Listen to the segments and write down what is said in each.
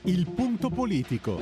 Il punto politico.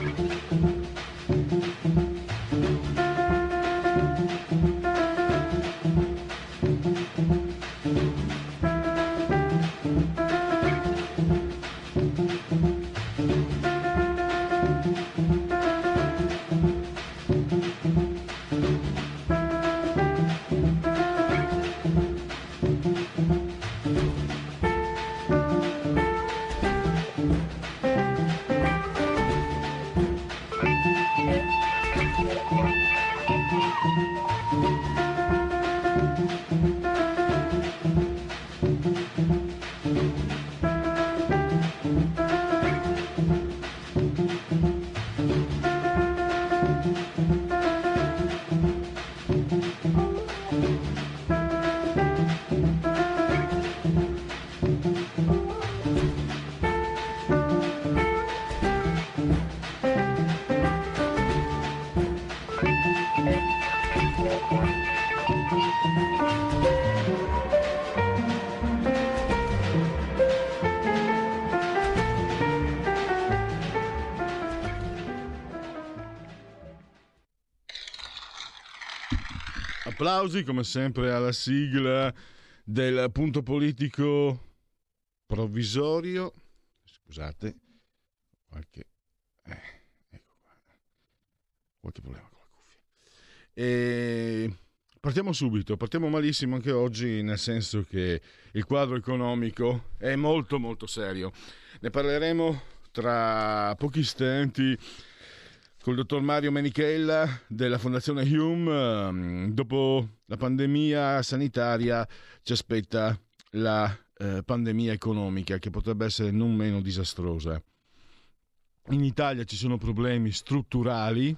Applausi come sempre alla sigla del punto politico provvisorio. Scusate, qualche problema con la cuffia. Partiamo subito, partiamo malissimo anche oggi, nel senso che il quadro economico è molto molto serio. Ne parleremo tra pochi istanti col dottor Mario Menichella della Fondazione Hume. Dopo la pandemia sanitaria ci aspetta la pandemia economica, che potrebbe essere non meno disastrosa. In Italia ci sono problemi strutturali,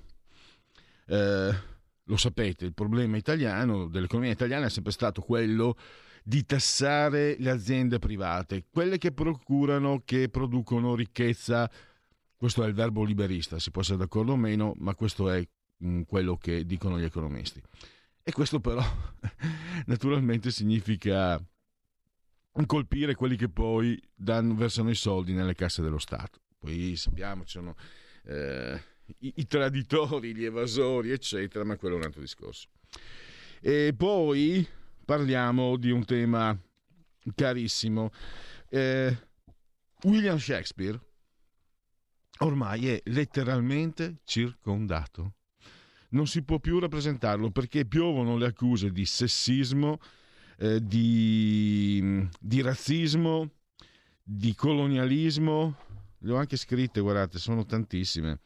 lo sapete, il problema italiano dell'economia italiana è sempre stato quello di tassare le aziende private, quelle che producono ricchezza. Questo è il verbo liberista, si può essere d'accordo o meno, ma questo è quello che dicono gli economisti. E questo però naturalmente significa colpire quelli che poi versano i soldi nelle casse dello Stato. Poi sappiamo, ci sono i traditori, gli evasori, eccetera, ma quello è un altro discorso. E poi parliamo di un tema carissimo. William Shakespeare ormai è letteralmente circondato. Non si può più rappresentarlo perché piovono le accuse di sessismo, di razzismo, di colonialismo. Le ho anche scritte, guardate, sono tantissime.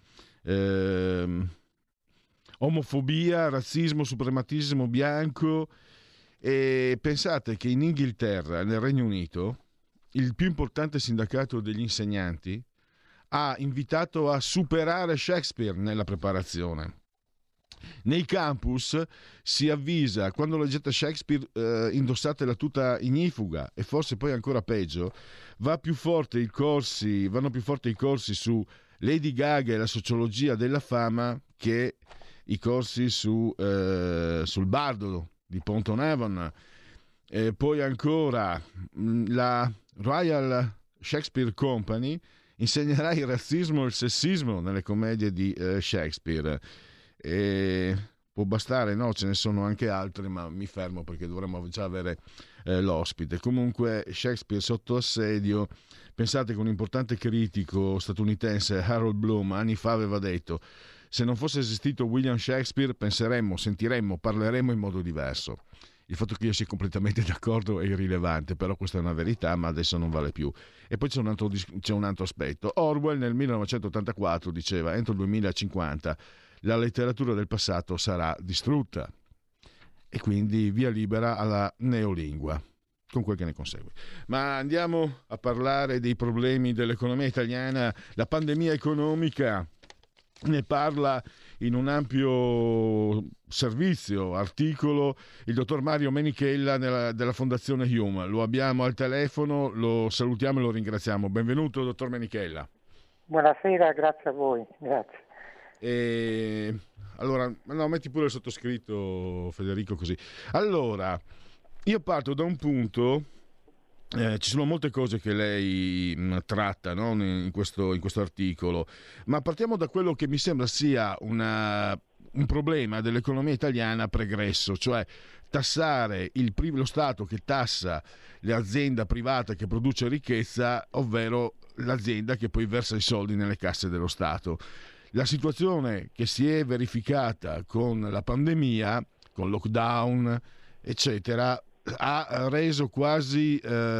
Omofobia, razzismo, suprematismo bianco. E pensate che in Inghilterra, nel Regno Unito, il più importante sindacato degli insegnanti ha invitato a superare Shakespeare nella preparazione. Nei campus si avvisa, quando leggete Shakespeare indossate la tuta ignifuga, e forse poi ancora peggio, vanno più forte i corsi su Lady Gaga e la sociologia della fama che i corsi sul Bardo di Ponton Avon. Poi ancora la Royal Shakespeare Company insegnerà il razzismo e il sessismo nelle commedie di Shakespeare. E può bastare, no? Ce ne sono anche altri, ma mi fermo perché dovremmo già avere l'ospite. Comunque Shakespeare sotto assedio. Pensate che un importante critico statunitense, Harold Bloom, anni fa aveva detto: se non fosse esistito William Shakespeare sentiremmo, parleremmo in modo diverso. Il fatto che io sia completamente d'accordo è irrilevante, però questa è una verità, ma adesso non vale più. E poi c'è un altro aspetto. Orwell nel 1984 diceva: entro il 2050 la letteratura del passato sarà distrutta, e quindi via libera alla neolingua, con quel che ne consegue. Ma andiamo a parlare dei problemi dell'economia italiana. La pandemia economica ne parla in un ampio articolo il dottor Mario Menichella della Fondazione Hume. Lo abbiamo al telefono, lo salutiamo e lo ringraziamo. Benvenuto, dottor Menichella. Buonasera, grazie a voi. Grazie. Allora, no, metti pure il sottoscritto, Federico, così. Allora, io parto da un punto ci sono molte cose che lei tratta, no? in questo articolo, ma partiamo da quello che mi sembra sia un problema dell'economia italiana pregresso, cioè tassare lo Stato che tassa l'azienda privata che produce ricchezza, ovvero l'azienda che poi versa i soldi nelle casse dello Stato. La situazione che si è verificata con la pandemia, con lockdown, eccetera, ha reso quasi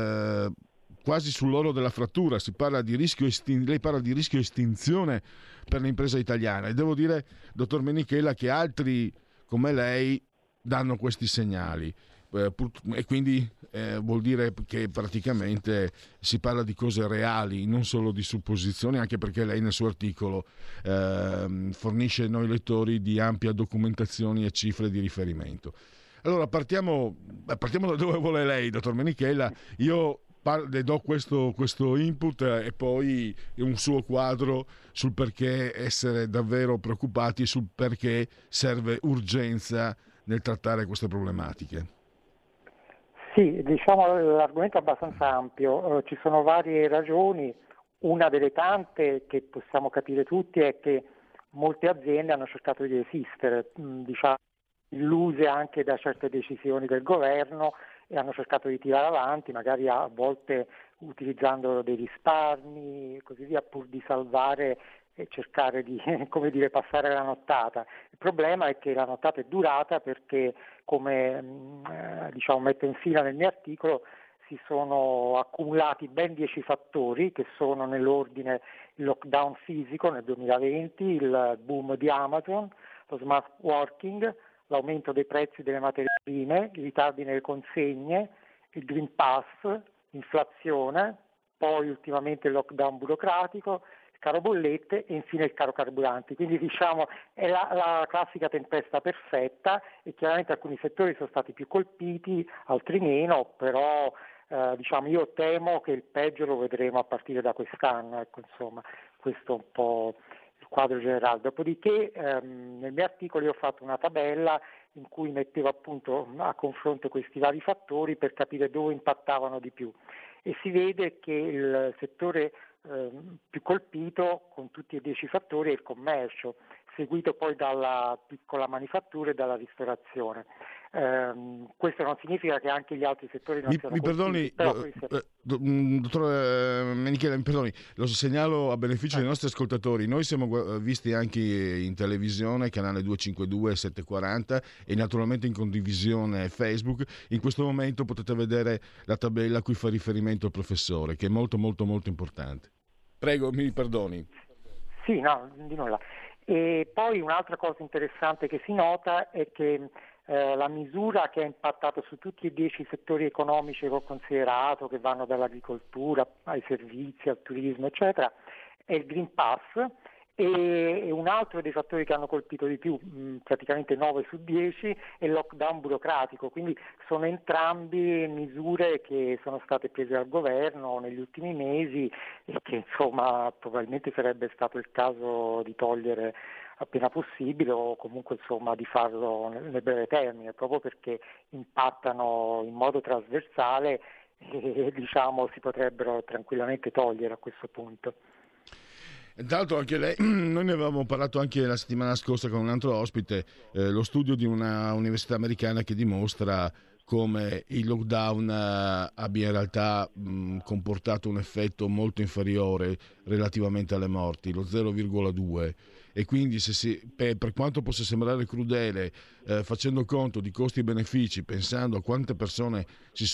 sull'orlo della frattura. Si parla di lei parla di rischio estinzione per l'impresa italiana, e devo dire, dottor Menichella, che altri come lei danno questi segnali, e quindi vuol dire che praticamente si parla di cose reali, non solo di supposizioni, anche perché lei nel suo articolo fornisce noi lettori di ampia documentazione e cifre di riferimento. Allora partiamo da dove vuole lei, dottor Menichella. Io le do questo input e poi un suo quadro sul perché essere davvero preoccupati, sul perché serve urgenza nel trattare queste problematiche. Sì, diciamo l'argomento è abbastanza ampio, ci sono varie ragioni. Una delle tante che possiamo capire tutti è che molte aziende hanno cercato di esistere, diciamo, illuse anche da certe decisioni del governo, e hanno cercato di tirare avanti, magari a volte utilizzando dei risparmi e così via, pur di salvare e cercare di come dire, passare la nottata. Il problema è che la nottata è durata perché, come diciamo, metto in fila nel mio articolo, si sono accumulati ben 10 fattori che sono nell'ordine: il lockdown fisico nel 2020, il boom di Amazon, lo smart working, l'aumento dei prezzi delle materie prime, i ritardi nelle consegne, il Green Pass, l'inflazione, poi ultimamente il lockdown burocratico, il caro bollette e infine il caro carburanti. Quindi diciamo è la classica tempesta perfetta, e chiaramente alcuni settori sono stati più colpiti, altri meno, però diciamo io temo che il peggio lo vedremo a partire da quest'anno, ecco, insomma, questo è un po' il quadro generale. Dopodiché nel mio articolo io ho fatto una tabella in cui mettevo appunto a confronto questi vari fattori per capire dove impattavano di più, e si vede che il settore più colpito con tutti e 10 fattori è il commercio, seguito poi dalla piccola manifattura e dalla ristorazione. Questo non significa che anche gli altri settori non siano colpiti. Perdoni, dottor Menichella, mi perdoni, lo segnalo a beneficio dei nostri ascoltatori. Noi siamo visti anche in televisione, canale 252 740, e naturalmente in condivisione Facebook. In questo momento potete vedere la tabella a cui fa riferimento il professore, che è molto molto molto importante. Prego, mi perdoni. Sì, no, di nulla. E poi un'altra cosa interessante che si nota è che la misura che ha impattato su tutti e 10 i settori economici che ho considerato, che vanno dall'agricoltura ai servizi, al turismo, eccetera, è il Green Pass, e un altro dei fattori che hanno colpito di più, praticamente 9 su 10, è il lockdown burocratico. Quindi sono entrambi misure che sono state prese dal governo negli ultimi mesi e che insomma probabilmente sarebbe stato il caso di togliere appena possibile, o comunque insomma di farlo nel breve termine, proprio perché impattano in modo trasversale e diciamo si potrebbero tranquillamente togliere a questo punto. Intanto anche lei, noi ne avevamo parlato anche la settimana scorsa con un altro ospite, lo studio di una università americana che dimostra come il lockdown abbia in realtà comportato un effetto molto inferiore relativamente alle morti, lo 0,2, e quindi per quanto possa sembrare crudele, facendo conto di costi e benefici, pensando a quante persone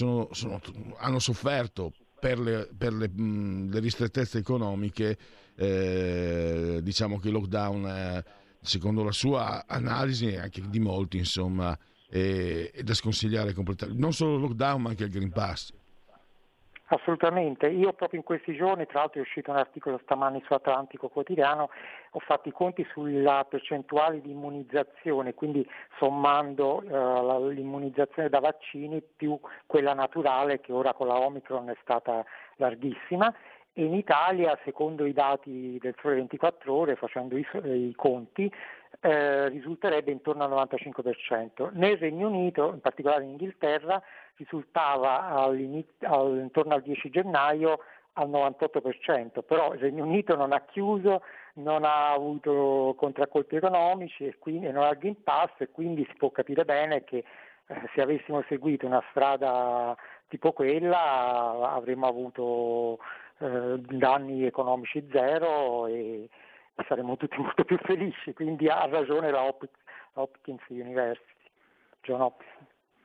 hanno sofferto per le ristrettezze economiche, diciamo che il lockdown, secondo la sua analisi e anche di molti, insomma, è da sconsigliare completamente. Non solo il lockdown, ma anche il Green Pass. Assolutamente, io proprio in questi giorni, tra l'altro è uscito un articolo stamani su Atlantico Quotidiano, ho fatto i conti sulla percentuale di immunizzazione, quindi sommando l'immunizzazione da vaccini più quella naturale, che ora con la Omicron è stata larghissima, e in Italia, secondo i dati del Sole 24 Ore, facendo i conti, risulterebbe intorno al 95%. Nel Regno Unito, in particolare in Inghilterra, risultava intorno al 10 gennaio al 98%, però il Regno Unito non ha chiuso, non ha avuto contraccolpi economici e quindi non ha il Green Pass, e quindi si può capire bene che se avessimo seguito una strada tipo quella avremmo avuto danni economici zero e saremmo tutti molto più felici, quindi ha ragione la Hopkins University, John Hopkins.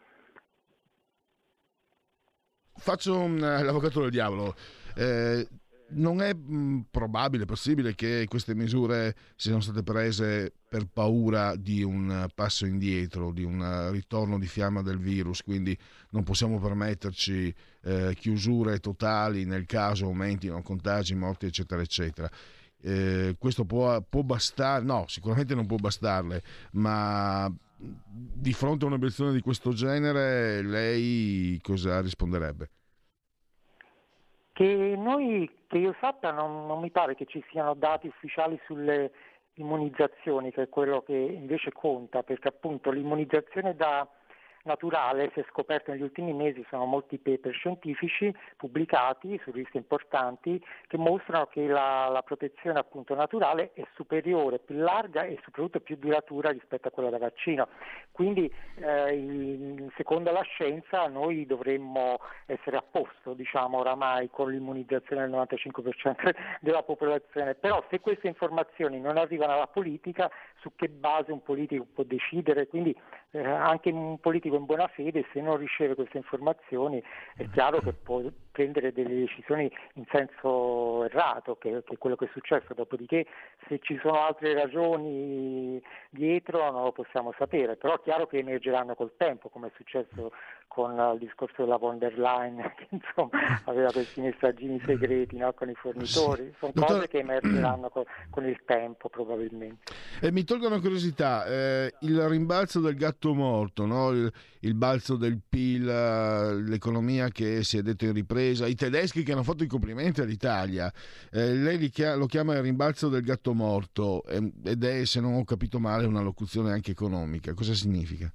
Faccio l'avvocato del diavolo. Non è probabile, possibile che queste misure siano state prese per paura di un passo indietro, di un ritorno di fiamma del virus, quindi non possiamo permetterci chiusure totali nel caso aumentino contagi, morti, eccetera, eccetera. Questo può bastare? No, sicuramente non può bastarle, ma di fronte a un'obiezione di questo genere lei cosa risponderebbe? Che io sappia non mi pare che ci siano dati ufficiali sulle immunizzazioni, che è quello che invece conta, perché appunto l'immunizzazione da naturale, si è scoperto negli ultimi mesi, sono molti paper scientifici pubblicati su riviste importanti che mostrano che la protezione appunto naturale è superiore, più larga e soprattutto più duratura rispetto a quella da vaccino. Quindi secondo la scienza noi dovremmo essere a posto, diciamo, oramai con l'immunizzazione del 95% della popolazione, però se queste informazioni non arrivano alla politica, su che base un politico può decidere? Quindi anche un politico in buona fede, se non riceve queste informazioni, è chiaro che può prendere delle decisioni in senso errato, che è quello che è successo. Dopodiché, se ci sono altre ragioni dietro non lo possiamo sapere, però è chiaro che emergeranno col tempo, come è successo con il discorso della von der Leyen, che insomma aveva questi messaggini segreti, no, con i fornitori. Sono cose che emergeranno con il tempo probabilmente. Mi tolgo una curiosità, il rimbalzo del gatto morto, no? Il balzo del PIL, l'economia che si è detto in ripresa, i tedeschi che hanno fatto i complimenti all'Italia, lei lo chiama il rimbalzo del gatto morto ed è, se non ho capito male, una locuzione anche economica. Cosa significa?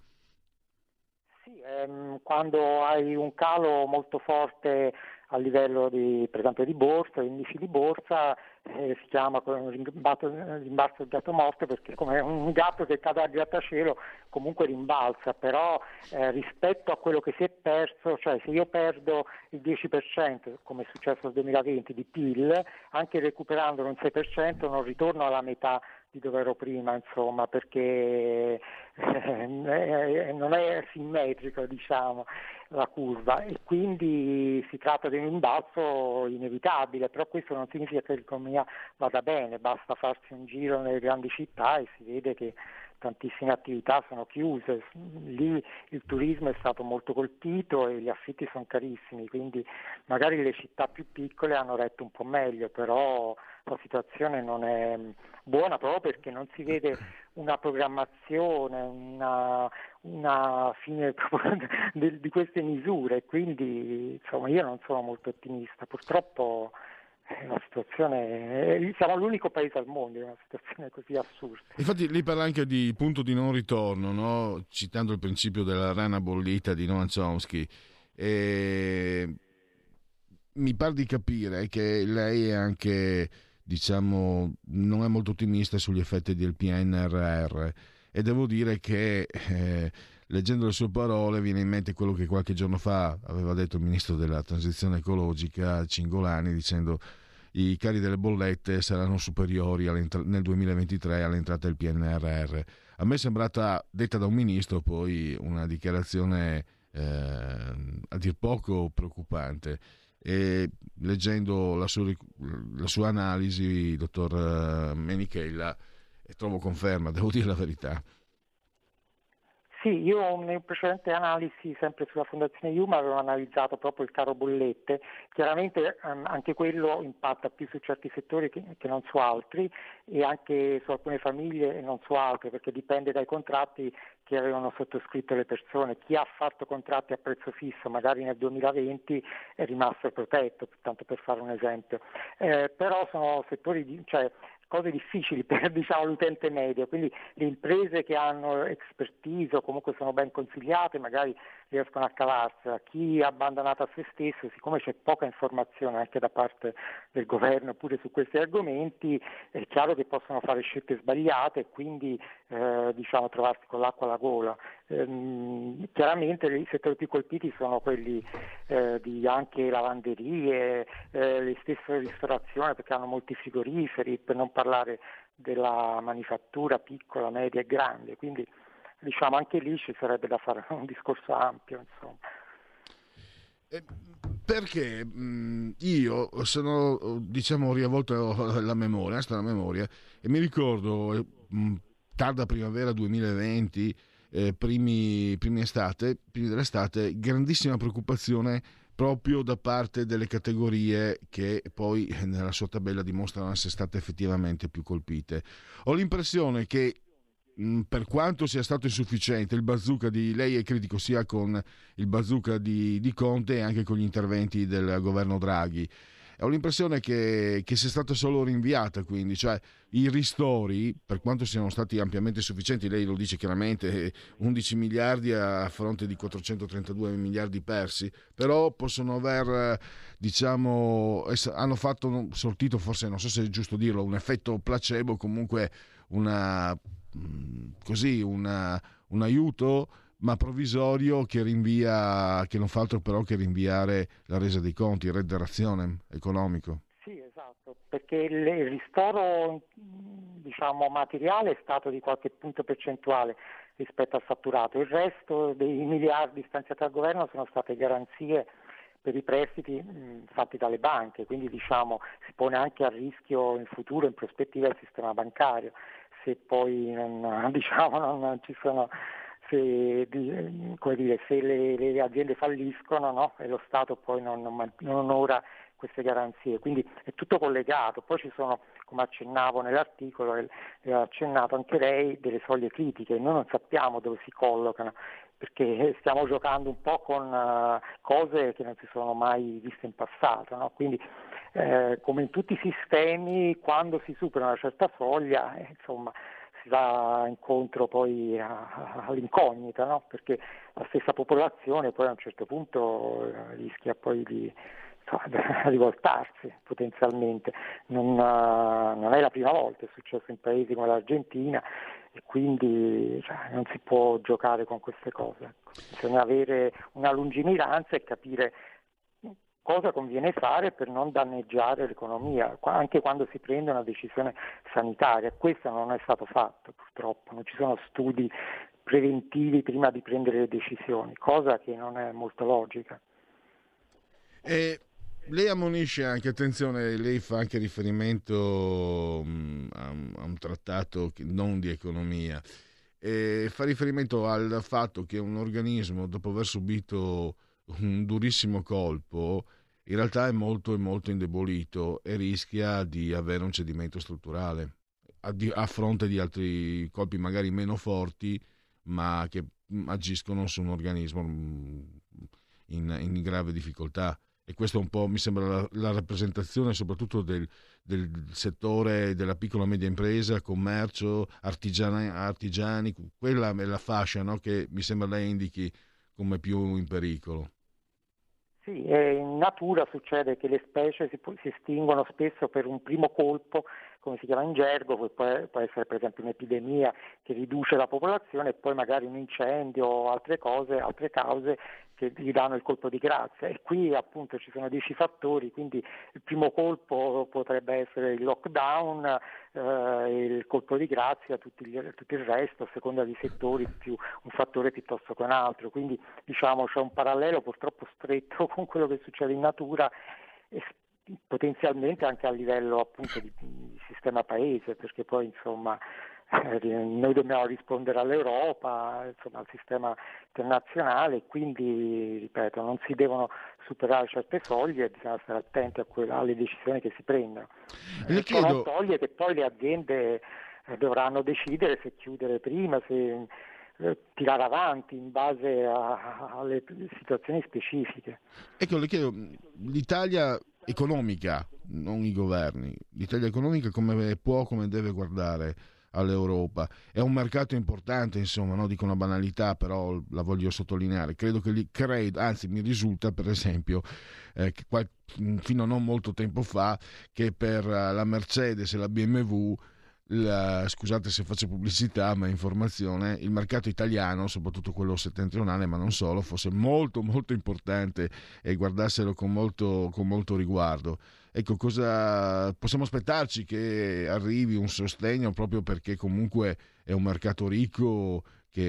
Quando hai un calo molto forte a livello per esempio di borsa, indici di borsa, si chiama rimbalzo del gatto morto, perché come un gatto che cade al grattacielo comunque rimbalza, però rispetto a quello che si è perso, cioè se io perdo il 10%, come è successo nel 2020, di PIL, anche recuperandolo un 6% non ritorno alla metà di dove ero prima, insomma, perché non è simmetrico, diciamo, la curva, e quindi si tratta di un rimbalzo inevitabile, però questo non significa che l'economia vada bene, basta farsi un giro nelle grandi città e si vede che tantissime attività sono chiuse, lì il turismo è stato molto colpito e gli affitti sono carissimi, quindi magari le città più piccole hanno retto un po' meglio, però la situazione non è buona proprio perché non si vede una programmazione, una fine di queste misure, quindi insomma io non sono molto ottimista, purtroppo la situazione, siamo l'unico paese al mondo in una situazione così assurda. Infatti lei parla anche di punto di non ritorno, no? Citando il principio della rana bollita di Noam Chomsky. Mi pare di capire che lei è anche, diciamo, non è molto ottimista sugli effetti del PNRR, e devo dire che leggendo le sue parole viene in mente quello che qualche giorno fa aveva detto il ministro della transizione ecologica Cingolani, dicendo i cari delle bollette saranno superiori nel 2023 all'entrata del PNRR. A me è sembrata, detta da un ministro, poi una dichiarazione a dir poco preoccupante. E leggendo la sua analisi, dottor Menichella, trovo conferma, devo dire la verità. Sì, io nel precedente analisi, sempre sulla Fondazione Iuma, avevo analizzato proprio il caro bollette. Chiaramente anche quello impatta più su certi settori che non su altri, e anche su alcune famiglie e non su altre, perché dipende dai contratti che avevano sottoscritto le persone. Chi ha fatto contratti a prezzo fisso magari nel 2020 è rimasto protetto, tanto per fare un esempio. Però sono settori, cioè cose difficili per, diciamo, l'utente medio, quindi le imprese che hanno expertise o comunque sono ben consigliate magari riescono a cavarsela. Chi è abbandonato a se stesso, siccome c'è poca informazione anche da parte del governo pure su questi argomenti, è chiaro che possono fare scelte sbagliate e quindi diciamo trovarsi con l'acqua alla gola. Chiaramente i settori più colpiti sono quelli di anche lavanderie, le stesse ristorazioni, perché hanno molti frigoriferi, per non parlare della manifattura piccola, media e grande, quindi diciamo anche lì ci sarebbe da fare un discorso ampio, insomma. Perché io sono, diciamo, riavvolto la memoria, e mi ricordo tarda primavera 2020, primi dell'estate, grandissima preoccupazione proprio da parte delle categorie che poi nella sua tabella dimostrano essere state effettivamente più colpite. Ho l'impressione che per quanto sia stato insufficiente il bazooka di lei, è critico sia con il bazooka di Conte e anche con gli interventi del governo Draghi. Ho l'impressione che sia stata solo rinviata, quindi, cioè i ristori, per quanto siano stati ampiamente sufficienti, lei lo dice chiaramente, 11 miliardi a fronte di 432 miliardi persi, però possono aver, diciamo, hanno sortito, forse non so se è giusto dirlo, un effetto placebo, comunque una così un aiuto ma provvisorio che rinvia, che non fa altro però che rinviare la resa dei conti, il redde rationem economico. Sì, esatto, perché il ristoro diciamo materiale è stato di qualche punto percentuale rispetto al fatturato, il resto dei miliardi stanziati dal governo sono state garanzie per i prestiti fatti dalle banche, quindi diciamo si pone anche a rischio in futuro, in prospettiva, il sistema bancario, se poi non, diciamo, non ci sono, se, come dire, se le aziende falliscono, no? E lo Stato poi non onora queste garanzie, quindi è tutto collegato. Poi ci sono, come accennavo nell'articolo e ha accennato anche lei, delle soglie critiche, noi non sappiamo dove si collocano, perché stiamo giocando un po' con cose che non si sono mai viste in passato, no? Quindi come in tutti i sistemi, quando si supera una certa soglia, insomma, si va incontro poi all'incognita, no? Perché la stessa popolazione poi a un certo punto rischia poi di rivoltarsi potenzialmente. Non è la prima volta, è successo in paesi come l'Argentina, e quindi non si può giocare con queste cose. Ecco. Bisogna avere una lungimiranza e capire cosa conviene fare per non danneggiare l'economia, anche quando si prende una decisione sanitaria. Questo non è stato fatto, purtroppo, non ci sono studi preventivi prima di prendere le decisioni, cosa che non è molto logica. E lei ammonisce anche, attenzione, lei fa anche riferimento a un trattato non di economia, e fa riferimento al fatto che un organismo, dopo aver subito un durissimo colpo, in realtà è molto indebolito e rischia di avere un cedimento strutturale a fronte di altri colpi magari meno forti, ma che agiscono su un organismo in grave difficoltà. E questo un po' mi sembra la rappresentazione soprattutto del settore della piccola e media impresa, commercio, artigiani, quella è la fascia, no, che mi sembra lei indichi come più in pericolo. Sì, in natura succede che le specie si estinguono spesso per un primo colpo, come si chiama in gergo, può essere per esempio un'epidemia che riduce la popolazione, e poi magari un incendio o altre cause che gli danno il colpo di grazia. E qui appunto ci sono 10 fattori, quindi il primo colpo potrebbe essere il lockdown, il colpo di grazia, tutto il resto, a seconda dei settori, più un fattore piuttosto che un altro. Quindi diciamo c'è un parallelo purtroppo stretto con quello che succede in natura e potenzialmente anche a livello appunto di sistema paese, perché poi insomma noi dobbiamo rispondere all'Europa, insomma al sistema internazionale, quindi ripeto, non si devono superare certe soglie e bisogna stare attenti alle decisioni che si prendono. Ciò non toglie che poi le aziende dovranno decidere se chiudere prima, se tirare avanti in base alle situazioni specifiche. Ecco, le chiedo, l'Italia economica, non i governi, l'Italia economica come può, come deve guardare all'Europa? È un mercato importante, insomma, no? Dico una banalità, però la voglio sottolineare. Anzi mi risulta per esempio che fino a non molto tempo fa che per la Mercedes e la BMW, scusate se faccio pubblicità ma informazione, il mercato italiano, soprattutto quello settentrionale ma non solo, fosse molto molto importante e guardassero con molto riguardo. Ecco, cosa possiamo aspettarci? Che arrivi un sostegno proprio perché comunque è un mercato ricco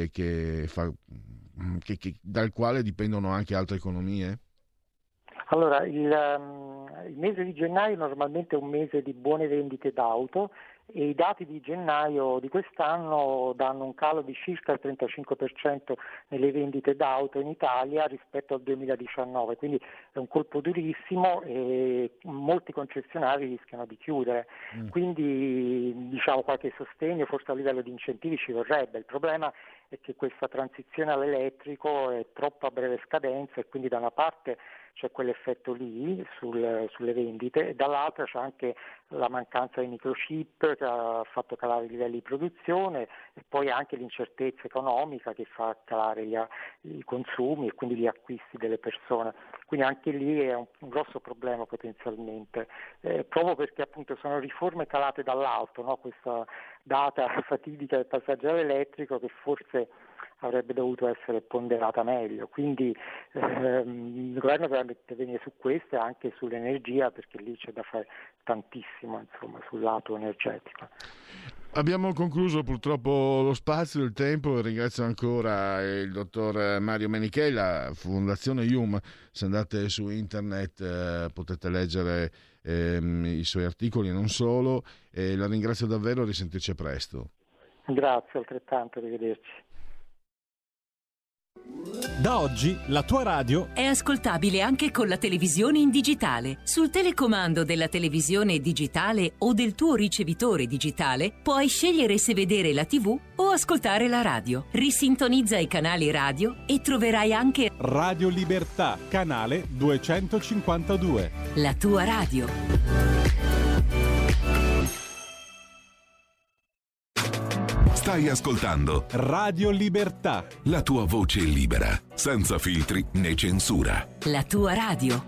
dal quale dipendono anche altre economie? Allora, il mese di gennaio normalmente è un mese di buone vendite d'auto e i dati di gennaio di quest'anno danno un calo di circa il 35% nelle vendite d'auto in Italia rispetto al 2019, quindi è un colpo durissimo e molti concessionari rischiano di chiudere, quindi diciamo qualche sostegno forse a livello di incentivi ci vorrebbe. Il problema è che questa transizione all'elettrico è troppo a breve scadenza e quindi da una parte c'è quell'effetto lì sulle vendite e dall'altra c'è anche la mancanza di microchip che ha fatto calare i livelli di produzione e poi anche l'incertezza economica che fa calare i consumi e quindi gli acquisti delle persone. Quindi anche lì è un grosso problema potenzialmente, proprio perché appunto sono riforme calate dall'alto, no? Questa data fatidica del passaggio all'elettrico che forse avrebbe dovuto essere ponderata meglio, quindi il governo dovrebbe intervenire su questo e anche sull'energia perché lì c'è da fare tantissimo, insomma, sul lato energetico. Abbiamo concluso purtroppo lo spazio, il tempo. Ringrazio ancora il dottor Mario Menichella, Fondazione IUM. Se andate su internet potete leggere i suoi articoli e non solo. La ringrazio davvero, risentirci presto. Grazie, altrettanto, arrivederci. Da oggi la tua radio è ascoltabile anche con la televisione in digitale. Sul telecomando della televisione digitale o del tuo ricevitore digitale puoi scegliere se vedere la TV o ascoltare la radio. Risintonizza i canali radio e troverai anche Radio Libertà, canale 252. La tua radio. Stai ascoltando Radio Libertà, la tua voce libera, senza filtri né censura. La tua radio.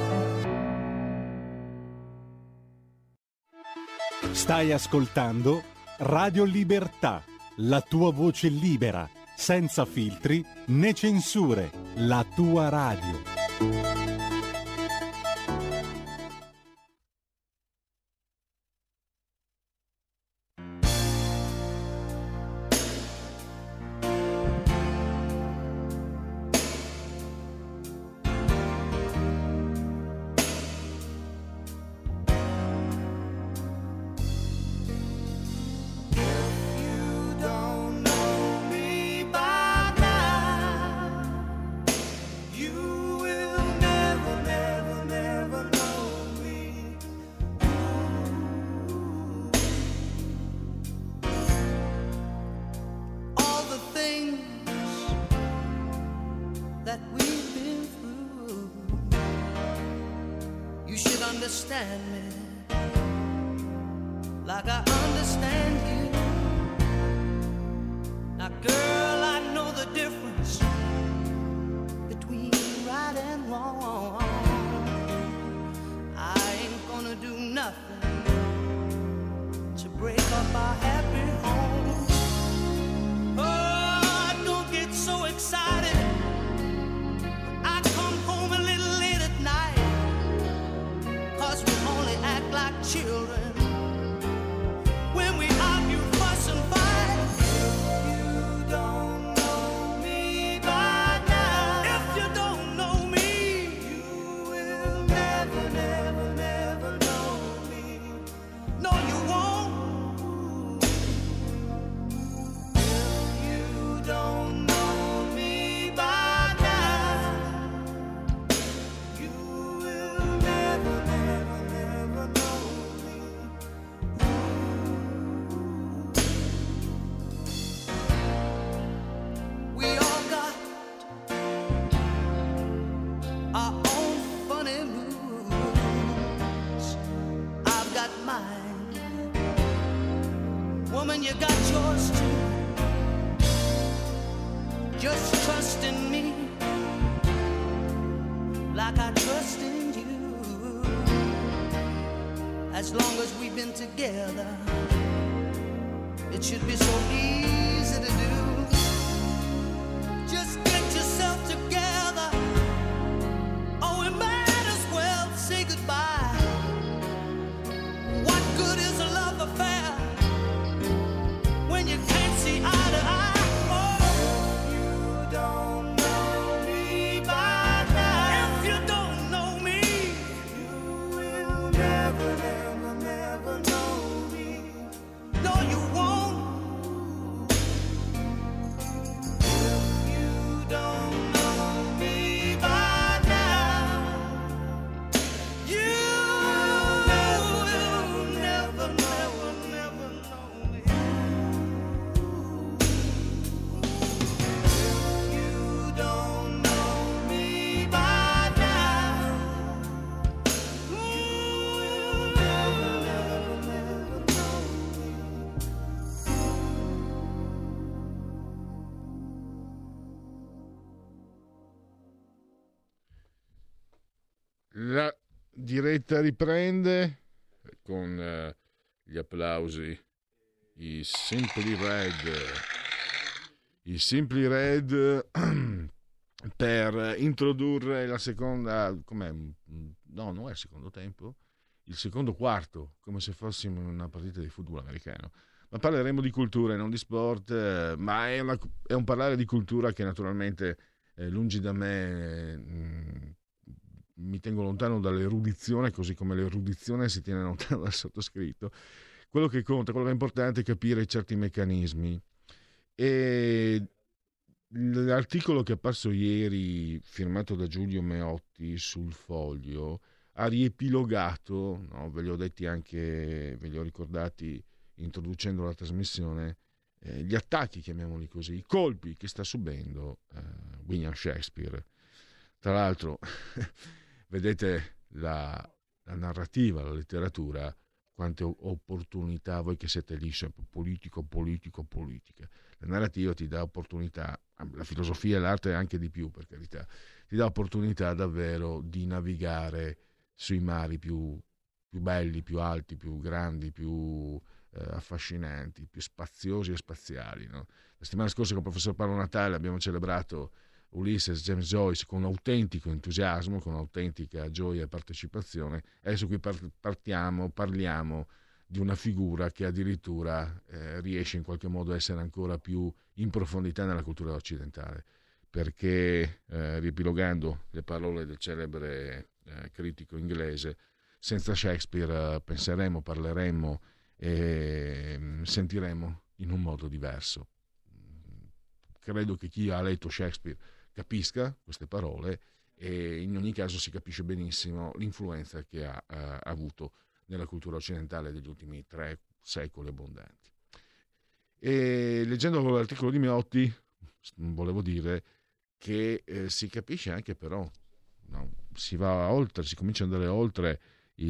Stai ascoltando Radio Libertà, la tua voce libera, senza filtri né censure. La tua radio. Understand me like I understand you. Now, girl, I know the difference between right and wrong. I ain't gonna do nothing to break up our happy home. Oh, don't get so excited when I come home a little late at night. 'Cause we only Just trust in me like I trust in you. As long as we've been together, it should be so easy to do. Just get yourself together. Oh, we might as well say goodbye. What good is a love affair when you can't see eye to eye? La diretta riprende con gli applausi. I Simply Red per introdurre la seconda, com'è? No, non è il secondo tempo, il secondo quarto, come se fossimo in una partita di football americano. Ma parleremo di cultura e non di sport, ma è un parlare di cultura che naturalmente lungi da me, mi tengo lontano dall'erudizione, così come l'erudizione si tiene lontano dal sottoscritto. Quello che conta, quello che è importante è capire certi meccanismi. E l'articolo che è apparso ieri, firmato da Giulio Meotti sul Foglio, ha riepilogato, no? Ve li ho detti anche, ve li ho ricordati introducendo la trasmissione, gli attacchi, chiamiamoli così, i colpi che sta subendo William Shakespeare. Tra l'altro vedete la narrativa, la letteratura, quante opportunità, voi che siete lì sempre politica, la narrativa ti dà opportunità, la filosofia e l'arte anche di più, per carità, ti dà opportunità davvero di navigare sui mari più belli, più alti, più grandi, più affascinanti, più spaziosi e spaziali, no? La settimana scorsa con il professor Paolo Natale abbiamo celebrato Ulysses, James Joyce, con autentico entusiasmo, con autentica gioia e partecipazione. Adesso qui parliamo di una figura che addirittura riesce in qualche modo a essere ancora più in profondità nella cultura occidentale, perché riepilogando le parole del celebre critico inglese, senza Shakespeare penseremo, parleremo e sentiremo in un modo diverso. Credo che chi ha letto Shakespeare capisca queste parole, e in ogni caso si capisce benissimo l'influenza che ha avuto nella cultura occidentale degli ultimi 3 secoli abbondanti. E leggendo l'articolo di Meotti volevo dire che si capisce anche, però, no, si va oltre, si comincia ad andare oltre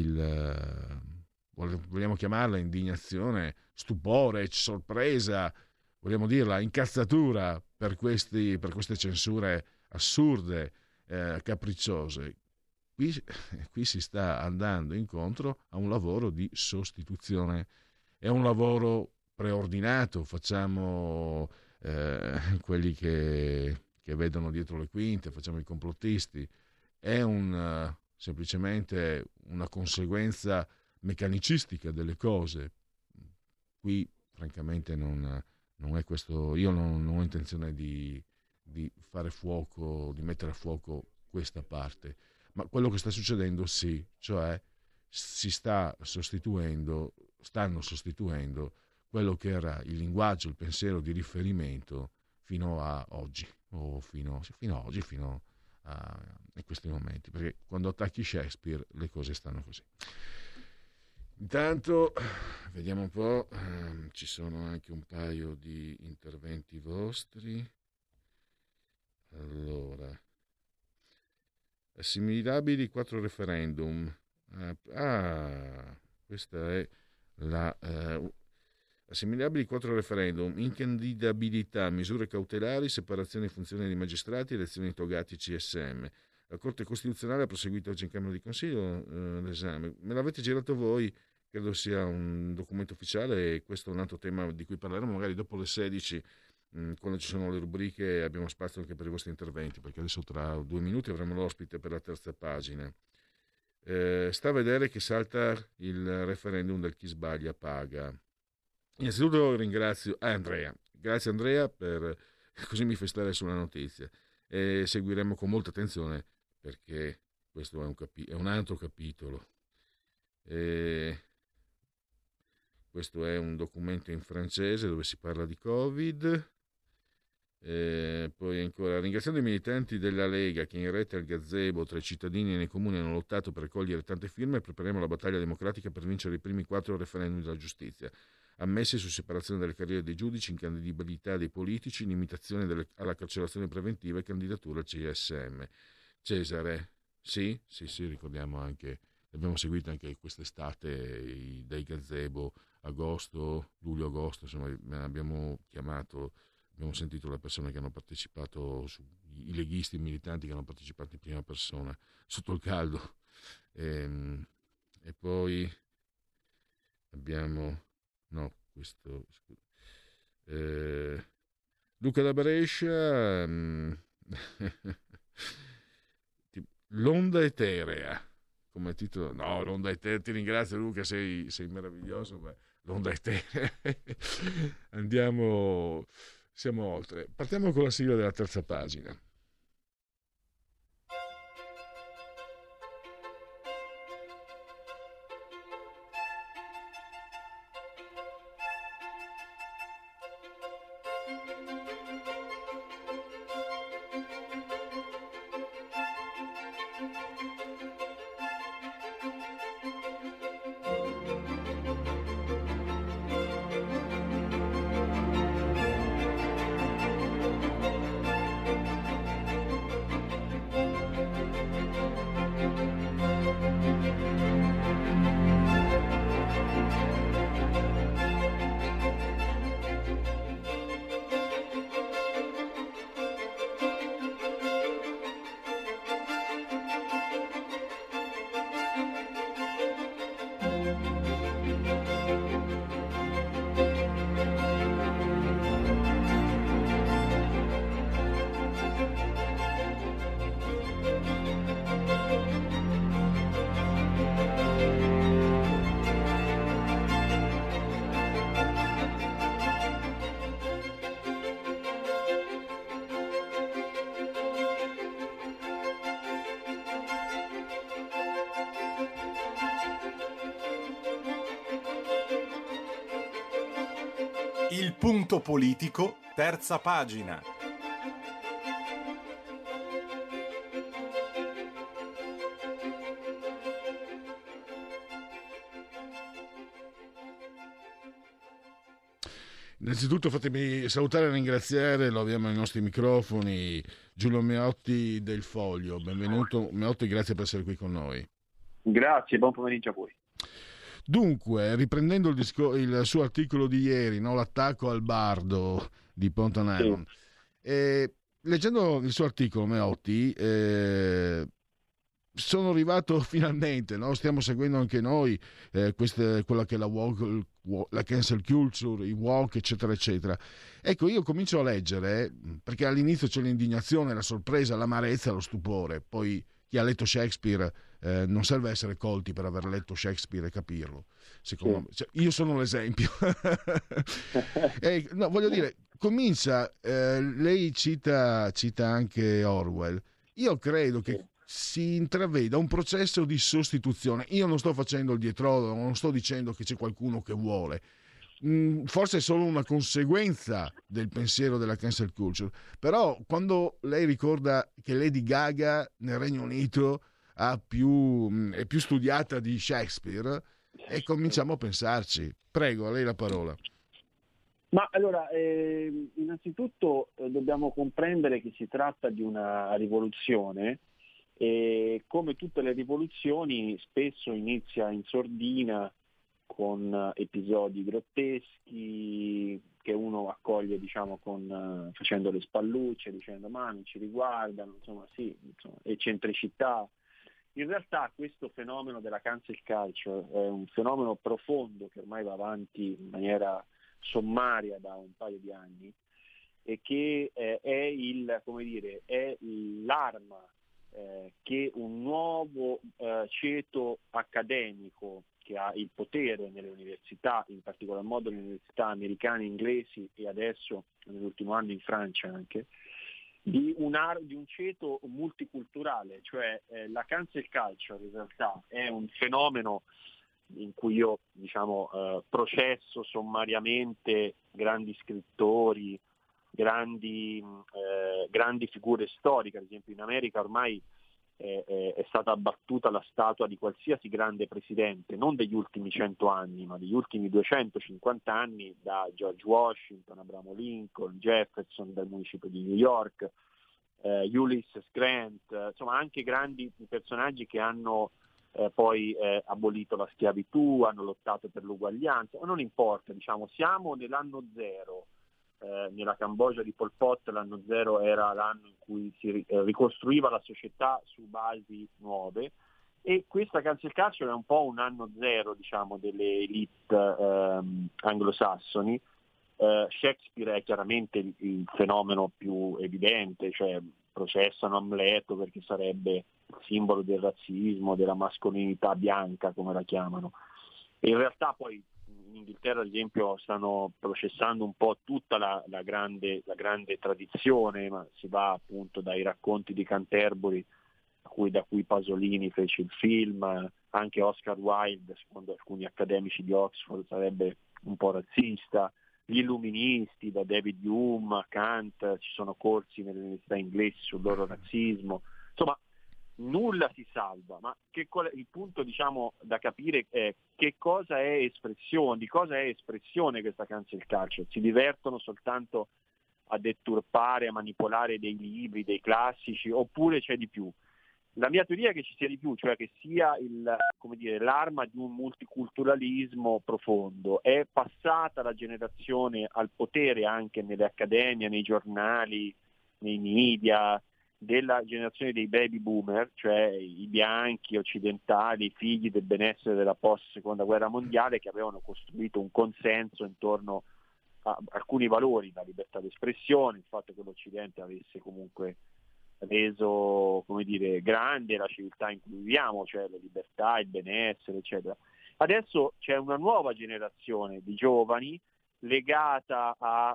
vogliamo chiamarla indignazione, stupore, sorpresa, vogliamo dirla incazzatura per queste censure assurde, capricciose. Qui si sta andando incontro a un lavoro di sostituzione, è un lavoro preordinato, facciamo quelli che vedono dietro le quinte, facciamo i complottisti, è semplicemente una conseguenza meccanicistica delle cose. Qui francamente non è questo, io non ho intenzione di fare fuoco, di mettere a fuoco questa parte, ma quello che sta succedendo sì, cioè stanno sostituendo quello che era il linguaggio, il pensiero di riferimento fino a oggi, o fino a questi momenti, perché quando attacchi Shakespeare le cose stanno così. Intanto vediamo un po', ci sono anche un paio di interventi vostri. Allora, assimilabili 4 referendum. Questa è Assimilabili 4 referendum: incandidabilità, misure cautelari, separazione di funzioni di magistrati, elezioni togati CSM. La Corte Costituzionale ha proseguito oggi in Camera di Consiglio l'esame. Me l'avete girato voi, credo sia un documento ufficiale, e questo è un altro tema di cui parleremo magari dopo le 16, quando ci sono le rubriche abbiamo spazio anche per i vostri interventi, perché adesso tra 2 minuti avremo l'ospite per la terza pagina. Sta a vedere che salta il referendum del chi sbaglia paga. Innanzitutto ringrazio Andrea, grazie Andrea, per così mi fai stare sulla notizia, e seguiremo con molta attenzione perché questo è un altro capitolo. Questo è un documento in francese dove si parla di Covid. Poi ancora, ringraziando i militanti della Lega che in rete al gazebo tra i cittadini e nei comuni hanno lottato per raccogliere tante firme, prepariamo la battaglia democratica per vincere i primi 4 referendum della giustizia, ammessi su separazione delle carriere dei giudici, incandidabilità dei politici, limitazione alla carcerazione preventiva e candidatura al CSM. Cesare, sì, ricordiamo anche, abbiamo seguito anche quest'estate dai gazebo, agosto, luglio-agosto, insomma abbiamo sentito le persone che hanno partecipato, i leghisti, i militanti che hanno partecipato in prima persona, sotto il caldo. E poi abbiamo, Luca da Brescia, l'onda eterea, come titolo. No, l'onda eterea, ti ringrazio Luca, sei meraviglioso, ma l'onda eterea. Siamo oltre. Partiamo con la sigla della terza pagina. Il punto politico, terza pagina. Innanzitutto fatemi salutare e ringraziare, lo abbiamo ai nostri microfoni, Giulio Meotti del Foglio. Benvenuto Meotti, grazie per essere qui con noi. Grazie, buon pomeriggio a voi. Dunque, riprendendo il suo articolo di ieri, no? L'attacco al bardo di Pontanaro, sì. Leggendo il suo articolo, Meotti, sono arrivato finalmente, no? Stiamo seguendo anche noi quella che è la cancel culture, i woke, eccetera, eccetera. Ecco, io comincio a leggere, perché all'inizio c'è l'indignazione, la sorpresa, l'amarezza, lo stupore. Poi chi ha letto Shakespeare non serve essere colti per aver letto Shakespeare e capirlo. Secondo me, cioè, io sono l'esempio. No, voglio dire, comincia, lei cita anche Orwell. Io credo che si intraveda un processo di sostituzione. Io non sto facendo il dietrologo, non sto dicendo che c'è qualcuno che vuole. Forse è solo una conseguenza del pensiero della cancel culture. Però quando lei ricorda che Lady Gaga nel Regno Unito è più studiata di Shakespeare, e cominciamo a pensarci. Prego, a lei la parola. Ma allora, innanzitutto dobbiamo comprendere che si tratta di una rivoluzione e come tutte le rivoluzioni spesso inizia in sordina con episodi grotteschi che uno accoglie, diciamo, facendo le spallucce, dicendo ma non ci riguardano, insomma, eccentricità. In realtà questo fenomeno della cancel culture è un fenomeno profondo che ormai va avanti in maniera sommaria da un paio di anni e che è l'arma che un nuovo ceto accademico che ha il potere nelle università, in particolar modo nelle università americane, inglesi e adesso nell'ultimo anno in Francia anche, di un ceto multiculturale, cioè la cancel culture in realtà è un fenomeno in cui io processo sommariamente grandi scrittori, grandi figure storiche. Ad esempio in America ormai è stata abbattuta la statua di qualsiasi grande presidente, non degli ultimi 100 anni, ma degli ultimi 250 anni, da George Washington, Abraham Lincoln, Jefferson del municipio di New York, Ulysses Grant, insomma anche grandi personaggi che hanno poi abolito la schiavitù, hanno lottato per l'uguaglianza, ma non importa, siamo nell'anno zero. Nella Cambogia di Pol Pot l'anno zero era l'anno in cui si ricostruiva la società su basi nuove, e questa cancel culture è un po' un anno zero delle elite anglosassoni. Shakespeare è chiaramente il fenomeno più evidente, cioè processano Amleto perché sarebbe il simbolo del razzismo, della mascolinità bianca come la chiamano, e in realtà poi in Inghilterra ad esempio stanno processando un po' tutta la grande tradizione, ma si va appunto dai racconti di Canterbury da cui Pasolini fece il film, anche Oscar Wilde secondo alcuni accademici di Oxford sarebbe un po' razzista, gli illuministi da David Hume a Kant, ci sono corsi nelle università inglesi sul loro razzismo, insomma nulla si salva, ma il punto da capire è che cosa è espressione, di cosa è espressione questa cancel culture. Si divertono soltanto a deturpare, a manipolare dei libri, dei classici, oppure c'è di più? La mia teoria è che ci sia di più, cioè che sia l'arma di un multiculturalismo profondo. È passata la generazione al potere anche nelle accademie, nei giornali, nei media, della generazione dei baby boomer, cioè i bianchi occidentali, figli del benessere della post seconda guerra mondiale, che avevano costruito un consenso intorno a alcuni valori, la libertà d'espressione, il fatto che l'Occidente avesse comunque reso grande la civiltà in cui viviamo, cioè la libertà, il benessere, eccetera. Adesso c'è una nuova generazione di giovani legata a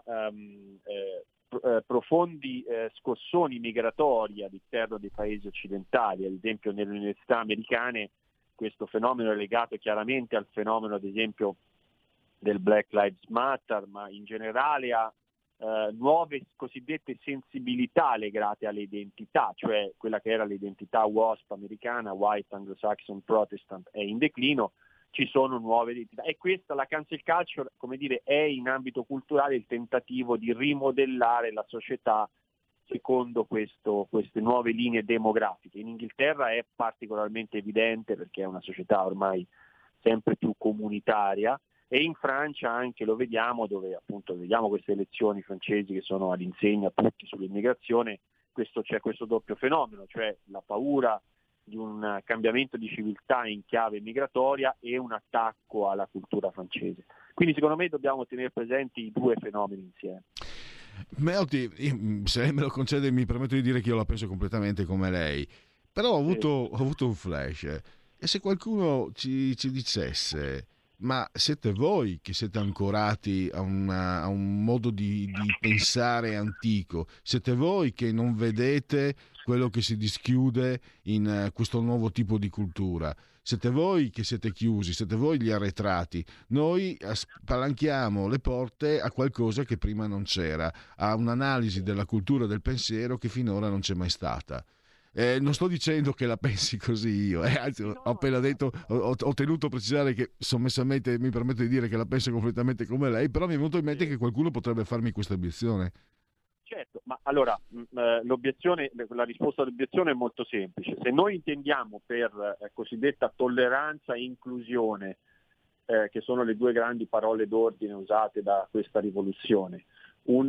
profondi scossoni migratori all'interno dei paesi occidentali. Ad esempio nelle università americane questo fenomeno è legato chiaramente al fenomeno, ad esempio, del Black Lives Matter, ma in generale a nuove cosiddette sensibilità legate alle identità, cioè quella che era l'identità WASP americana, White Anglo-Saxon Protestant, è in declino, ci sono nuove identità, e questa, la cancel culture, è in ambito culturale il tentativo di rimodellare la società secondo queste nuove linee demografiche. In Inghilterra è particolarmente evidente perché è una società ormai sempre più comunitaria, e in Francia anche lo vediamo, dove appunto vediamo queste elezioni francesi che sono all'insegna tutti sull'immigrazione. C'è questo doppio fenomeno, cioè la paura di un cambiamento di civiltà in chiave migratoria e un attacco alla cultura francese. Quindi secondo me dobbiamo tenere presenti i due fenomeni insieme. Meotti, se lei me lo concede mi permetto di dire che io la penso completamente come lei, però ho avuto un flash, e se qualcuno ci dicesse: ma siete voi che siete ancorati a un modo di pensare antico, siete voi che non vedete quello che si dischiude in questo nuovo tipo di cultura, siete voi che siete chiusi, siete voi gli arretrati, noi spalanchiamo le porte a qualcosa che prima non c'era, a un'analisi della cultura del pensiero che finora non c'è mai stata. Non sto dicendo che la pensi così io, anzi ho appena detto, ho tenuto a precisare che sommessamente mi permetto di dire che la penso completamente come lei, però mi è venuto in mente che qualcuno potrebbe farmi questa obiezione. Certo, ma allora la risposta all'obiezione è molto semplice. Se noi intendiamo per cosiddetta tolleranza e inclusione che sono le due grandi parole d'ordine usate da questa rivoluzione. Un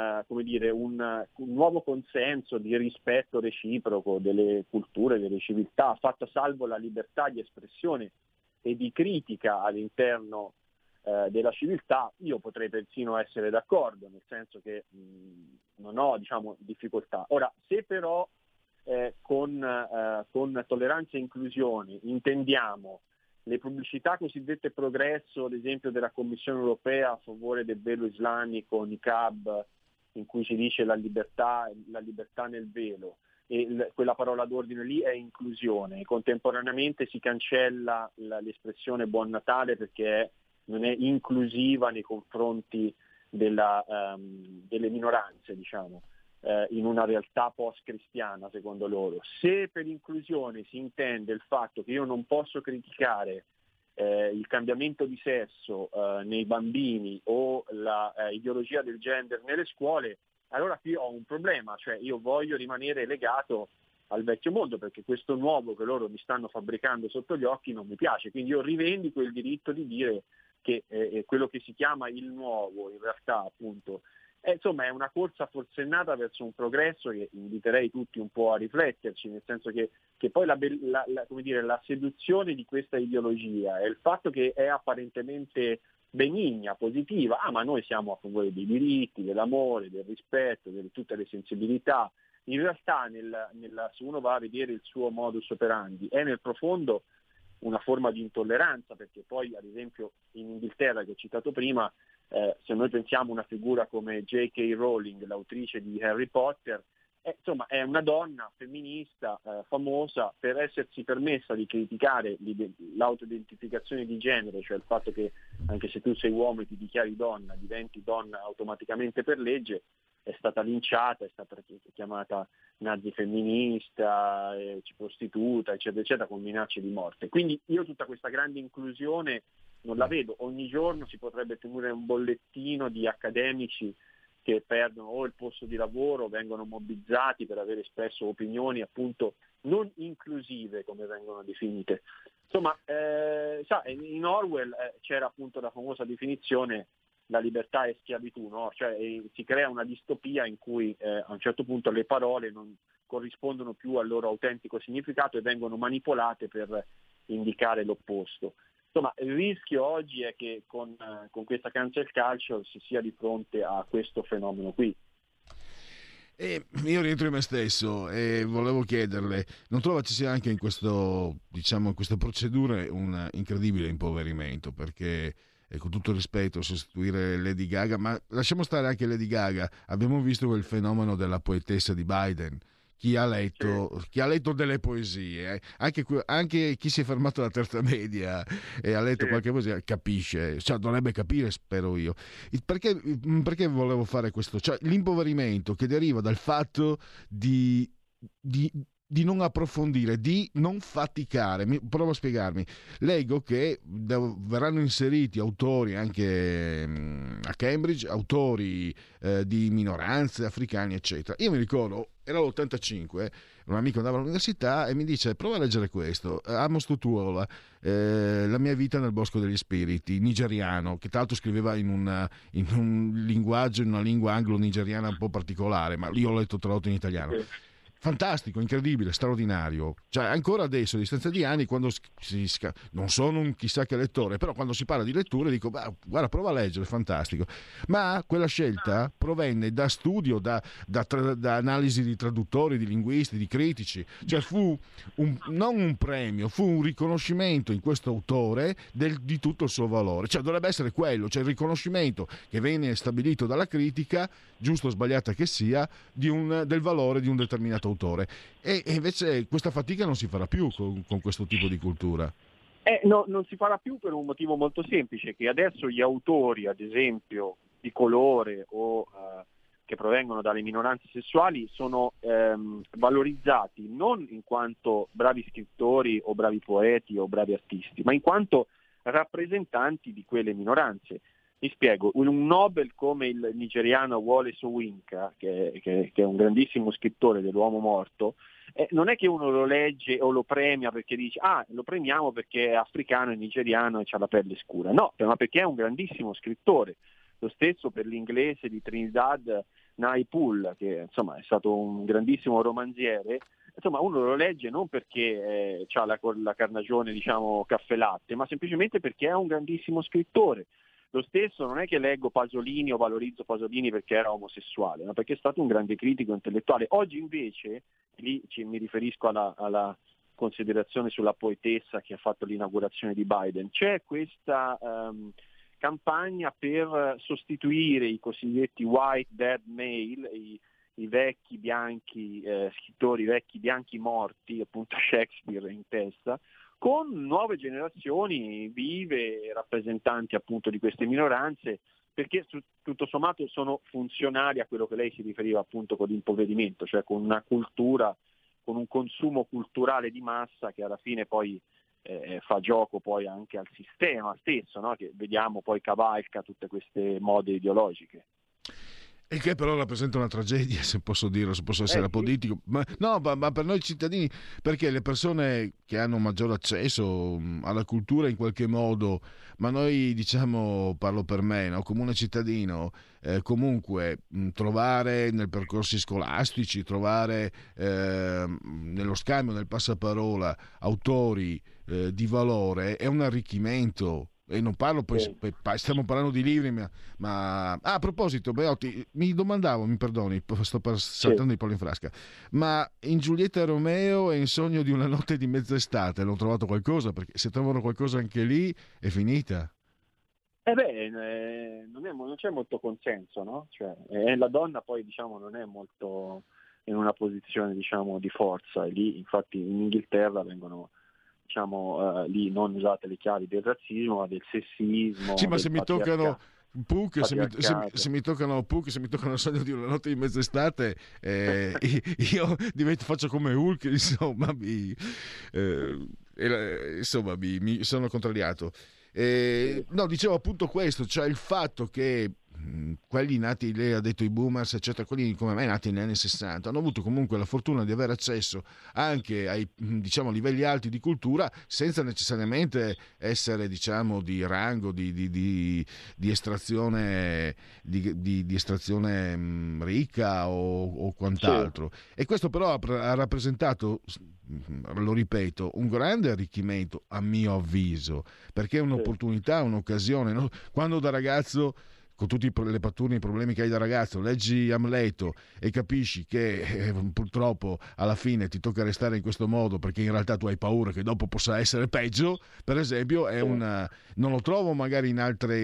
nuovo consenso di rispetto reciproco delle culture, delle civiltà, fatta salvo la libertà di espressione e di critica all'interno della civiltà. Io potrei persino essere d'accordo, nel senso che non ho, difficoltà. Ora, se però con tolleranza e inclusione intendiamo le pubblicità cosiddette progresso, ad esempio della Commissione europea a favore del velo islamico, niqab, in cui si dice la libertà nel velo, e quella parola d'ordine lì è inclusione, e contemporaneamente si cancella l'espressione Buon Natale perché non è inclusiva nei confronti delle minoranze, in una realtà post-cristiana, secondo loro. Se per inclusione si intende il fatto che io non posso criticare il cambiamento di sesso nei bambini o l'ideologia del gender nelle scuole, allora qui ho un problema, cioè io voglio rimanere legato al vecchio mondo, perché questo nuovo che loro mi stanno fabbricando sotto gli occhi non mi piace, quindi io rivendico il diritto di dire che quello che si chiama il nuovo in realtà appunto è una corsa forsennata verso un progresso che inviterei tutti un po' a rifletterci, nel senso che poi la seduzione di questa ideologia è il fatto che è apparentemente benigna, positiva, ma noi siamo a favore dei diritti, dell'amore, del rispetto, di tutte le sensibilità. In realtà se uno va a vedere il suo modus operandi è nel profondo una forma di intolleranza, perché poi ad esempio in Inghilterra, che ho citato prima, se noi pensiamo a una figura come J.K. Rowling, l'autrice di Harry Potter, è una donna femminista famosa per essersi permessa di criticare l'autoidentificazione di genere, cioè il fatto che anche se tu sei uomo e ti dichiari donna, diventi donna automaticamente per legge. È stata linciata, è stata chiamata nazi femminista, prostituta, eccetera, eccetera, con minacce di morte. Quindi io tutta questa grande inclusione non la vedo. Ogni giorno si potrebbe tenere un bollettino di accademici che perdono o il posto di lavoro, vengono mobbizzati per avere spesso opinioni appunto non inclusive, come vengono definite. Insomma, in Orwell c'era appunto la famosa definizione la libertà è schiavitù, no? Cioè si crea una distopia in cui a un certo punto le parole non corrispondono più al loro autentico significato e vengono manipolate per indicare l'opposto. Insomma, il rischio oggi è che con questa cancel culture si sia di fronte a questo fenomeno qui. E io rientro in me stesso e volevo chiederle, non trova ci sia anche in in queste procedure un incredibile impoverimento? Perché con tutto il rispetto, sostituire Lady Gaga, ma lasciamo stare anche Lady Gaga, abbiamo visto quel fenomeno della poetessa di Biden. Chi ha letto delle poesie, anche chi si è fermato alla terza media e ha letto qualche poesia, capisce, dovrebbe capire, spero io. Perché volevo fare questo? Cioè, l'impoverimento che deriva dal fatto di non approfondire, di non faticare. Provo a spiegarmi. Leggo che verranno inseriti autori anche a Cambridge, autori di minoranze africane, eccetera. Io mi ricordo, era l'85, un amico andava all'università e mi dice: prova a leggere questo, Amos Tutuola, La mia vita nel bosco degli spiriti, nigeriano, che tra l'altro scriveva in un linguaggio, in una lingua anglo-nigeriana un po' particolare, ma io l'ho letto tradotto in italiano. Fantastico, incredibile, straordinario. Cioè, ancora adesso, a distanza di anni, quando non sono un chissà che lettore, però quando si parla di letture dico: guarda, prova a leggere, fantastico. Ma quella scelta provenne da studio, da analisi di traduttori, di linguisti, di critici. Cioè fu non un premio, fu un riconoscimento in questo autore di tutto il suo valore. Cioè dovrebbe essere quello, cioè il riconoscimento che viene stabilito dalla critica, giusto o sbagliata che sia, del valore di un determinato autore. E invece questa fatica non si farà più con questo tipo di cultura. No, non si farà più per un motivo molto semplice, che adesso gli autori, ad esempio, di colore o che provengono dalle minoranze sessuali sono valorizzati non in quanto bravi scrittori o bravi poeti o bravi artisti, ma in quanto rappresentanti di quelle minoranze. Mi spiego, un Nobel come il nigeriano Wole Soyinka, che è un grandissimo scrittore dell'uomo morto, non è che uno lo legge o lo premia perché dice lo premiamo perché è africano, è nigeriano e ha la pelle scura. No, ma perché è un grandissimo scrittore. Lo stesso per l'inglese di Trinidad Naipaul, che insomma è stato un grandissimo romanziere. Insomma, uno lo legge non perché ha la carnagione, diciamo, caffè latte, ma semplicemente perché è un grandissimo scrittore. Lo stesso non è che leggo Pasolini o valorizzo Pasolini perché era omosessuale, ma perché è stato un grande critico intellettuale. Oggi invece, lì mi riferisco alla considerazione sulla poetessa che ha fatto l'inaugurazione di Biden, c'è questa campagna per sostituire i cosiddetti white dead male, i vecchi bianchi scrittori, vecchi bianchi morti, appunto Shakespeare in testa, con nuove generazioni vive, rappresentanti appunto di queste minoranze, perché tutto sommato sono funzionali a quello che lei si riferiva appunto con l'impoverimento, cioè con una cultura, con un consumo culturale di massa che alla fine poi fa gioco poi anche al sistema stesso, no? Che vediamo poi cavalca tutte queste mode ideologiche. E che però rappresenta una tragedia, se posso dirlo, se posso essere politico, ma per noi cittadini, perché le persone che hanno maggior accesso alla cultura in qualche modo, ma noi diciamo, parlo per me, no? Comune cittadino, comunque trovare nei percorsi scolastici, trovare nello scambio, nel passaparola, autori di valore è un arricchimento. E non parlo poi, stiamo parlando di libri, ma a proposito, Beotti, mi domandavo, mi perdoni, sto saltando i polli in frasca, ma in Giulietta e Romeo e in Sogno di una notte di mezz'estate hanno trovato qualcosa? Perché se trovano qualcosa anche lì è finita. Non c'è molto consenso, no? Cioè, la donna poi diciamo non è molto in una posizione diciamo di forza, e lì infatti in Inghilterra vengono lì non usate le chiavi del razzismo, ma del sessismo. Sì, ma se mi toccano Puck, se mi toccano Puck, se mi toccano il Sogno di una notte di mezz'estate, io faccio come Hulk, insomma, mi sono contrariato. No, dicevo appunto questo, cioè il fatto che quelli nati, lei ha detto i boomers, eccetera, quelli come me nati negli anni 60 hanno avuto comunque la fortuna di avere accesso anche ai diciamo livelli alti di cultura senza necessariamente essere diciamo di rango di estrazione di estrazione ricca o quant'altro. Sì. E questo però ha rappresentato, lo ripeto, un grande arricchimento a mio avviso, perché è un'opportunità, un'occasione, no? Quando da ragazzo, con tutti le patturni e i problemi che hai da ragazzo, leggi Amleto e capisci che purtroppo alla fine ti tocca restare in questo modo perché in realtà tu hai paura che dopo possa essere peggio, per esempio, è non lo trovo magari in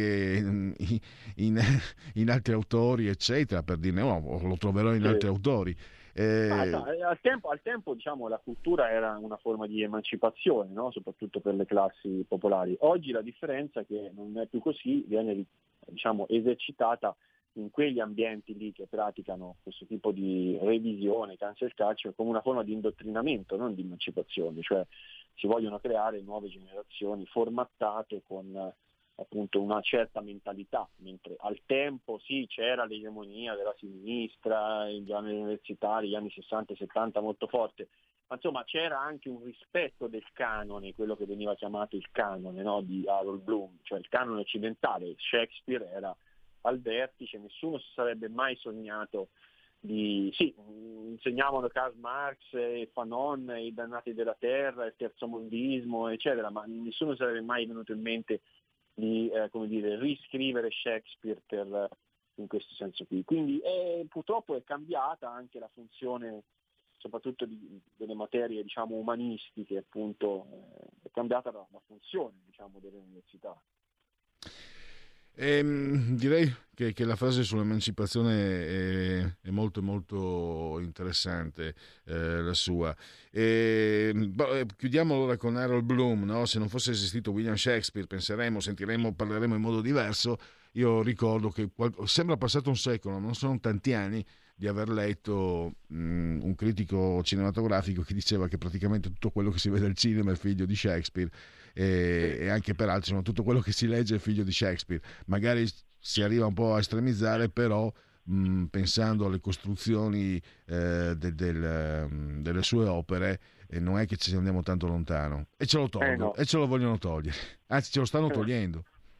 altri autori, eccetera, per dirne lo troverò in altri autori. Al tempo diciamo la cultura era una forma di emancipazione, no? Soprattutto per le classi popolari. Oggi la differenza è che non è più così, viene diciamo esercitata in quegli ambienti lì che praticano questo tipo di revisione, cancel culture, come una forma di indottrinamento, non di emancipazione, cioè si vogliono creare nuove generazioni formattate con appunto una certa mentalità, mentre al tempo sì c'era l'egemonia della sinistra, gli anni universitari, gli anni 60 e 70 molto forte, ma insomma c'era anche un rispetto del canone, quello che veniva chiamato il canone, no? Di Harold Bloom, cioè il canone occidentale. Shakespeare era al vertice, nessuno si sarebbe mai sognato insegnavano Karl Marx e Fanon, i dannati della terra, il terzomondismo, eccetera, ma nessuno si sarebbe mai venuto in mente di riscrivere Shakespeare in questo senso qui. Quindi purtroppo è cambiata anche la funzione, soprattutto delle materie diciamo umanistiche, appunto è cambiata la funzione diciamo delle università. Direi che la frase sull'emancipazione è molto molto interessante, la sua. Chiudiamo allora con Harold Bloom, no? Se non fosse esistito William Shakespeare parleremo in modo diverso. Io ricordo che sembra passato un secolo, non sono tanti anni di aver letto un critico cinematografico che diceva che praticamente tutto quello che si vede al cinema è figlio di Shakespeare, e anche peraltro tutto quello che si legge è figlio di Shakespeare. Magari si arriva un po' a estremizzare, però pensando alle costruzioni delle sue opere, non è che ci andiamo tanto lontano, e ce lo tolgono, e ce lo vogliono togliere, anzi ce lo stanno togliendo.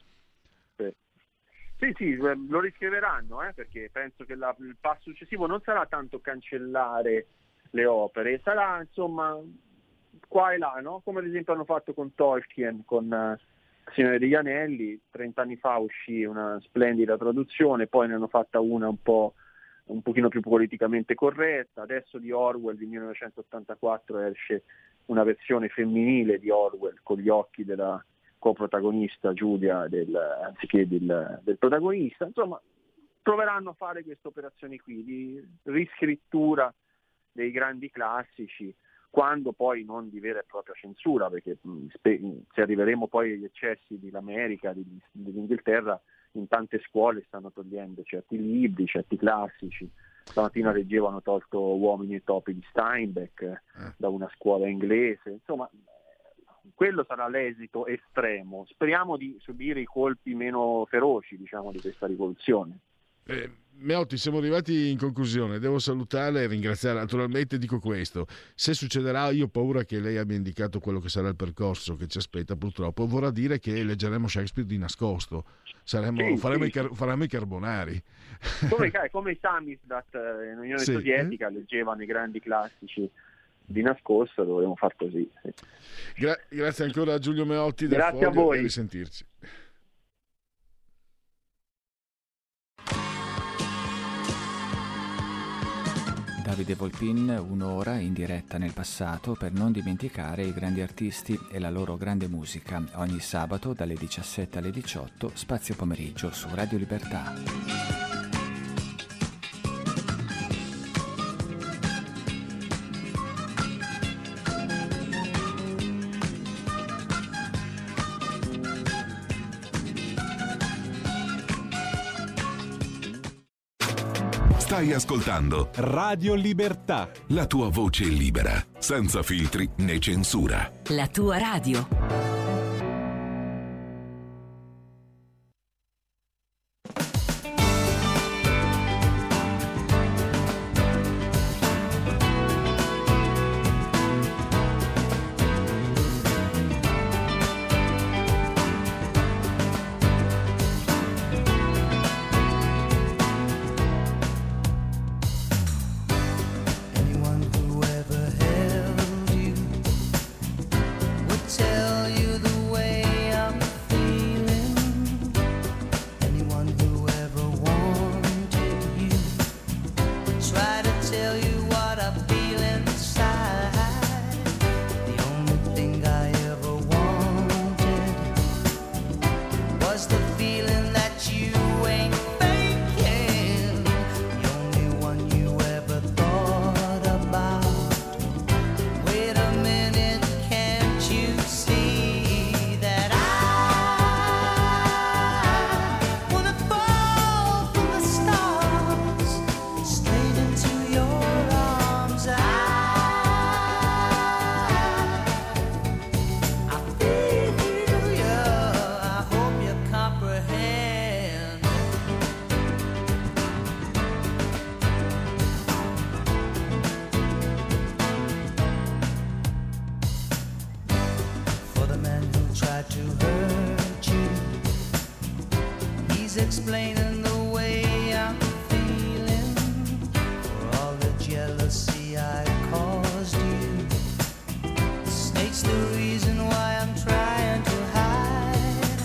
Sì, lo riscriveranno, perché penso che il passo successivo non sarà tanto cancellare le opere, sarà insomma qua e là, no? Come ad esempio hanno fatto con Tolkien, con Signore degli Anelli. 30 anni fa uscì una splendida traduzione, poi ne hanno fatta una un pochino più politicamente corretta. Adesso di Orwell di 1984 esce una versione femminile di Orwell con gli occhi della coprotagonista Giulia anziché del protagonista. Insomma, proveranno a fare queste operazioni qui di riscrittura dei grandi classici, quando poi non di vera e propria censura, perché se arriveremo poi agli eccessi dell'America, dell'Inghilterra, in tante scuole stanno togliendo certi libri, certi classici. Stamattina leggevo, hanno tolto Uomini e topi di Steinbeck da una scuola inglese. Insomma, quello sarà l'esito estremo. Speriamo di subire i colpi meno feroci, diciamo, di questa rivoluzione. Meotti, siamo arrivati in conclusione, devo salutarla e ringraziarla. Naturalmente dico questo: se succederà, io ho paura che lei abbia indicato quello che sarà il percorso che ci aspetta, purtroppo vorrà dire che leggeremo Shakespeare di nascosto, faremo i carbonari come i Samizdat in Unione Sovietica leggevano i grandi classici di nascosto. Dovremo far così, sì. Grazie ancora a Giulio Meotti del Grazie Foglio, a voi. e risentirci. Davide Volpin, un'ora in diretta nel passato per non dimenticare i grandi artisti e la loro grande musica, ogni sabato dalle 17 alle 18, spazio pomeriggio su Radio Libertà. Stai ascoltando Radio Libertà, la tua voce libera, senza filtri né censura. La tua radio. Explaining the way I'm feeling for all the jealousy I caused you. The snake's the reason why I'm trying to hide.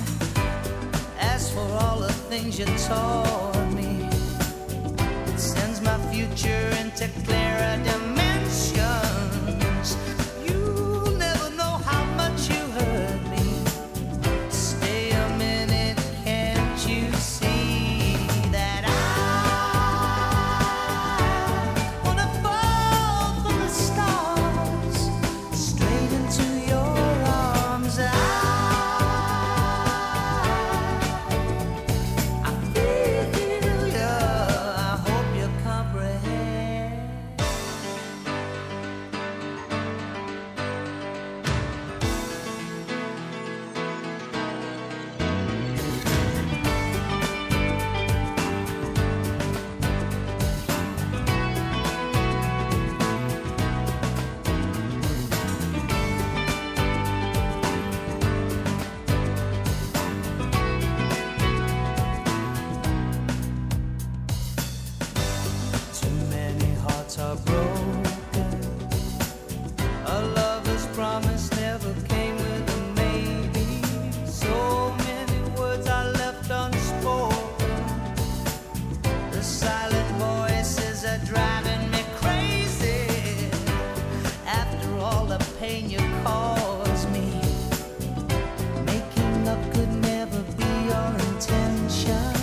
As for all the things you taught me, it sends my future into clearer dimensions. You'll never know how much you hurt me. Stay a minute, can't you see that I wanna fall from the stars straight into your arms? I feel you, I hope you comprehend. hearts are broken. A lover's promise never came with a maybe. So many words are left unspoken. The silent voices are driving me crazy. After all the pain you caused me, making love could never be your intention.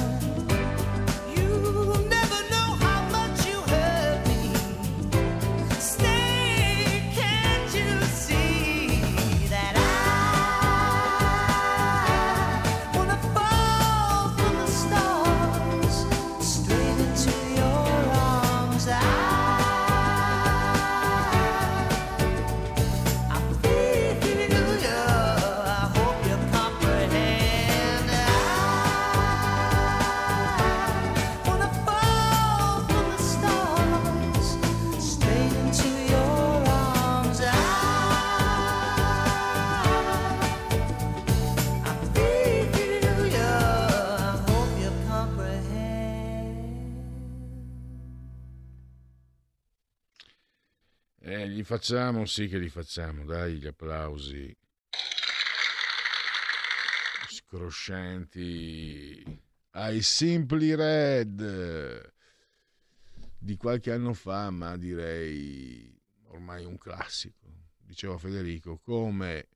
Gli facciamo, sì che li facciamo, dai, gli applausi scroscianti ai Simply Red di qualche anno fa, ma direi ormai un classico. Diceva Federico come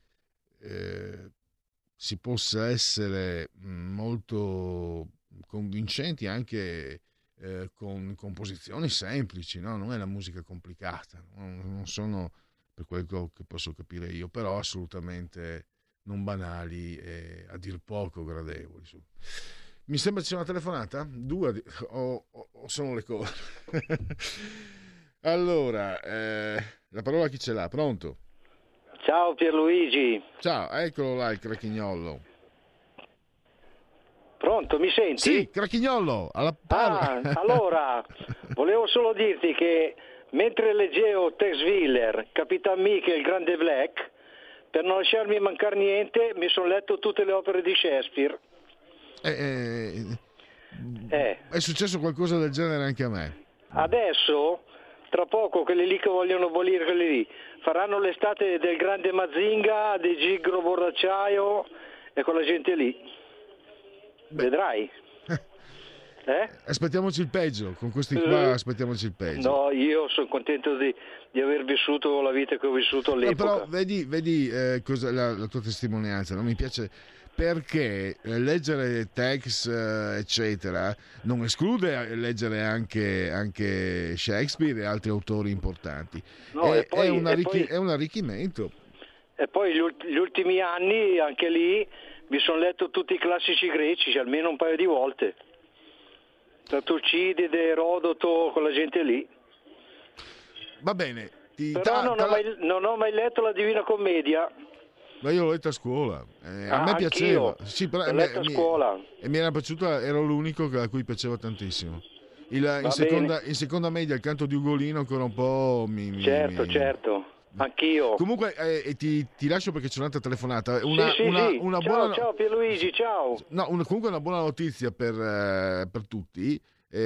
si possa essere molto convincenti anche con composizioni semplici, no? Non è la musica complicata, non sono, per quello che posso capire io, però assolutamente non banali e a dir poco gradevoli. Mi sembra ci sia una telefonata? Due o sono le cose? Allora, la parola a chi ce l'ha? Pronto? Ciao Pierluigi. Ciao, eccolo là il Crachignolo. Pronto, mi senti? Sì, Crachignolo, alla allora, volevo solo dirti che mentre leggevo Tex Willer, Capitan Mickey e il Grande Black, per non lasciarmi mancare niente, mi sono letto tutte le opere di Shakespeare. È successo qualcosa del genere anche a me. Adesso, tra poco, quelli lì che vogliono abolire quelli lì, faranno l'estate del Grande Mazinga, di Gigro Borracciaio e quella gente lì. Vedrai. Aspettiamoci il peggio, con questi qua aspettiamoci il peggio. No, io sono contento di aver vissuto la vita che ho vissuto all'epoca. Però vedi cosa, la tua testimonianza, non mi piace perché leggere Tex eccetera non esclude leggere anche Shakespeare e altri autori importanti. No, è un arricchimento. E poi gli ultimi anni anche lì mi sono letto tutti i classici greci, almeno un paio di volte. Da Tucidide, Erodoto, con la gente lì. Va bene. Però non ho mai letto la Divina Commedia. Ma io l'ho letta a scuola. A me piaceva. Sì, però l'ho letta a scuola. E mi era piaciuta, ero l'unico a cui piaceva tantissimo. In seconda media il canto di Ugolino ancora un po' Certo. Anch'io. Comunque ti lascio perché c'è un'altra telefonata. Una buona... Ciao Pierluigi, ciao. No, comunque una buona notizia per tutti.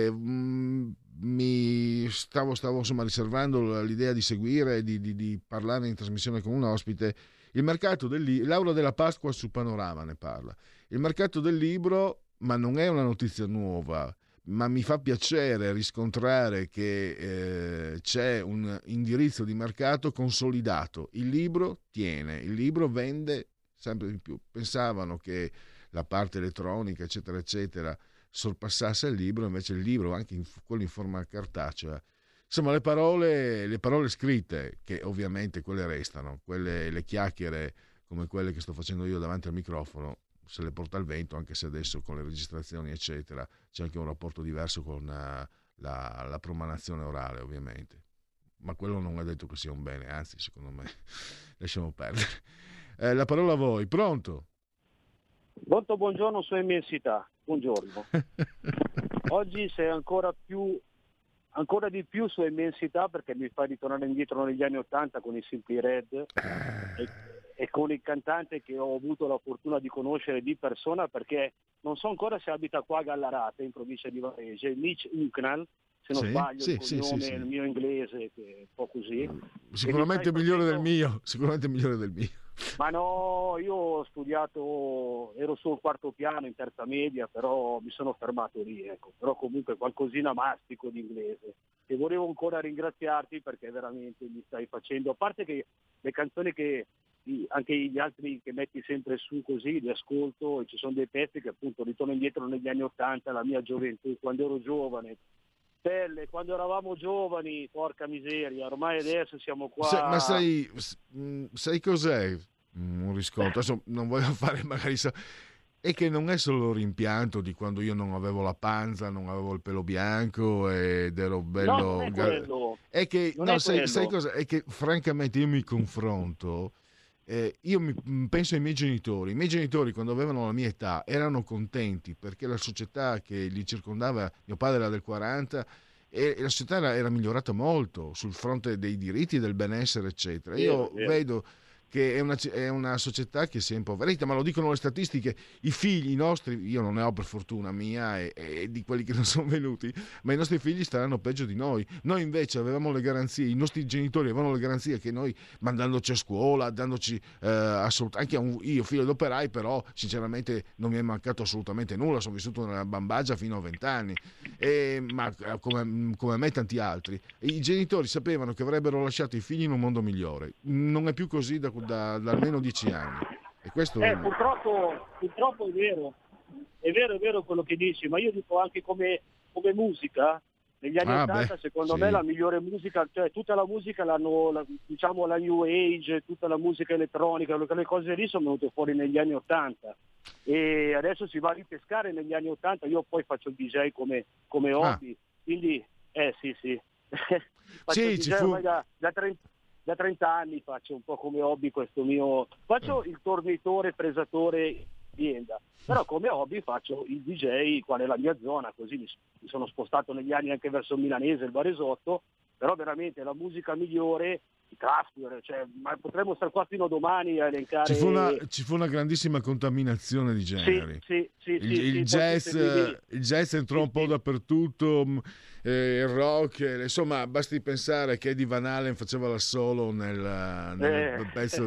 Mi stavo insomma riservando l'idea di seguire e di parlare in trasmissione con un ospite. Il mercato l'Aula della Pasqua su Panorama ne parla. Il mercato del libro, ma non è una notizia nuova, ma mi fa piacere riscontrare che c'è un indirizzo di mercato consolidato. Il libro tiene, il libro vende sempre di più. Pensavano che la parte elettronica, eccetera, eccetera, sorpassasse il libro, invece il libro, anche quello in forma cartacea, insomma le parole scritte, che ovviamente quelle restano, le chiacchiere come quelle che sto facendo io davanti al microfono, se le porta il vento, anche se adesso con le registrazioni eccetera c'è anche un rapporto diverso con la promanazione orale ovviamente, ma quello non è detto che sia un bene, anzi secondo me lasciamo perdere. La parola a voi. Pronto? Molto buongiorno sua immensità, buongiorno. Oggi sei ancora di più sua immensità, perché mi fa ritornare indietro negli anni '80 con i Simply Red e con il cantante che ho avuto la fortuna di conoscere di persona, perché non so ancora se abita qua a Gallarate, in provincia di Varese, Mitch Hucknall, se non Sì, sbaglio sì, il sì, cognome, sì, sì. il mio inglese, che è un po' così. Sicuramente E mi migliore stai del mio, sicuramente migliore del mio. Ma no, io ho studiato, ero sul quarto piano in terza media, però mi sono fermato lì, ecco. Però comunque qualcosina mastico di inglese. E volevo ancora ringraziarti perché veramente mi stai facendo, a parte che le canzoni che anche gli altri che metti sempre su così, li ascolto, e ci sono dei pezzi che appunto ritorno indietro negli anni '80, la mia gioventù, quando ero giovane. Belle, quando eravamo giovani, porca miseria, ormai adesso siamo qua. Ma sai cos'è? Un riscontro. Adesso non voglio fare magari. È che non è solo il rimpianto di quando io non avevo la panza, non avevo il pelo bianco ed ero bello. No, non è quello. È che, Non no, è sai quello. cosa? È che francamente io mi confronto. Io penso ai miei genitori. I miei genitori, quando avevano la mia età, erano contenti perché la società che li circondava, mio padre era del 40, e la società era migliorata molto sul fronte dei diritti, del benessere, eccetera. Io Vero. vedo che è una società che si è impoverita, ma lo dicono le statistiche. I figli, i nostri, io non ne ho per fortuna mia e di quelli che non sono venuti, ma i nostri figli staranno peggio di noi. Noi invece avevamo le garanzie, i nostri genitori avevano le garanzie che noi, mandandoci a scuola, dandoci anche io figlio d'operai, però sinceramente non mi è mancato assolutamente nulla, sono vissuto nella bambagia fino a 20 anni, ma come me tanti altri. I genitori sapevano che avrebbero lasciato i figli in un mondo migliore. Non è più così da almeno 10 anni. E questo Purtroppo è vero quello che dici, ma io dico anche come musica, negli anni '80 secondo me la migliore musica, cioè tutta la musica diciamo la New Age, tutta la musica elettronica, quelle cose lì sono venute fuori negli anni '80 e adesso si va a ripescare negli anni '80, io poi faccio il DJ come hobby, quindi sì. Faccio il DJ ormai da 30 anni, faccio un po' come hobby questo mio, faccio il tornitore, presatore azienda, però come hobby faccio il DJ qua nella mia zona, così mi sono spostato negli anni anche verso il milanese, il Varesotto, però veramente la musica migliore, i Kraftwerk, cioè, ma potremmo stare qua fino a domani a elencare. Ci fu una grandissima contaminazione di generi. Il jazz entrò un po' dappertutto, il rock, insomma basti pensare che Eddie Van Halen faceva l'assolo nel pezzo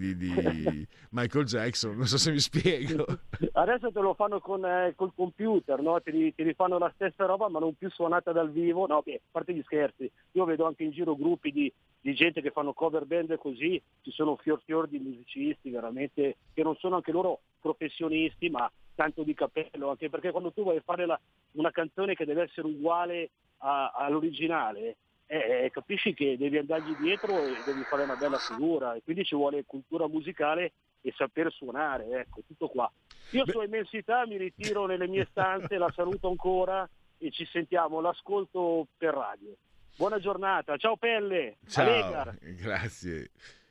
di Michael Jackson, non so se mi spiego. Adesso te lo fanno col computer, no? Ti rifanno la stessa roba ma non più suonata dal vivo, no? A parte gli scherzi, io vedo anche in giro gruppi di gente che fanno cover band così, ci sono fior di musicisti veramente che non sono anche loro professionisti ma tanto di cappello, anche perché quando tu vuoi fare una canzone che deve essere uguale all'originale, capisci che devi andargli dietro e devi fare una bella figura e quindi ci vuole cultura musicale e saper suonare, ecco, tutto qua. Io Sua Immensità mi ritiro nelle mie stanze, la saluto ancora e ci sentiamo, l'ascolto per radio. Buona giornata, ciao Pelle. Ciao, Allega. grazie.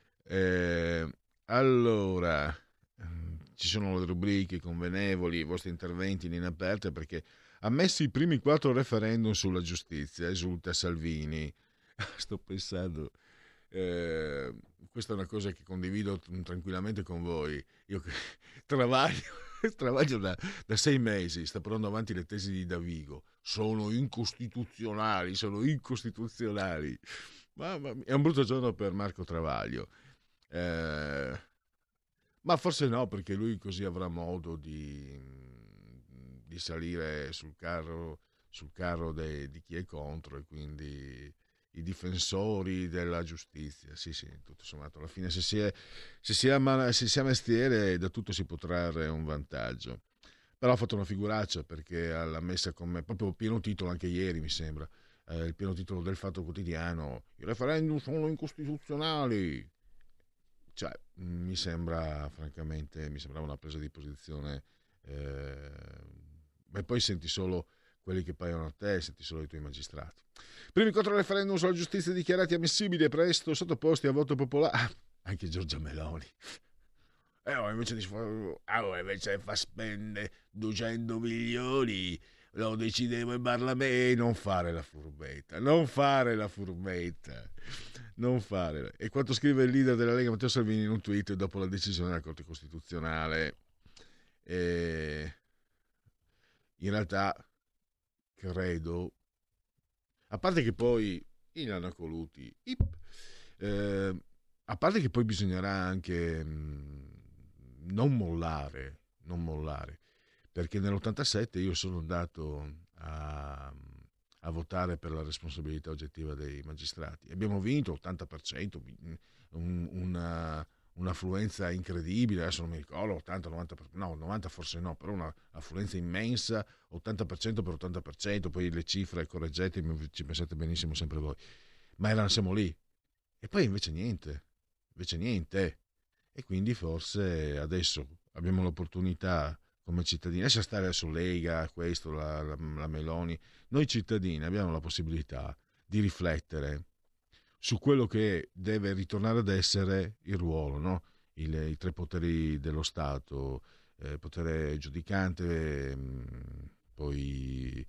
Allora, ci sono le rubriche convenevoli, i vostri interventi in aperta, perché ammessi i primi 4 referendum sulla giustizia, esulta Salvini. Sto pensando, questa è una cosa che condivido tranquillamente con voi. Io travaglio da 6 mesi, sta portando avanti le tesi di Davigo. Sono incostituzionali. Mamma mia, è un brutto giorno per Marco Travaglio. Ma forse no, perché lui così avrà modo di salire sul carro di chi è contro, e quindi i difensori della giustizia. Sì, tutto sommato alla fine se si ha mestiere da tutto si può trarre un vantaggio. Però ha fatto una figuraccia perché l'ha messa come proprio pieno titolo anche ieri, mi sembra, il pieno titolo del Fatto Quotidiano: i referendum sono incostituzionali. Cioè, mi sembrava una presa di posizione, e poi senti solo quelli che paiono a te, senti solo i tuoi magistrati. Primi 4 referendum sulla giustizia dichiarati ammissibili e presto sottoposti a voto popolare. Anche Giorgia Meloni. Invece di far spendere 200 milioni, lo decidevo in Parlamento. Non fare la furbetta. E quanto scrive il leader della Lega Matteo Salvini in un tweet dopo la decisione della Corte Costituzionale, in realtà credo A parte che poi il Anacoluti, a parte che poi bisognerà anche non mollare, perché nell'87 io sono andato a votare per la responsabilità oggettiva dei magistrati. Abbiamo vinto 80%, un'affluenza incredibile, adesso non mi ricordo, 80, 90, no, 90 forse no, però una affluenza immensa, 80% per 80%, poi le cifre, correggetemi, ci pensate benissimo sempre voi, ma siamo lì. E poi invece niente, e quindi forse adesso abbiamo l'opportunità come cittadini, lascia stare adesso Lega, questo, la Meloni, noi cittadini abbiamo la possibilità di riflettere su quello che deve ritornare ad essere il ruolo, no? I tre poteri dello Stato, potere giudicante, poi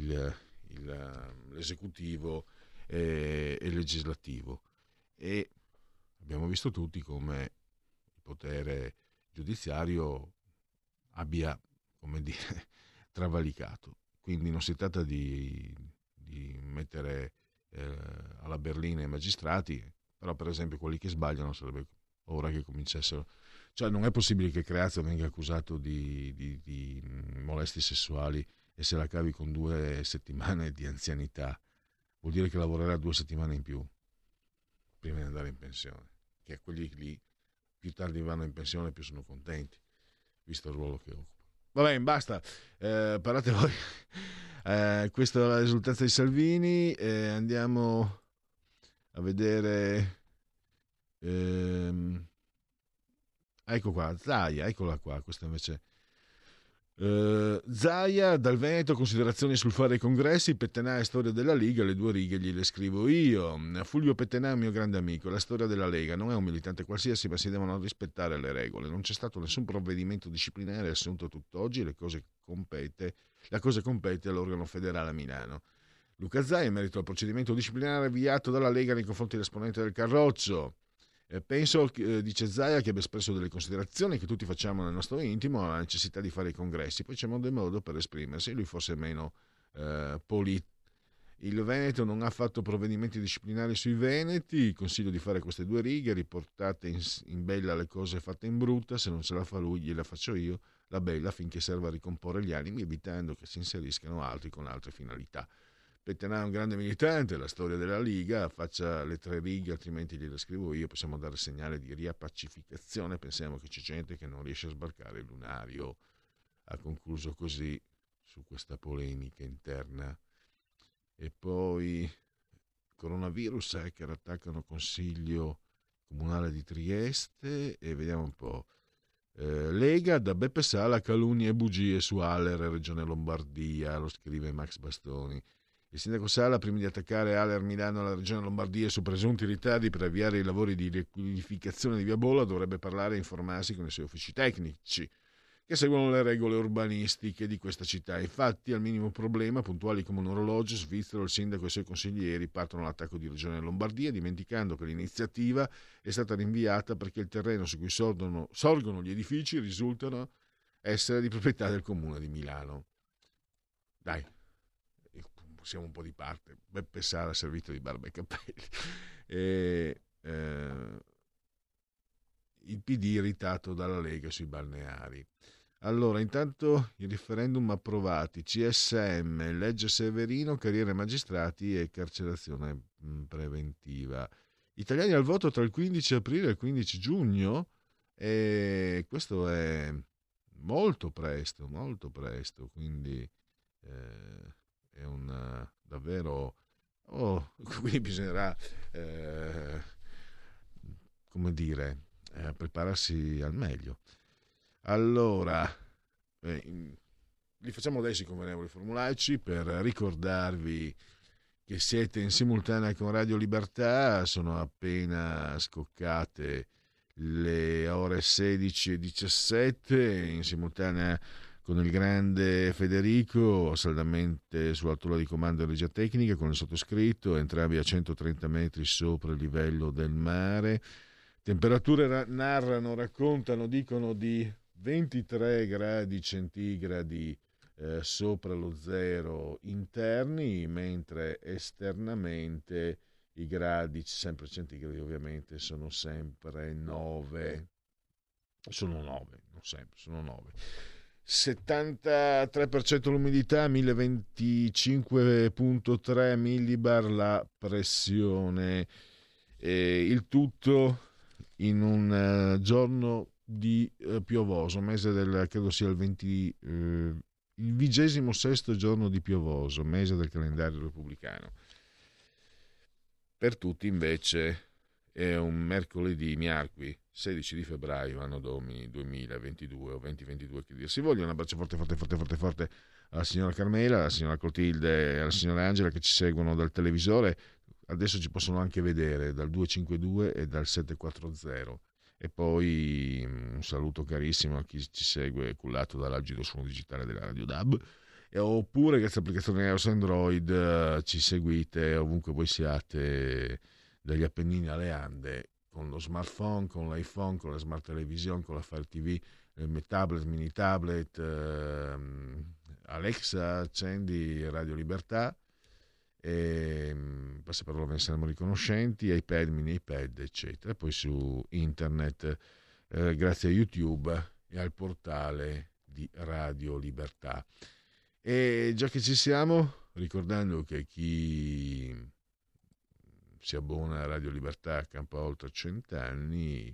l'esecutivo e il legislativo. E abbiamo visto tutti come il potere giudiziario abbia, come dire, travalicato. Quindi non si tratta di mettere alla berlina i magistrati, però per esempio quelli che sbagliano sarebbe ora che cominciassero, cioè non è possibile che Creazio venga accusato di molestie sessuali e se la cavi con 2 settimane di anzianità, vuol dire che lavorerà 2 settimane in più prima di andare in pensione, che quelli lì più tardi vanno in pensione più sono contenti, visto il ruolo che occupa. Va bene, basta, parlate voi. Questa è la risultanza di Salvini, andiamo a vedere, ecco qua, Zaia, eccola qua, questa invece Zaia, dal Veneto, considerazioni sul fare i congressi, Pettenà e storia della Lega, le 2 righe gliele scrivo io. Fulvio Pettenà è un mio grande amico, la storia della Lega non è un militante qualsiasi, ma si devono rispettare le regole, non c'è stato nessun provvedimento disciplinare assunto tutt'oggi, la cosa compete all'organo federale a Milano. Luca Zaia, in merito al procedimento disciplinare avviato dalla Lega nei confronti dell'esponente del Carroccio, penso, dice Zaia, che abbia espresso delle considerazioni che tutti facciamo nel nostro intimo alla necessità di fare i congressi, poi c'è modo e modo per esprimersi, lui forse è meno pulito. Il Veneto non ha fatto provvedimenti disciplinari sui veneti, consiglio di fare queste 2 righe, riportate in bella le cose fatte in brutta, se non ce la fa lui gliela faccio io, la bella, finché serva a ricomporre gli animi, evitando che si inseriscano altri con altre finalità. Pettenà è un grande militante, la storia della Liga, faccia le 3 righe, altrimenti gliele scrivo io, possiamo dare segnale di riappacificazione, pensiamo che c'è gente che non riesce a sbarcare il lunario. Ha concluso così su questa polemica interna. E poi coronavirus, hacker attaccano consiglio comunale di Trieste, e vediamo un po'. Lega, da Beppe Sala, calunnie e bugie su Aller, Regione Lombardia, lo scrive Max Bastoni. Il sindaco Sala, prima di attaccare Aller Milano alla Regione Lombardia su presunti ritardi per avviare i lavori di riqualificazione di Via Bolla, dovrebbe parlare e informarsi con i suoi uffici tecnici che seguono le regole urbanistiche di questa città. Infatti, al minimo problema, puntuali come un orologio svizzero, il sindaco e i suoi consiglieri partono all'attacco di Regione Lombardia, dimenticando che l'iniziativa è stata rinviata perché il terreno su cui sorgono gli edifici risultano essere di proprietà del Comune di Milano. Dai, siamo un po' di parte. Beppe Sala servito di barba e capelli. Il PD irritato dalla Lega sui balneari. Allora, intanto i referendum approvati, CSM, legge Severino, carriere magistrati e carcerazione preventiva. Italiani al voto tra il 15 aprile e il 15 giugno, e questo è molto presto, quindi è un davvero quindi bisognerà come dire prepararsi al meglio. Allora li facciamo adesso i convenevoli formulaici per ricordarvi che siete in simultanea con Radio Libertà. Sono appena scoccate le ore 16:17 in simultanea con il grande Federico, saldamente sull'altura di comando e regia tecnica, con il sottoscritto, entrambi a 130 metri sopra il livello del mare. Temperature raccontano, dicono di 23 gradi centigradi sopra lo 0 interni, mentre esternamente i gradi, sempre centigradi ovviamente, sono sempre 9. Sono 9, non sempre, sono 9. 73% l'umidità, 1025.3 millibar la pressione. Il tutto in un giorno di piovoso, mese del, credo sia il 26° giorno di piovoso, mese del calendario repubblicano. Per tutti invece è un mercoledì miarqui, 16 di febbraio, anno domini 2022 o 2022, che dir si voglia. Un abbraccio forte alla signora Carmela, alla signora Clotilde e alla signora Angela che ci seguono dal televisore. Adesso ci possono anche vedere dal 252 e dal 740. E poi un saluto carissimo a chi ci segue cullato dall'agido suono digitale della Radio DAB, oppure grazie all'applicazione iOS Android ci seguite ovunque voi siate, dagli Appennini alle Ande, con lo smartphone, con l'iPhone, con la smart television, con la Fire TV, tablet, mini tablet, Alexa, accendi Radio Libertà, passaparola ve ne saremo riconoscenti, iPad, mini iPad, eccetera. E poi su internet, grazie a YouTube e al portale di Radio Libertà. E già che ci siamo, ricordando che chi si abbona a Radio Libertà campa oltre 100 anni,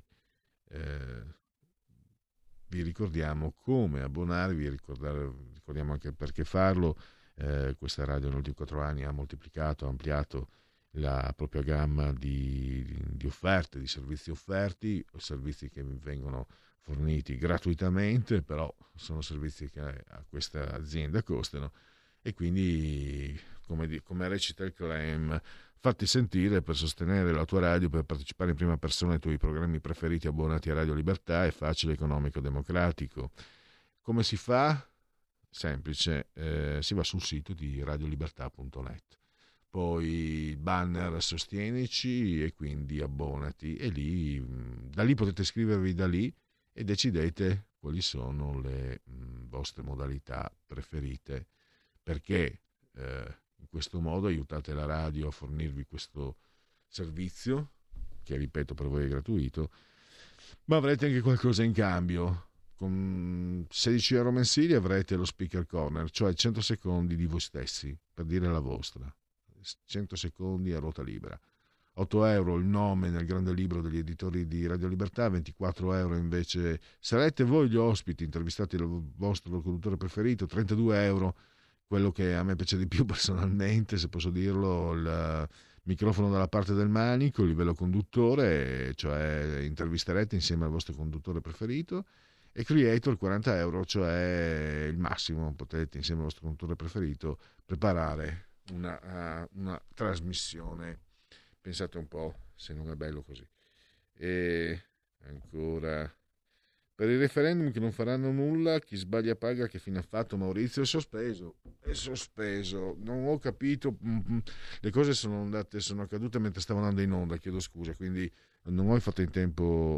vi ricordiamo come abbonarvi, ricordiamo anche perché farlo. Questa radio negli ultimi 4 anni ha moltiplicato, ha ampliato la propria gamma di offerte, di servizi offerti, servizi che vengono forniti gratuitamente, però sono servizi che a questa azienda costano, e quindi come recita il claim, fatti sentire per sostenere la tua radio, per partecipare in prima persona ai tuoi programmi preferiti abbonati a Radio Libertà. È facile, economico, democratico. Come si fa? Semplice, si va sul sito di radiolibertà.net, poi banner sostienici e quindi abbonati, e da lì potete scrivervi da lì e decidete quali sono le vostre modalità preferite, perché in questo modo aiutate la radio a fornirvi questo servizio che, ripeto, per voi è gratuito, ma avrete anche qualcosa in cambio. Con 16 euro mensili avrete lo speaker corner, cioè 100 secondi di voi stessi per dire la vostra, 100 secondi a ruota libera. 8 euro il nome nel grande libro degli editori di Radio Libertà, 24 euro invece sarete voi gli ospiti intervistati dal vostro conduttore preferito, 32 euro quello che a me piace di più personalmente, se posso dirlo, il microfono dalla parte del manico, il livello conduttore, cioè intervisterete insieme al vostro conduttore preferito. E Creator 40 euro, cioè il massimo, potete insieme al vostro conduttore preferito preparare una trasmissione. Pensate un po' se non è bello così. E ancora, per il referendum che non faranno nulla, chi sbaglia paga, che fine ha fatto Maurizio? È sospeso, non ho capito, le cose sono accadute mentre stavo andando in onda, chiedo scusa, quindi non ho fatto in tempo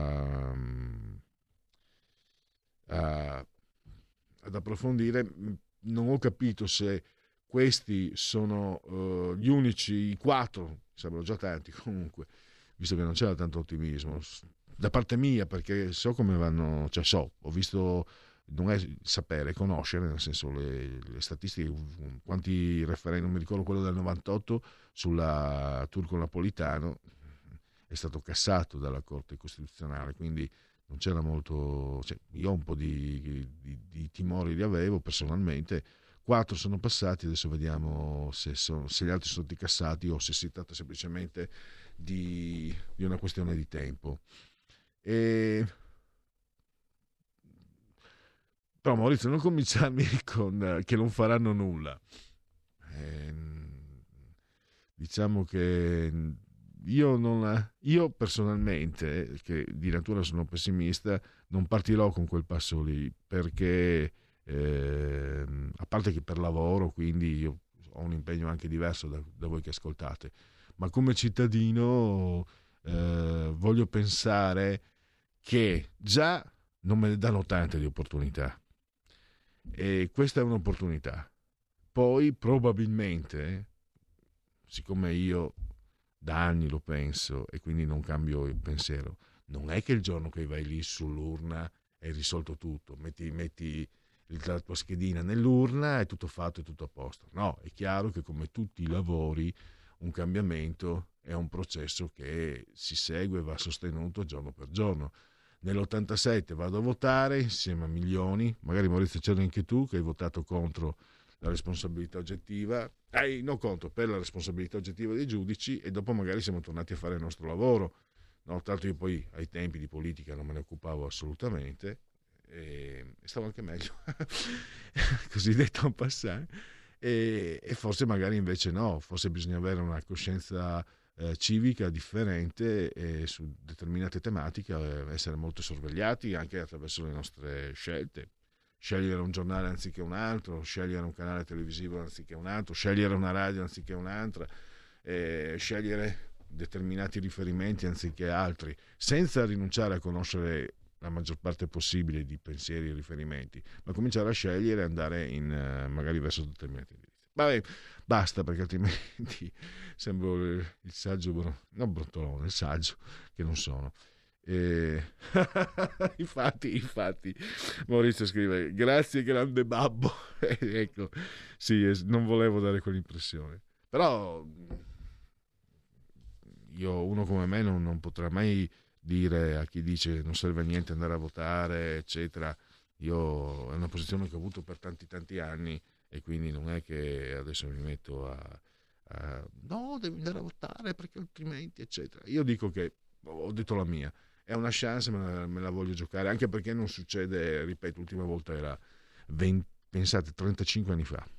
ad approfondire. Non ho capito se questi sono gli unici, i 4, sembrano già tanti comunque, visto che non c'era tanto ottimismo da parte mia, perché so come vanno, ho visto, non è sapere, conoscere, nel senso le statistiche, quanti referendum, mi ricordo quello del 98 sulla Turco-Napolitano è stato cassato dalla Corte Costituzionale, quindi non c'era molto, io un po' di timori li avevo personalmente. 4 sono passati, adesso vediamo se gli altri sono stati cassati o se si tratta semplicemente di una questione di tempo. Però Maurizio, non cominciarmi con che non faranno nulla. Diciamo che io personalmente, che di natura sono pessimista, non partirò con quel passo lì, perché a parte che per lavoro, quindi io ho un impegno anche diverso da voi che ascoltate, ma come cittadino voglio pensare che già non me ne danno tante di opportunità, E questa è un'opportunità. Poi probabilmente, siccome io da anni lo penso e quindi non cambio il pensiero, non è che il giorno che vai lì sull'urna è risolto tutto, metti la tua schedina nell'urna, è tutto fatto, è tutto a posto. No, è chiaro che come tutti i lavori un cambiamento è un processo che si segue e va sostenuto giorno per giorno. Nell'87 vado a votare insieme a milioni, magari Maurizio c'eri anche tu che hai votato contro la responsabilità oggettiva, non contro, per la responsabilità oggettiva dei giudici, e dopo magari siamo tornati a fare il nostro lavoro. No, tra l'altro io poi ai tempi di politica non me ne occupavo assolutamente e stavo anche meglio, così detto en passant, e forse magari invece no, forse bisogna avere una coscienza civica differente e su determinate tematiche essere molto sorvegliati anche attraverso le nostre scelte. Scegliere un giornale anziché un altro, scegliere un canale televisivo anziché un altro, scegliere una radio anziché un'altra, scegliere determinati riferimenti anziché altri, senza rinunciare a conoscere la maggior parte possibile di pensieri e riferimenti, ma cominciare a scegliere e andare in magari verso determinati indirizzi. Vabbè, basta, perché altrimenti sembro il saggio, non brontolone, il saggio che non sono. Infatti Maurizio scrive: grazie grande babbo. Ecco, sì, non volevo dare quell'impressione, però uno come me non potrà mai dire a chi dice non serve a niente andare a votare, eccetera. Io è una posizione che ho avuto per tanti anni e quindi non è che adesso mi metto a no, devi andare a votare perché altrimenti, eccetera. Io dico che ho detto la mia, è una chance, me la voglio giocare, anche perché non succede, ripeto, l'ultima volta era pensate 35 anni fa.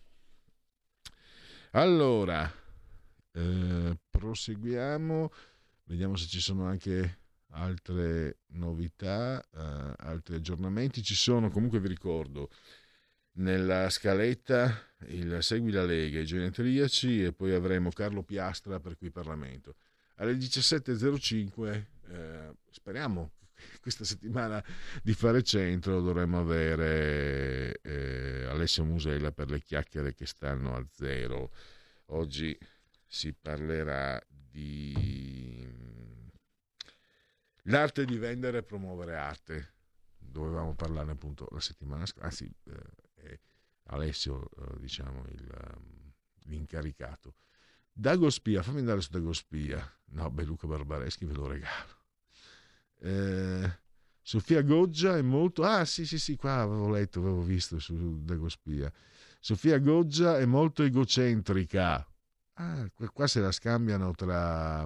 Allora proseguiamo, vediamo se ci sono anche altre novità, altri aggiornamenti. Ci sono, comunque vi ricordo nella scaletta il Segui la Lega, i genetriaci, e poi avremo Carlo Piastra per Parlamento alle 17.05. Speriamo questa settimana di fare centro, dovremmo avere Alessio Musella per le chiacchiere che stanno a zero. Oggi si parlerà di l'arte di vendere e promuovere arte. Dovevamo parlarne appunto la settimana scorsa, anzi Alessio diciamo l'incaricato. Dago Spia, fammi andare su Dago Spia. No, Luca Barbareschi ve lo regalo. Sofia Goggia è molto... sì, qua avevo visto su Dago Spia. Sofia Goggia è molto egocentrica. Qua se la scambiano tra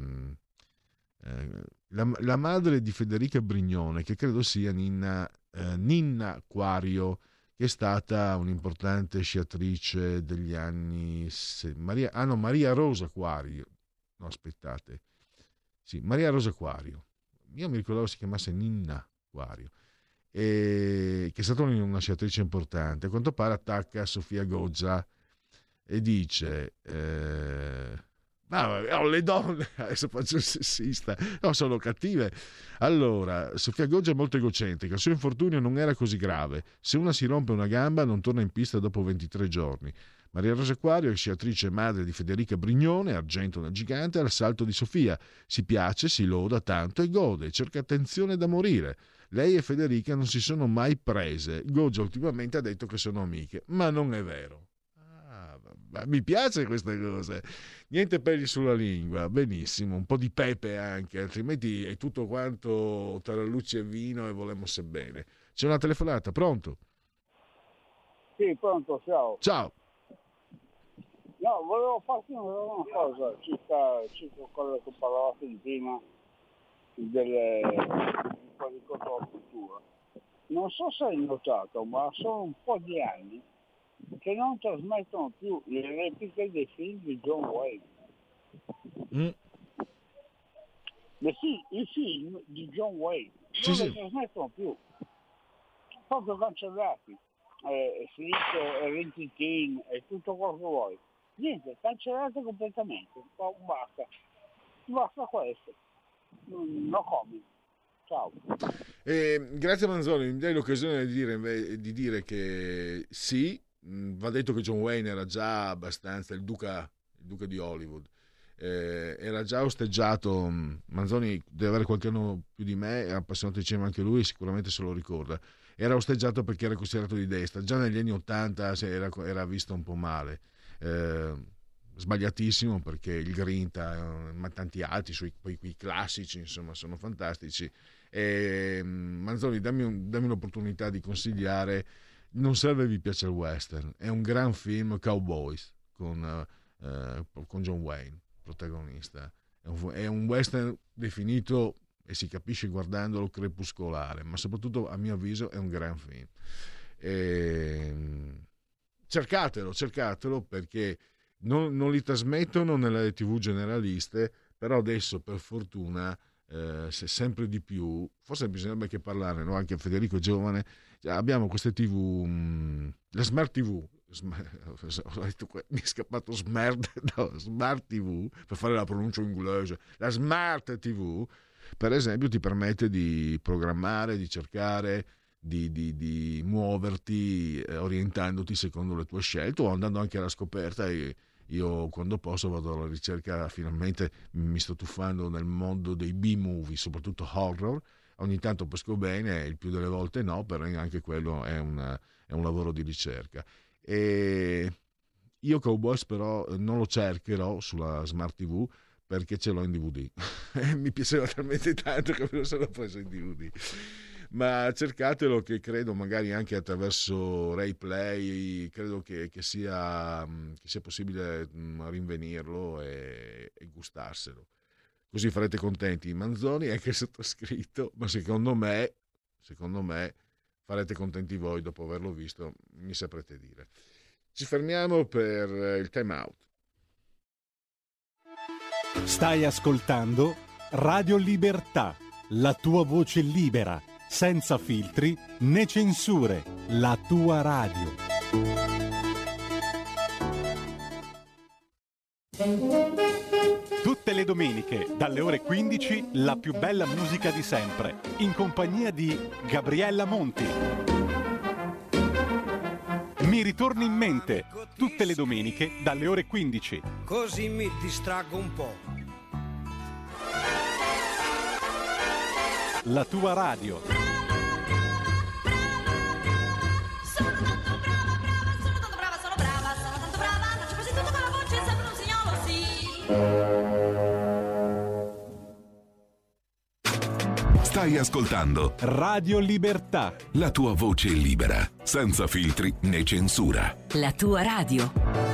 la madre di Federica Brignone, che credo sia Ninna Quario, che è stata un'importante sciatrice degli anni Maria Rosa Quario. No, aspettate. Sì, Maria Rosa Quario. Io mi ricordavo si chiamasse Ninna Quario, che è stata una sciatrice importante. A quanto pare attacca Sofia Goggia e dice le donne, adesso faccio il sessista, no, sono cattive. Allora, Sofia Goggia è molto egocentrica, il suo infortunio non era così grave, se una si rompe una gamba non torna in pista dopo 23 giorni. Maria Rosa Quario è sciatrice madre di Federica Brignone, argento nel gigante, al salto di Sofia. Si piace, si loda tanto e gode, cerca attenzione da morire. Lei e Federica non si sono mai prese. Goggia ultimamente ha detto che sono amiche, ma non è vero. Mi piace queste cose. Niente peli sulla lingua, benissimo, un po' di pepe anche, altrimenti è tutto quanto tarallucci e vino e volemo bene. C'è una telefonata, pronto? Sì, pronto, ciao. Ciao. No, volevo farti una cosa circa quello che parlavate prima di cultura. Non so se hai notato, ma sono un po' di anni che non trasmettono più le repliche dei film di John Wayne. I film di John Wayne non li trasmettono più, proprio cancellati. Fritz, Rintintin e tutto quello che vuoi. Niente, cancellate completamente. Basta questo. No comment. ciao. Grazie Manzoni, mi dai l'occasione di dire che sì, va detto che John Wayne era già abbastanza il duca di Hollywood, era già osteggiato. Manzoni deve avere qualche anno più di me, è appassionato di cinema anche lui, sicuramente se lo ricorda. Era osteggiato perché era considerato di destra, già negli anni 80 era visto un po' male, sbagliatissimo, perché il Grinta, ma tanti altri, quei classici, insomma, sono fantastici. Manzoni, dammi un'opportunità di consigliare. Non serve vi piace il western, è un gran film, Cowboys, con John Wayne protagonista. È un western definito, e si capisce guardandolo, crepuscolare, ma soprattutto a mio avviso è un gran film. Cercatelo perché non li trasmettono nelle TV generaliste, però adesso per fortuna sempre di più, forse bisognerebbe che parlare, no? Anche Federico è giovane, abbiamo queste TV, la Smart TV, mi è scappato Smart TV per fare la pronuncia inglese. La Smart TV, per esempio, ti permette di programmare, di cercare, di muoverti orientandoti secondo le tue scelte o andando anche alla scoperta. E io quando posso vado alla ricerca, finalmente mi sto tuffando nel mondo dei B-movie, soprattutto horror. Ogni tanto pesco bene, il più delle volte no, però anche quello è un lavoro di ricerca. E io Cowboys però non lo cercherò sulla Smart TV perché ce l'ho in DVD. Mi piaceva talmente tanto che me lo sono preso in DVD. Ma cercatelo, che credo magari anche attraverso Rai Play, credo che sia possibile rinvenirlo e gustarselo. Così farete contenti i Manzoni e anche il sottoscritto, ma secondo me farete contenti voi dopo averlo visto, mi saprete dire. Ci fermiamo per il time out. Stai ascoltando Radio Libertà, la tua voce libera, senza filtri né censure, la tua radio. Tutte le domeniche, dalle ore 15, la più bella musica di sempre, in compagnia di Gabriella Monti. Mi ritorni in mente, tutte le domeniche, dalle ore 15. Così mi distraggo un po'. La tua radio. Sono tanto brava, non ci passi tutto con la voce, sembra un signolo, sì. Stai ascoltando Radio Libertà, la tua voce libera, senza filtri né censura. La tua radio.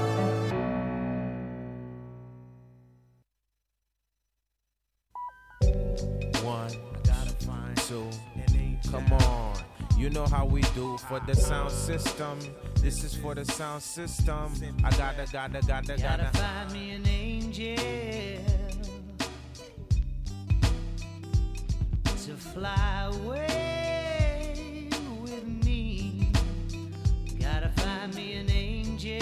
Come on, you know how we do for the sound system. This is for the sound system. I gotta find me an angel to fly away with me. Gotta find me an angel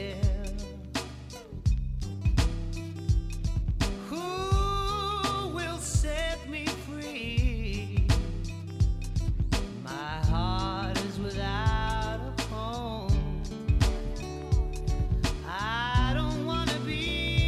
who will set me free. My heart is without a home. I don't wanna be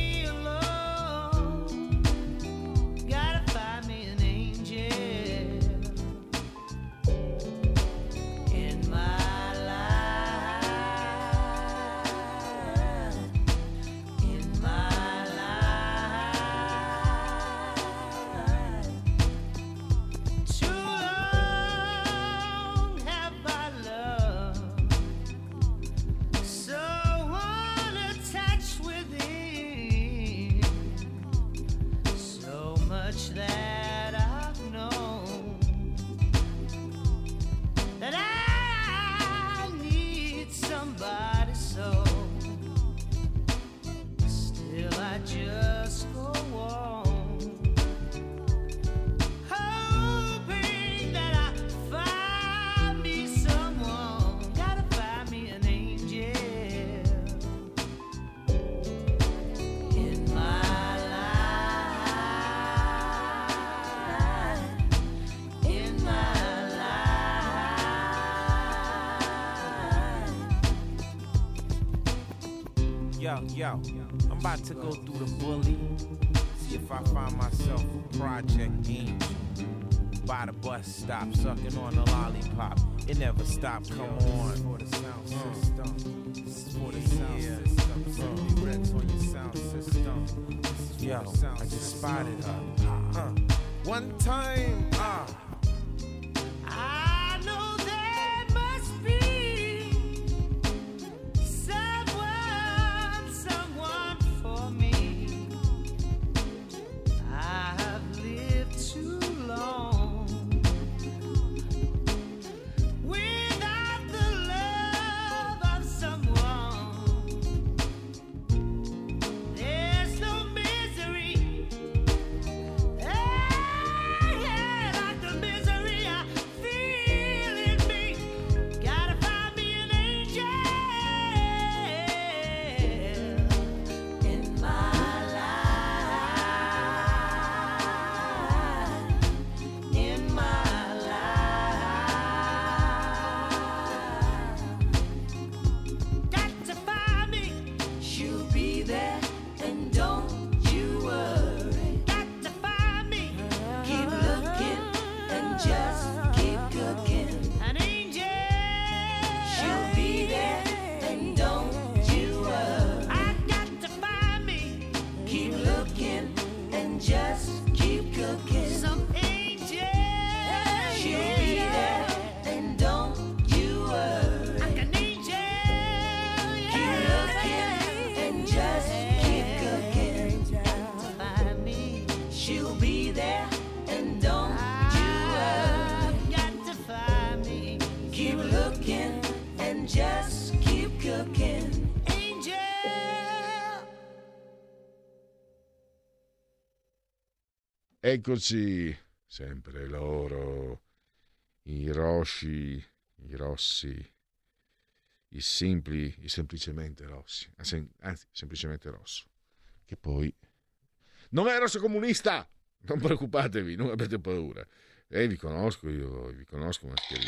Yo, I'm about to go through the bully. See if I find myself a Project Angel. By the bus stop, sucking on a lollipop. It never stopped, come on. For the sound system. This is for the sound system. Rex on your sound system. Yo, I just spotted her. One time, I know there must be someone for me. I have lived too long without the love of someone. There's no misery, like the misery I feel in me. Gotta find me an angel in my life, in my life. Got to find me, she'll be there, and don't you worry. Got to find me, keep looking and just keep cooking. An angel, she'll be there, and don't you worry. I got to find me, keep looking and just keep cooking. Some angel, she'll be there, and don't you worry. Like an angel, keep looking and just keep cooking. Got to find me, she'll be there, and don't you worry. Got to find me, keep looking and just keep cooking. Angel. Eccoci, sempre loro, i Rossi, i Rossi, i semplicemente Rossi, anzi, semplicemente Rosso, che poi non è Rosso comunista, non preoccupatevi, non abbiate paura, vi conosco mascherina.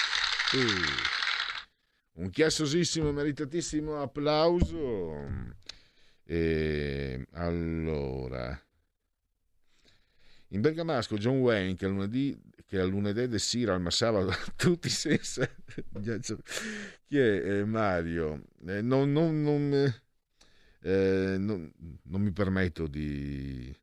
Un chiassosissimo e meritatissimo applauso. Allora, in bergamasco John Wayne che al lunedì del sera al sabato tutti senza chi è Mario, non mi permetto di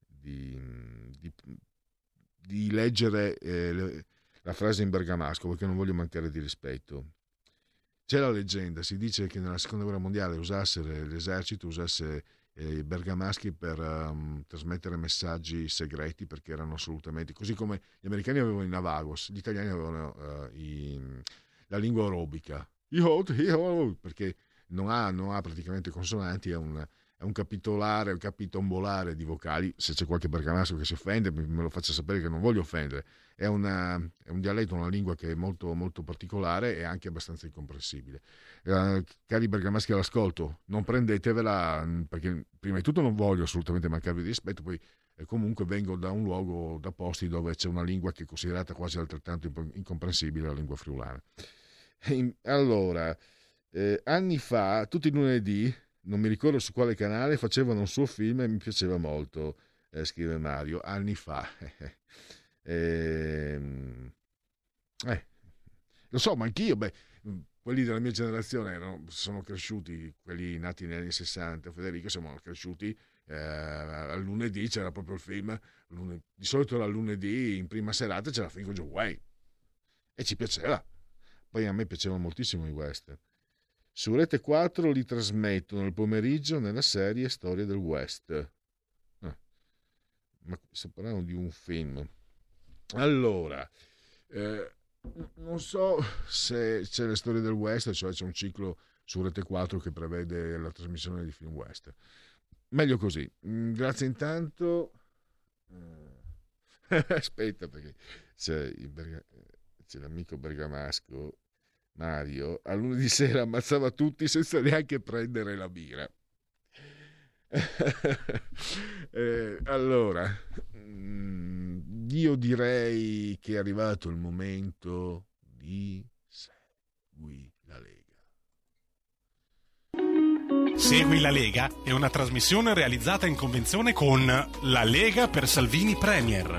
leggere la frase in bergamasco perché non voglio mancare di rispetto. C'è la leggenda, si dice che nella seconda guerra mondiale l'esercito usasse i bergamaschi per trasmettere messaggi segreti, perché erano assolutamente, così come gli americani avevano i navagos, gli italiani avevano la lingua orobica, perché non ha praticamente consonanti, è un capitolare, un capitombolare di vocali. Se c'è qualche bergamasco che si offende me lo faccia sapere, che non voglio offendere. È un dialetto, una lingua che è molto, molto particolare e anche abbastanza incomprensibile. Cari bergamaschi all'ascolto, non prendetevela, perché prima di tutto non voglio assolutamente mancarvi di rispetto, poi comunque vengo da un luogo, da posti dove c'è una lingua che è considerata quasi altrettanto incomprensibile, la lingua friulana. Allora, anni fa, tutti i lunedì, non mi ricordo su quale canale, facevano un suo film e mi piaceva molto, scrive Mario, anni fa. Lo so, ma anch'io, quelli della mia generazione sono cresciuti, quelli nati negli anni 60, Federico, siamo cresciuti, al lunedì c'era proprio il film, di solito era lunedì, in prima serata c'era il film con John Wayne, e ci piaceva. Poi a me piacevano moltissimo i western. Su Rete 4 li trasmettono il pomeriggio nella serie Storie del West. Ma sto parlando di un film. Allora, non so se c'è le Storie del West, cioè c'è un ciclo su Rete 4 che prevede la trasmissione di film western. Meglio così. Grazie intanto. Aspetta, perché c'è l'amico bergamasco Mario, a lunedì sera ammazzava tutti senza neanche prendere la birra. Allora, io direi che è arrivato il momento di Segui la Lega. Segui la Lega è una trasmissione realizzata in convenzione con La Lega per Salvini Premier.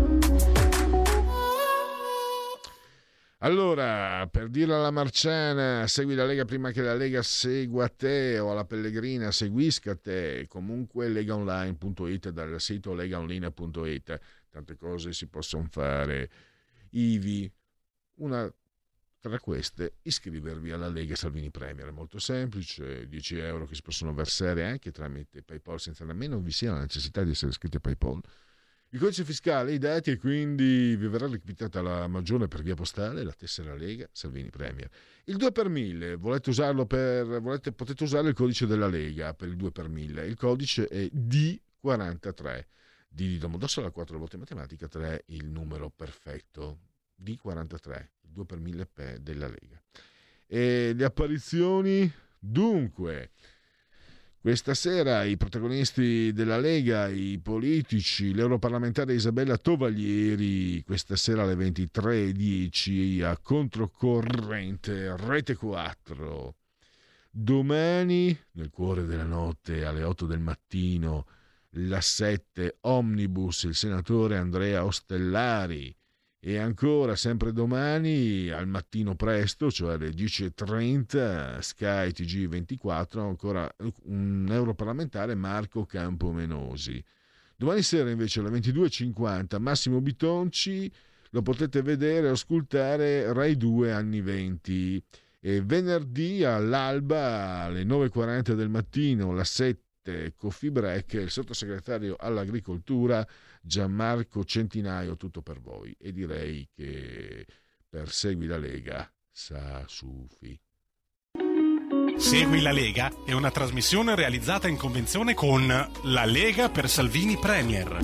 Allora, per dire alla Marciana, segui la Lega prima che la Lega segua te, o alla Pellegrina seguisca te, comunque legaonline.it, dal sito legaonline.it, tante cose si possono fare, ivi una tra queste iscrivervi alla Lega Salvini Premier, è molto semplice, 10 euro che si possono versare anche tramite PayPal senza nemmeno vi sia la necessità di essere iscritti a PayPal. Il codice fiscale, i dati, e quindi vi verrà recapitata la maggiore per via postale, la tessera Lega Salvini Premier. Il 2 per 1000, potete usare il codice della Lega per il 2 per 1000, il codice è D43, D di Domodossola, 4 volte matematica, 3 il numero perfetto, D43, il 2 per 1000 della Lega. E le apparizioni, dunque, questa sera i protagonisti della Lega, i politici, l'europarlamentare Isabella Tovaglieri, questa sera alle 23:10 a Controcorrente, Rete 4. Domani, nel cuore della notte, alle 8 del mattino, la 7 Omnibus, il senatore Andrea Ostellari. E ancora, sempre domani, al mattino presto, cioè alle 10:30, Sky TG24, ancora un europarlamentare, Marco Campomenosi. Domani sera, invece, alle 22:50, Massimo Bitonci, lo potete vedere o ascoltare Rai 2 anni 20. E venerdì all'alba, alle 9:40 del mattino, la 7 Coffee Break, il sottosegretario all'agricoltura Gianmarco Centinaio, tutto per voi. E direi che per Segui la Lega sa Sufi. Segui la Lega è una trasmissione realizzata in convenzione con La Lega per Salvini Premier.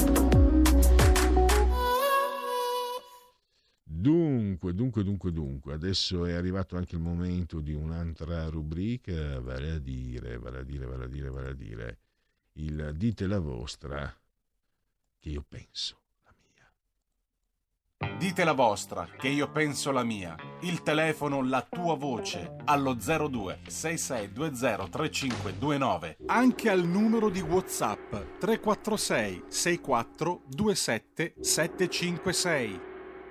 Dunque, adesso è arrivato anche il momento di un'altra rubrica, vale a dire il dite la vostra, che io penso la mia. Dite la vostra, che io penso la mia. Il telefono, la tua voce, allo 02 6620 3529. Anche al numero di WhatsApp 346 64 27 756.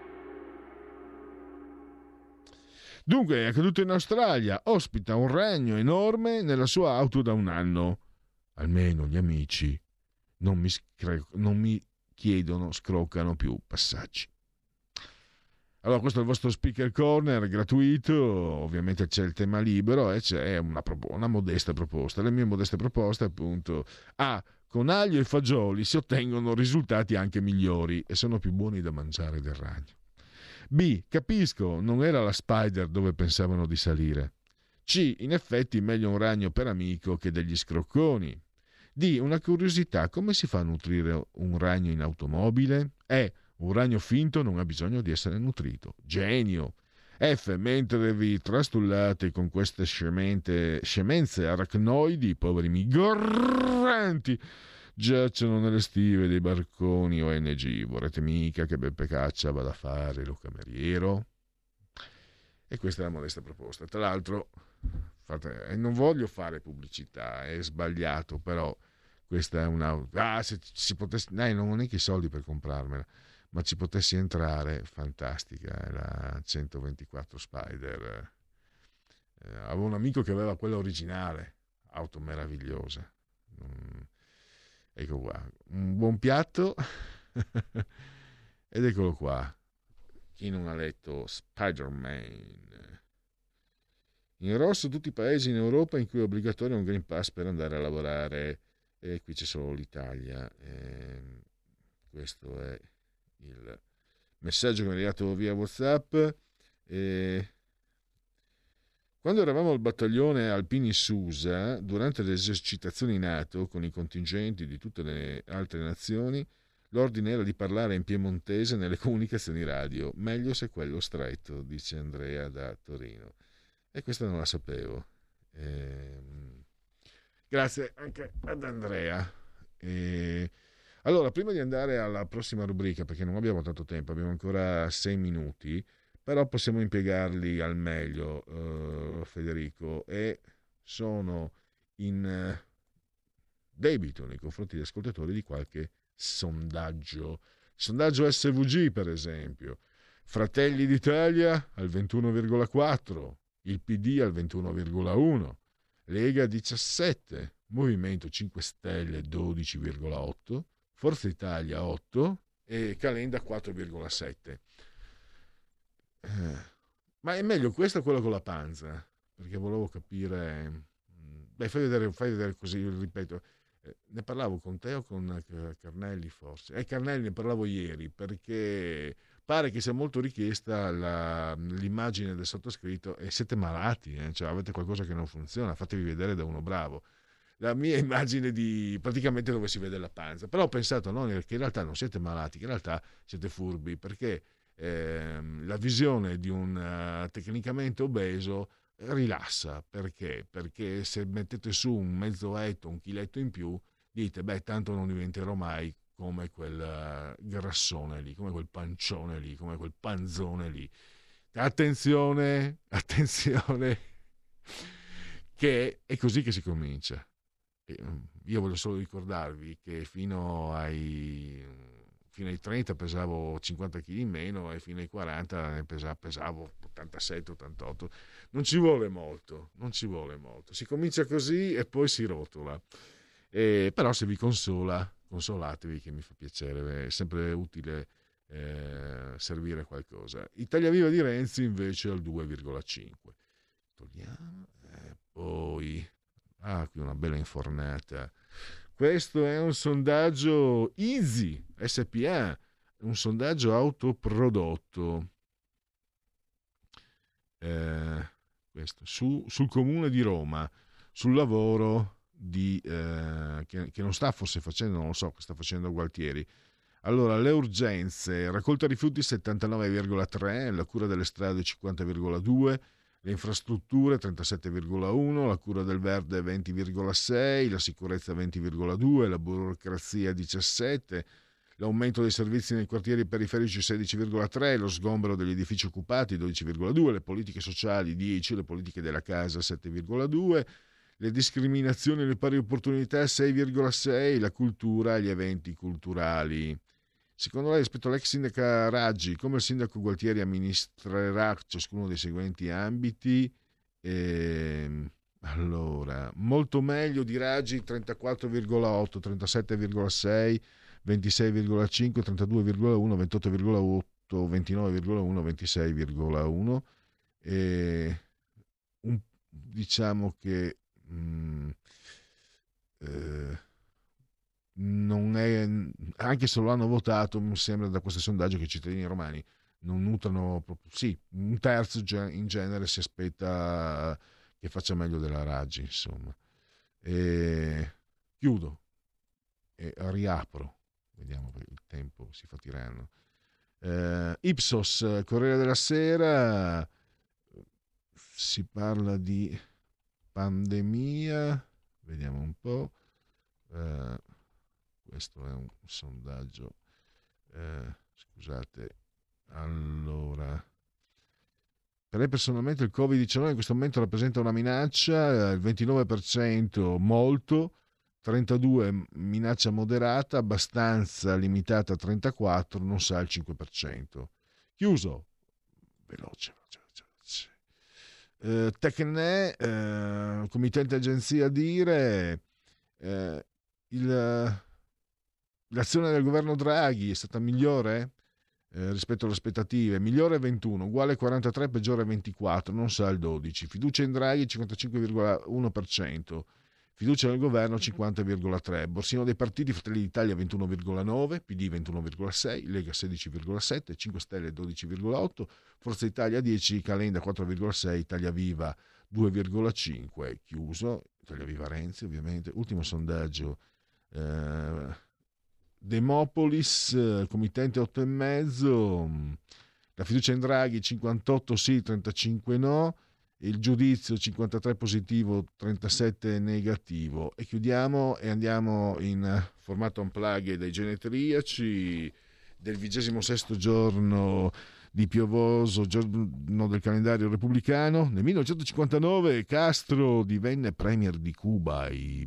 Dunque, è accaduto in Australia, ospita un ragno enorme nella sua auto da un anno. Almeno gli amici non mi chiedono, scroccano più passaggi. Allora, questo è il vostro speaker corner gratuito, ovviamente c'è il tema libero e c'è una modesta proposta. Le mie modeste proposte, appunto, con aglio e fagioli si ottengono risultati anche migliori e sono più buoni da mangiare del ragno. B, capisco, non era la Spider dove pensavano di salire. C, in effetti meglio un ragno per amico che degli scrocconi. D, una curiosità, come si fa a nutrire un ragno in automobile? E, un ragno finto non ha bisogno di essere nutrito. Genio! F, mentre vi trastullate con queste scemenze arachnoidi, poveri migranti giacciono nelle stive dei barconi ONG. Vorrete mica che Beppe Caccia vada a fare lo cameriero? E questa è la modesta proposta. Tra l'altro, non voglio fare pubblicità, è sbagliato, però questa è una... se ci potessi... non ho neanche i soldi per comprarmela, ma ci potessi entrare, fantastica, è la 124 Spider. Avevo un amico che aveva quella originale, auto meravigliosa. Ecco qua, un buon piatto ed eccolo qua. Chi non ha letto Spider-Man? In rosso tutti i paesi in Europa in cui è obbligatorio un Green Pass per andare a lavorare, e qui c'è solo l'Italia. Questo è il messaggio che mi è arrivato via WhatsApp. Quando eravamo al battaglione Alpini Susa, durante le esercitazioni NATO con i contingenti di tutte le altre nazioni, l'ordine era di parlare in piemontese nelle comunicazioni radio. Meglio se quello stretto, dice Andrea da Torino. E questa non la sapevo. Grazie anche ad Andrea. Allora, prima di andare alla prossima rubrica, perché non abbiamo tanto tempo, abbiamo ancora 6 minuti, però possiamo impiegarli al meglio, Federico, e sono in debito nei confronti degli ascoltatori di qualche sondaggio. Sondaggio SVG, per esempio. Fratelli d'Italia al 21,4%, il PD al 21,1%, Lega 17%, Movimento 5 Stelle 12,8%, Forza Italia 8% e Calenda 4,7%. Ma è meglio questo o quello con la panza? Perché volevo capire. Fai vedere così, ripeto. Ne parlavo con te o con Carnelli forse? Carnelli ne parlavo ieri, perché pare che sia molto richiesta l'immagine del sottoscritto e siete malati, cioè avete qualcosa che non funziona, fatevi vedere da uno bravo. La mia immagine di praticamente dove si vede la panza, però ho pensato che in realtà non siete malati, che in realtà siete furbi, perché la visione di un tecnicamente obeso rilassa. Perché se mettete su un mezzo etto, un chiletto in più, dite tanto non diventerò mai come quel grassone lì, come quel pancione lì, come quel panzone lì. Attenzione, che è così che si comincia. Io voglio solo ricordarvi che fino ai 30 pesavo 50 kg in meno e fino ai 40 ne pesavo 87-88. Non ci vuole molto. Si comincia così e poi si rotola. Però se vi consolatevi, che mi fa piacere, è sempre utile servire qualcosa. Italia Viva di Renzi invece al 2,5. Togliamo. Poi qui una bella infornata. Questo è un sondaggio Easy SPA, un sondaggio autoprodotto. Questo sul comune di Roma, sul lavoro che non sta forse facendo, non lo so, che sta facendo Gualtieri. Allora, le urgenze: raccolta rifiuti 79,3, la cura delle strade 50,2, le infrastrutture 37,1, la cura del verde 20,6, la sicurezza 20,2, la burocrazia 17, l'aumento dei servizi nei quartieri periferici 16,3, lo sgombero degli edifici occupati 12,2, le politiche sociali 10, le politiche della casa 7,2, le discriminazioni e le pari opportunità 6,6, la cultura e gli eventi culturali. Secondo lei, rispetto all'ex sindaca Raggi, come il sindaco Gualtieri amministrerà ciascuno dei seguenti ambiti? Allora, molto meglio di Raggi 34,8, 37,6, 26,5, 32,1, 28,8, 29,1, 26,1. Diciamo che non è, anche se lo hanno votato, mi sembra da questo sondaggio che i cittadini romani non nutrono proprio, sì, un terzo in genere si aspetta che faccia meglio della Raggi, insomma. Chiudo e riapro, vediamo, perché il tempo si fa tiranno. Ipsos, Corriere della Sera, si parla di pandemia, vediamo un po'. Questo è un sondaggio, scusate. Allora, per lei personalmente il Covid-19 in questo momento rappresenta una minaccia, il 29% molto, 32% minaccia moderata, abbastanza limitata 34%, non sa il 5%. Chiuso. Veloce. Tecne, committente agenzia a dire, l'azione del governo Draghi è stata migliore rispetto alle aspettative. Migliore 21, uguale 43, peggiore 24, non sa il 12. Fiducia in Draghi 55,1%, fiducia nel governo 50,3%. Borsino dei partiti: Fratelli d'Italia 21,9%, PD 21,6%, Lega 16,7%, 5 Stelle 12,8%, Forza Italia 10%, Calenda 4,6%, Italia Viva 2,5%. Chiuso. Italia Viva Renzi, ovviamente. Ultimo sondaggio, Demopolis, committente 8,5%, la fiducia in Draghi 58 sì, 35 no, il giudizio 53 positivo, 37 negativo. E chiudiamo e andiamo in formato unplugged dai genetriaci del 26° giorno di piovoso giorno del calendario repubblicano. Nel 1959 Castro divenne premier di Cuba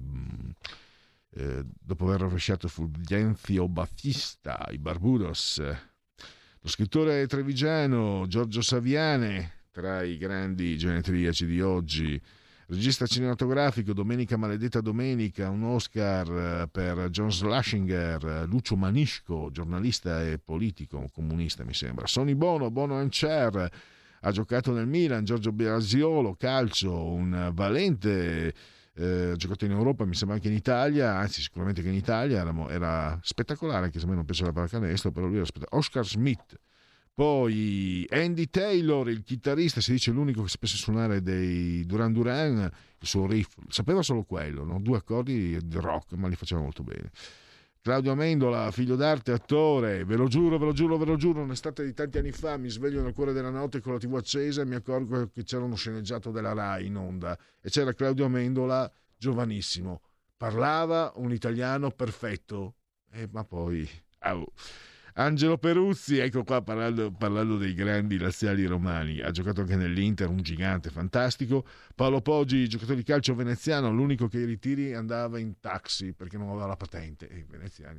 dopo aver rovesciato Fulgencio Batista, i Barbudos. Lo scrittore trevigiano Giorgio Saviane, tra i grandi genetriaci di oggi. Regista cinematografico, Domenica Maledetta Domenica, un Oscar per John Schlesinger. Lucio Manisco, giornalista e politico comunista, mi sembra. Sonny Bono, Bono and Cher, ha giocato nel Milan. Giorgio Biasiolo, calcio, un valente, ha giocato in Europa, mi sembra anche in Italia, anzi sicuramente che in Italia era spettacolare, anche se a me non piace la pallacanestro, però lui era spettacolare. Oscar Smith. Poi Andy Taylor, il chitarrista, si dice l'unico che sapesse suonare dei Duran Duran, il suo riff, sapeva solo quello, no? 2 accordi di rock, ma li faceva molto bene. Claudio Amendola, figlio d'arte, attore, ve lo giuro, un'estate di tanti anni fa, mi sveglio nel cuore della notte con la TV accesa e mi accorgo che c'era uno sceneggiato della Rai in onda e c'era Claudio Amendola, giovanissimo, parlava un italiano perfetto, ma poi... Angelo Peruzzi, ecco qua parlando dei grandi laziali romani, ha giocato anche nell'Inter, un gigante fantastico. Paolo Poggi, giocatore di calcio veneziano, l'unico che ai ritiri andava in taxi perché non aveva la patente, i veneziani.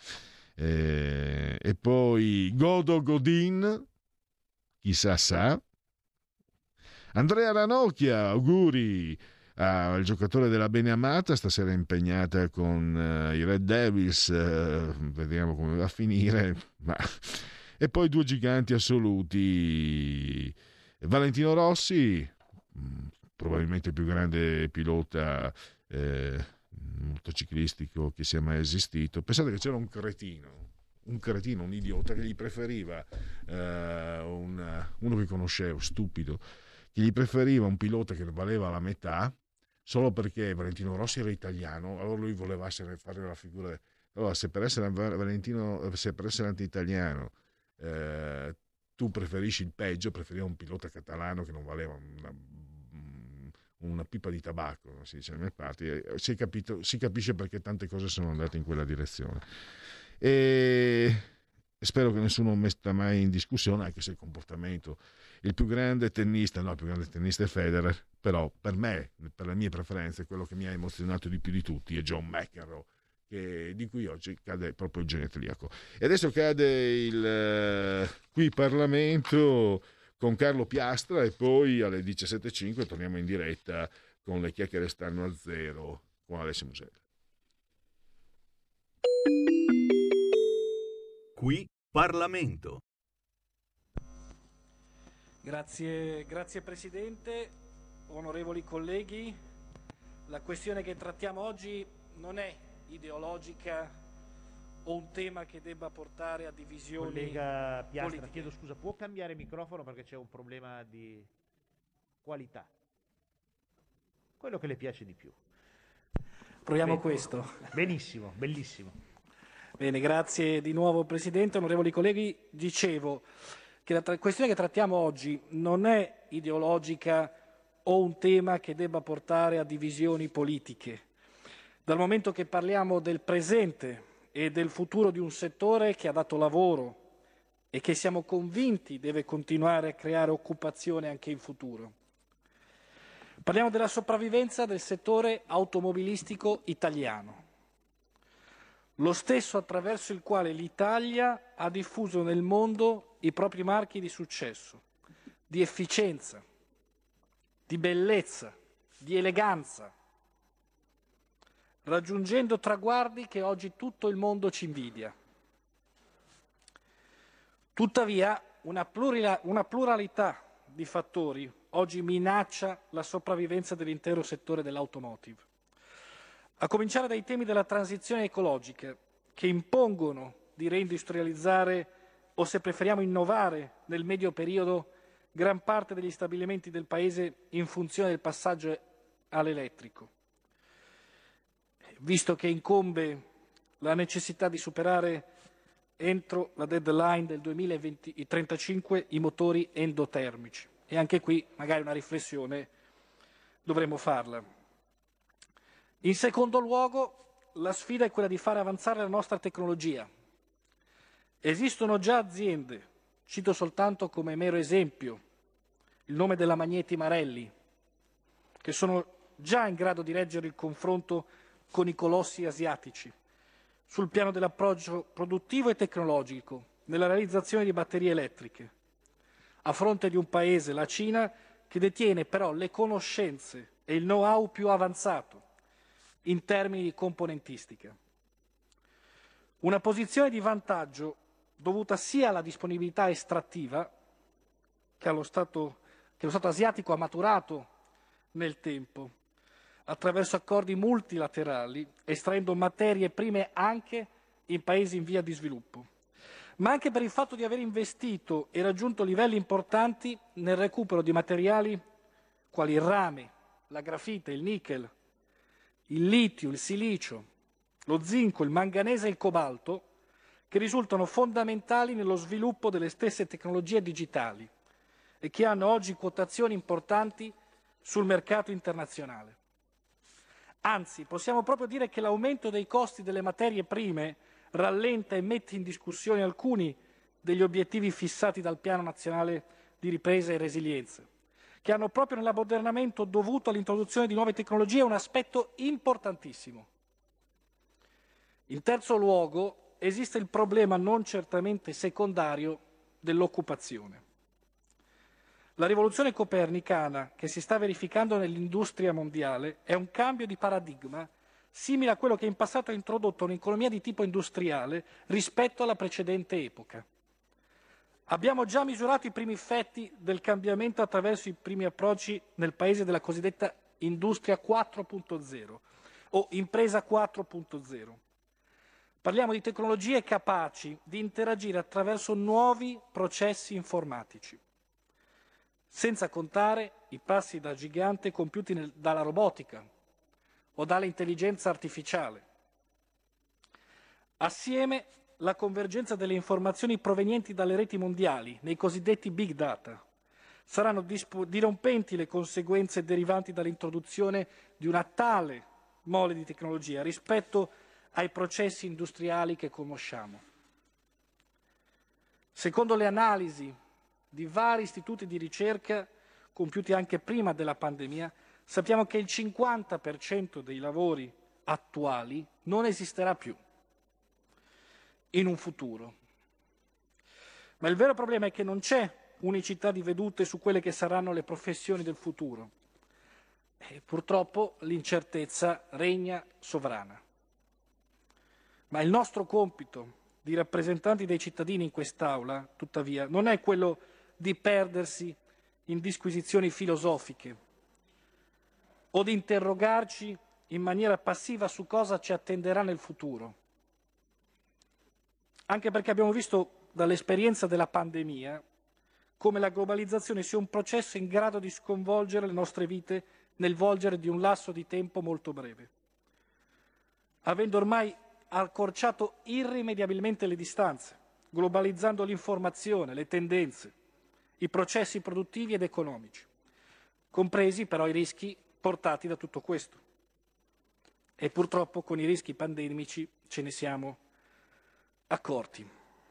E poi Godo Godin, chissà sa. Andrea Ranocchia, auguri al giocatore della Beneamata, stasera impegnata con i Red Devils, vediamo come va a finire. E poi 2 giganti assoluti, Valentino Rossi, probabilmente il più grande pilota motociclistico che sia mai esistito. Pensate che c'era un cretino, un idiota che gli preferiva uno che conoscevo, stupido, che gli preferiva un pilota che valeva la metà solo perché Valentino Rossi era italiano, allora lui voleva fare la figura. Allora, se per essere anti-italiano tu preferisci il peggio, preferiva un pilota catalano che non valeva una pipa di tabacco, si dice nelle mie parti. Si capisce perché tante cose sono andate in quella direzione. E spero che nessuno metta mai in discussione, anche se il comportamento. Il più grande tennista è Federer, però per me, per le mie preferenze, quello che mi ha emozionato di più di tutti è John McEnroe, di cui oggi cade proprio il genetriaco. E adesso cade il qui Parlamento con Carlo Piastra e poi alle 17.05 torniamo in diretta con Le chiacchiere stanno a zero con Alessio Musella. Qui Parlamento. Grazie Presidente, onorevoli colleghi. La questione che trattiamo oggi non è ideologica o un tema che debba portare a divisioni. Collega Piastra, politiche. chiedo scusa, può cambiare microfono perché c'è un problema di qualità? Quello che le piace di più. Proviamo questo. Benissimo, bellissimo. Bene, grazie di nuovo Presidente, onorevoli colleghi. Dicevo che la questione che trattiamo oggi non è ideologica o un tema che debba portare a divisioni politiche, dal momento che parliamo del presente e del futuro di un settore che ha dato lavoro e che siamo convinti deve continuare a creare occupazione anche in futuro. Parliamo della sopravvivenza del settore automobilistico italiano, lo stesso attraverso il quale l'Italia ha diffuso nel mondo i propri marchi di successo, di efficienza, di bellezza, di eleganza, raggiungendo traguardi che oggi tutto il mondo ci invidia. Tuttavia, una pluralità di fattori oggi minaccia la sopravvivenza dell'intero settore dell'automotive. A cominciare dai temi della transizione ecologica, che impongono di reindustrializzare o, se preferiamo, innovare nel medio periodo gran parte degli stabilimenti del Paese in funzione del passaggio all'elettrico. Visto che incombe la necessità di superare entro la deadline del 2035 i motori endotermici. E anche qui magari una riflessione dovremmo farla. In secondo luogo, la sfida è quella di fare avanzare la nostra tecnologia. Esistono già aziende Cito soltanto come mero esempio il nome della Magneti Marelli, che sono già in grado di reggere il confronto con i colossi asiatici sul piano dell'approccio produttivo e tecnologico nella realizzazione di batterie elettriche, a fronte di un paese, la Cina, che detiene però le conoscenze e il know-how più avanzato in termini di componentistica. Una posizione di vantaggio dovuta sia alla disponibilità estrattiva che lo Stato asiatico ha maturato nel tempo, attraverso accordi multilaterali, estraendo materie prime anche in paesi in via di sviluppo, ma anche per il fatto di aver investito e raggiunto livelli importanti nel recupero di materiali quali il rame, la grafite, il nickel, il litio, il silicio, lo zinco, il manganese e il cobalto, che risultano fondamentali nello sviluppo delle stesse tecnologie digitali e che hanno oggi quotazioni importanti sul mercato internazionale. Anzi, possiamo proprio dire che l'aumento dei costi delle materie prime rallenta e mette in discussione alcuni degli obiettivi fissati dal Piano Nazionale di Ripresa e Resilienza, che hanno proprio nell'ammodernamento dovuto all'introduzione di nuove tecnologie un aspetto importantissimo. In terzo luogo, esiste il problema non certamente secondario dell'occupazione. La rivoluzione copernicana che si sta verificando nell'industria mondiale è un cambio di paradigma simile a quello che in passato ha introdotto un'economia di tipo industriale rispetto alla precedente epoca. Abbiamo già misurato i primi effetti del cambiamento attraverso i primi approcci nel paese della cosiddetta industria 4.0 o impresa 4.0. Parliamo di tecnologie capaci di interagire attraverso nuovi processi informatici, senza contare i passi da gigante compiuti dalla robotica o dall'intelligenza artificiale. Assieme la convergenza delle informazioni provenienti dalle reti mondiali, nei cosiddetti big data, saranno dirompenti le conseguenze derivanti dall'introduzione di una tale mole di tecnologia rispetto ai processi industriali che conosciamo. Secondo le analisi di vari istituti di ricerca compiuti anche prima della pandemia, sappiamo che il 50% dei lavori attuali non esisterà più in un futuro. Ma il vero problema è che non c'è unicità di vedute su quelle che saranno le professioni del futuro. E purtroppo l'incertezza regna sovrana. Ma il nostro compito di rappresentanti dei cittadini in quest'Aula, tuttavia, non è quello di perdersi in disquisizioni filosofiche o di interrogarci in maniera passiva su cosa ci attenderà nel futuro. Anche perché abbiamo visto dall'esperienza della pandemia come la globalizzazione sia un processo in grado di sconvolgere le nostre vite nel volgere di un lasso di tempo molto breve, avendo ormai accorciato irrimediabilmente le distanze, globalizzando l'informazione, le tendenze, i processi produttivi ed economici, compresi però i rischi portati da tutto questo. E purtroppo con i rischi pandemici ce ne siamo accorti.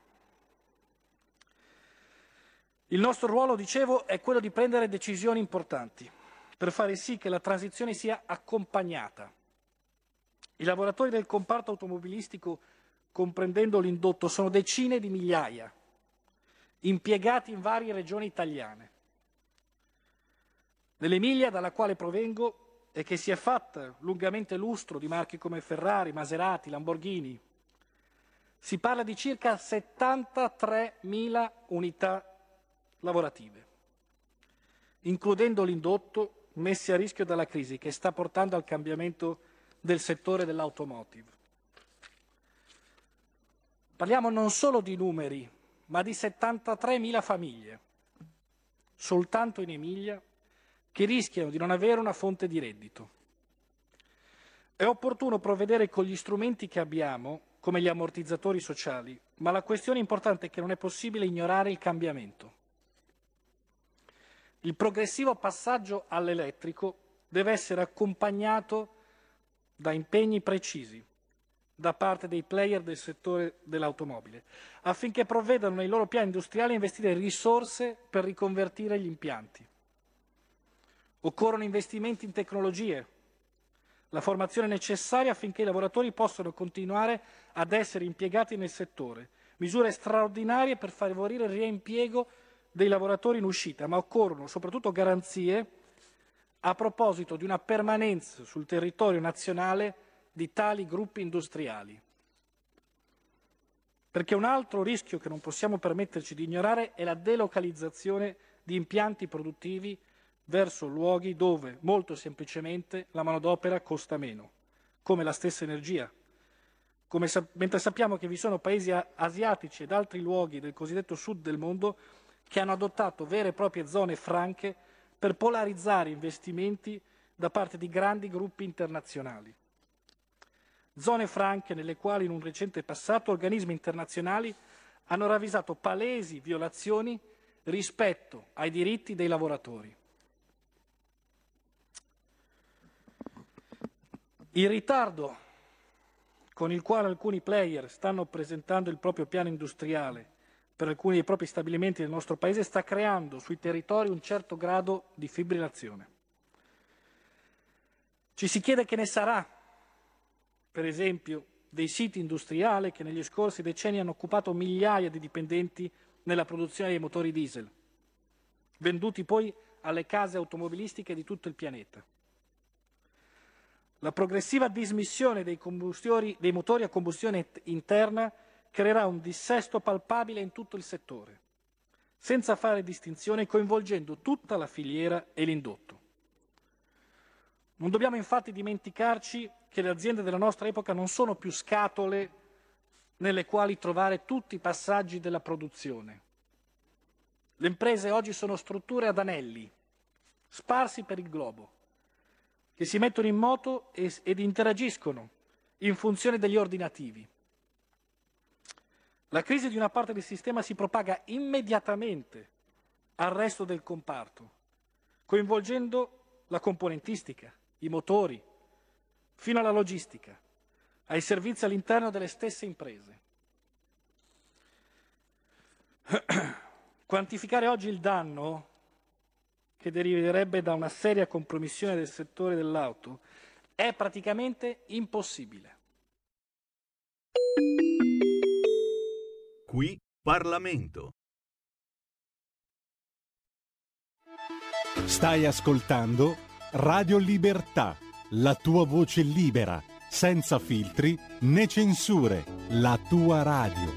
Il nostro ruolo, dicevo, è quello di prendere decisioni importanti per fare sì che la transizione sia accompagnata. I lavoratori del comparto automobilistico, comprendendo l'indotto, sono decine di migliaia, impiegati in varie regioni italiane. Nell'Emilia, dalla quale provengo e che si è fatta lungamente lustro di marchi come Ferrari, Maserati, Lamborghini, si parla di circa 73.000 unità lavorative, includendo l'indotto messi a rischio dalla crisi che sta portando al cambiamento del settore dell'automotive. Parliamo non solo di numeri, ma di 73.000 famiglie, soltanto in Emilia, che rischiano di non avere una fonte di reddito. È opportuno provvedere con gli strumenti che abbiamo, come gli ammortizzatori sociali, ma la questione importante è che non è possibile ignorare il cambiamento. Il progressivo passaggio all'elettrico deve essere accompagnato da impegni precisi da parte dei player del settore dell'automobile, affinché provvedano nei loro piani industriali a investire risorse per riconvertire gli impianti. Occorrono investimenti in tecnologie, la formazione necessaria affinché i lavoratori possano continuare ad essere impiegati nel settore, misure straordinarie per favorire il reimpiego dei lavoratori in uscita, ma occorrono soprattutto garanzie a proposito di una permanenza sul territorio nazionale di tali gruppi industriali. Perché un altro rischio che non possiamo permetterci di ignorare è la delocalizzazione di impianti produttivi verso luoghi dove, molto semplicemente, la manodopera costa meno, come la stessa energia. Mentre sappiamo che vi sono paesi asiatici ed altri luoghi del cosiddetto sud del mondo che hanno adottato vere e proprie zone franche per polarizzare investimenti da parte di grandi gruppi internazionali. Zone franche nelle quali in un recente passato organismi internazionali hanno ravvisato palesi violazioni rispetto ai diritti dei lavoratori. Il ritardo con il quale alcuni player stanno presentando il proprio piano industriale per alcuni dei propri stabilimenti del nostro Paese sta creando sui territori un certo grado di fibrillazione. Ci si chiede che ne sarà, per esempio, dei siti industriali che negli scorsi decenni hanno occupato migliaia di dipendenti nella produzione dei motori diesel, venduti poi alle case automobilistiche di tutto il pianeta. La progressiva dismissione dei motori a combustione interna creerà un dissesto palpabile in tutto il settore, senza fare distinzione, coinvolgendo tutta la filiera e l'indotto. Non dobbiamo infatti dimenticarci che le aziende della nostra epoca non sono più scatole nelle quali trovare tutti i passaggi della produzione. Le imprese oggi sono strutture ad anelli, sparsi per il globo, che si mettono in moto ed interagiscono in funzione degli ordinativi. La crisi di una parte del sistema si propaga immediatamente al resto del comparto, coinvolgendo la componentistica, i motori, fino alla logistica, ai servizi all'interno delle stesse imprese. Quantificare oggi il danno che deriverebbe da una seria compromissione del settore dell'auto è praticamente impossibile. Qui Parlamento. Stai ascoltando Radio Libertà, la tua voce libera, senza filtri né censure, la tua radio.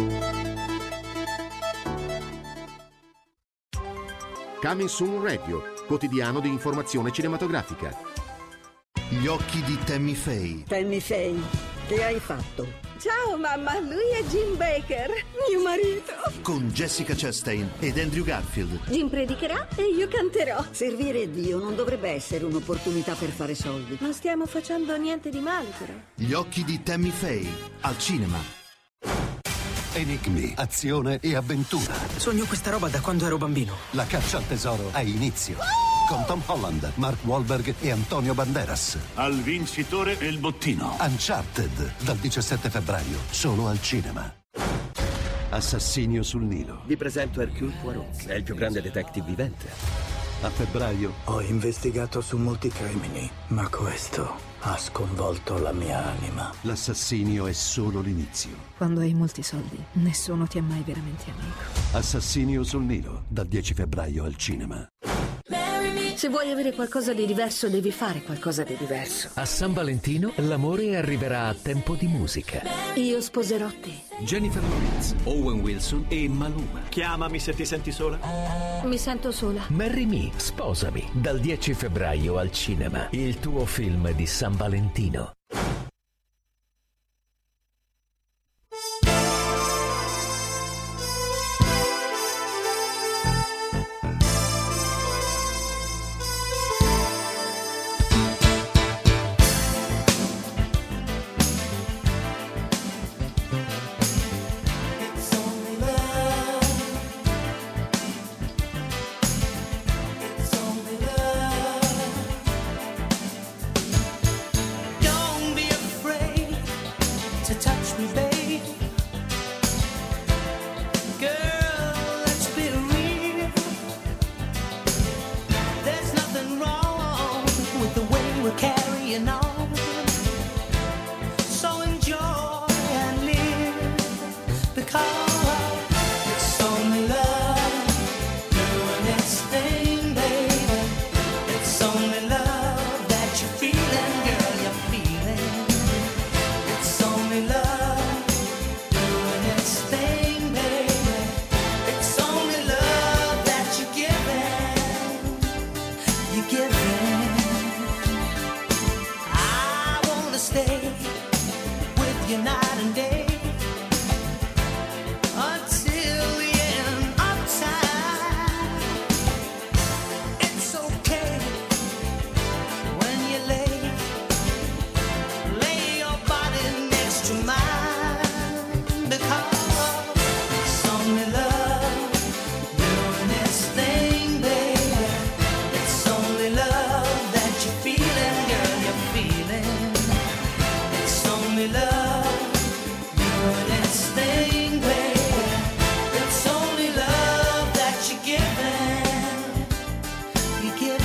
Coming Soon Radio, quotidiano di informazione cinematografica. Gli occhi di Tammy Faye. Tammy Faye, che hai fatto? Ciao mamma, lui è Jim Baker, mio marito. Con Jessica Chastain ed Andrew Garfield. Jim predicherà e io canterò. Servire Dio non dovrebbe essere un'opportunità per fare soldi. Non stiamo facendo niente di male, però. Gli occhi di Tammy Faye, al cinema. Enigmi, azione e avventura. Sogno questa roba da quando ero bambino. La caccia al tesoro ha inizio. Con Tom Holland, Mark Wahlberg e Antonio Banderas. Al vincitore e il bottino. Uncharted, dal 17 febbraio, solo al cinema. Assassinio sul Nilo. Vi presento Hercule Poirot, è il più grande detective vivente. A febbraio. Ho investigato su molti crimini, ma questo ha sconvolto la mia anima. L'assassinio è solo l'inizio. Quando hai molti soldi, nessuno ti è mai veramente amico. Assassinio sul Nilo, dal 10 febbraio al cinema. Se vuoi avere qualcosa di diverso, devi fare qualcosa di diverso. A San Valentino l'amore arriverà a tempo di musica. Io sposerò te. Jennifer Lawrence, Owen Wilson e Maluma. Chiamami se ti senti sola. Mi sento sola. Marry Me, sposami, dal 10 febbraio al cinema. Il tuo film di San Valentino. Don't because it's only love doing its thing, baby. It's only love that you're feeling, girl, you're feeling. It's only love doing its thing, baby. It's only love that you're giving. I wanna stay with you night and day until the end of time. It's okay when you lay your body next to mine, because it's only love doing its thing, baby. It's only love that you're feeling, girl, you're feeling. It's only love doing its thing, baby. It's only love that you're giving. You're giving.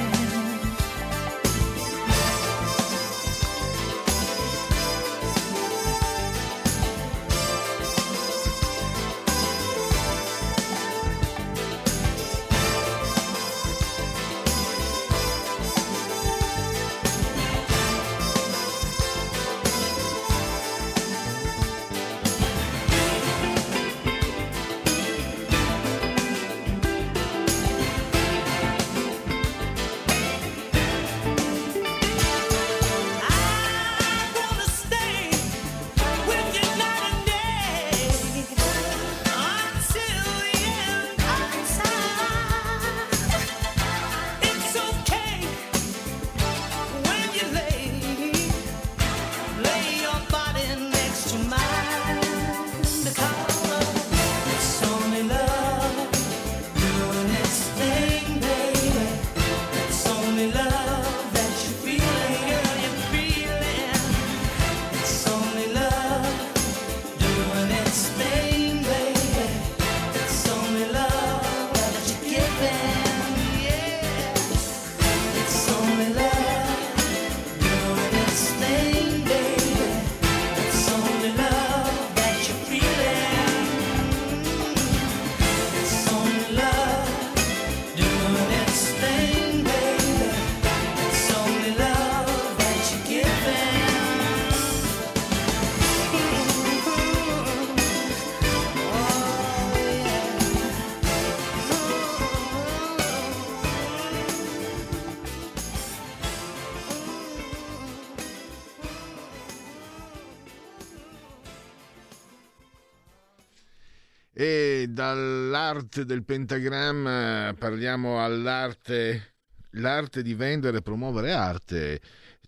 E dall'arte del pentagramma parliamo all'arte, l'arte di vendere e promuovere arte,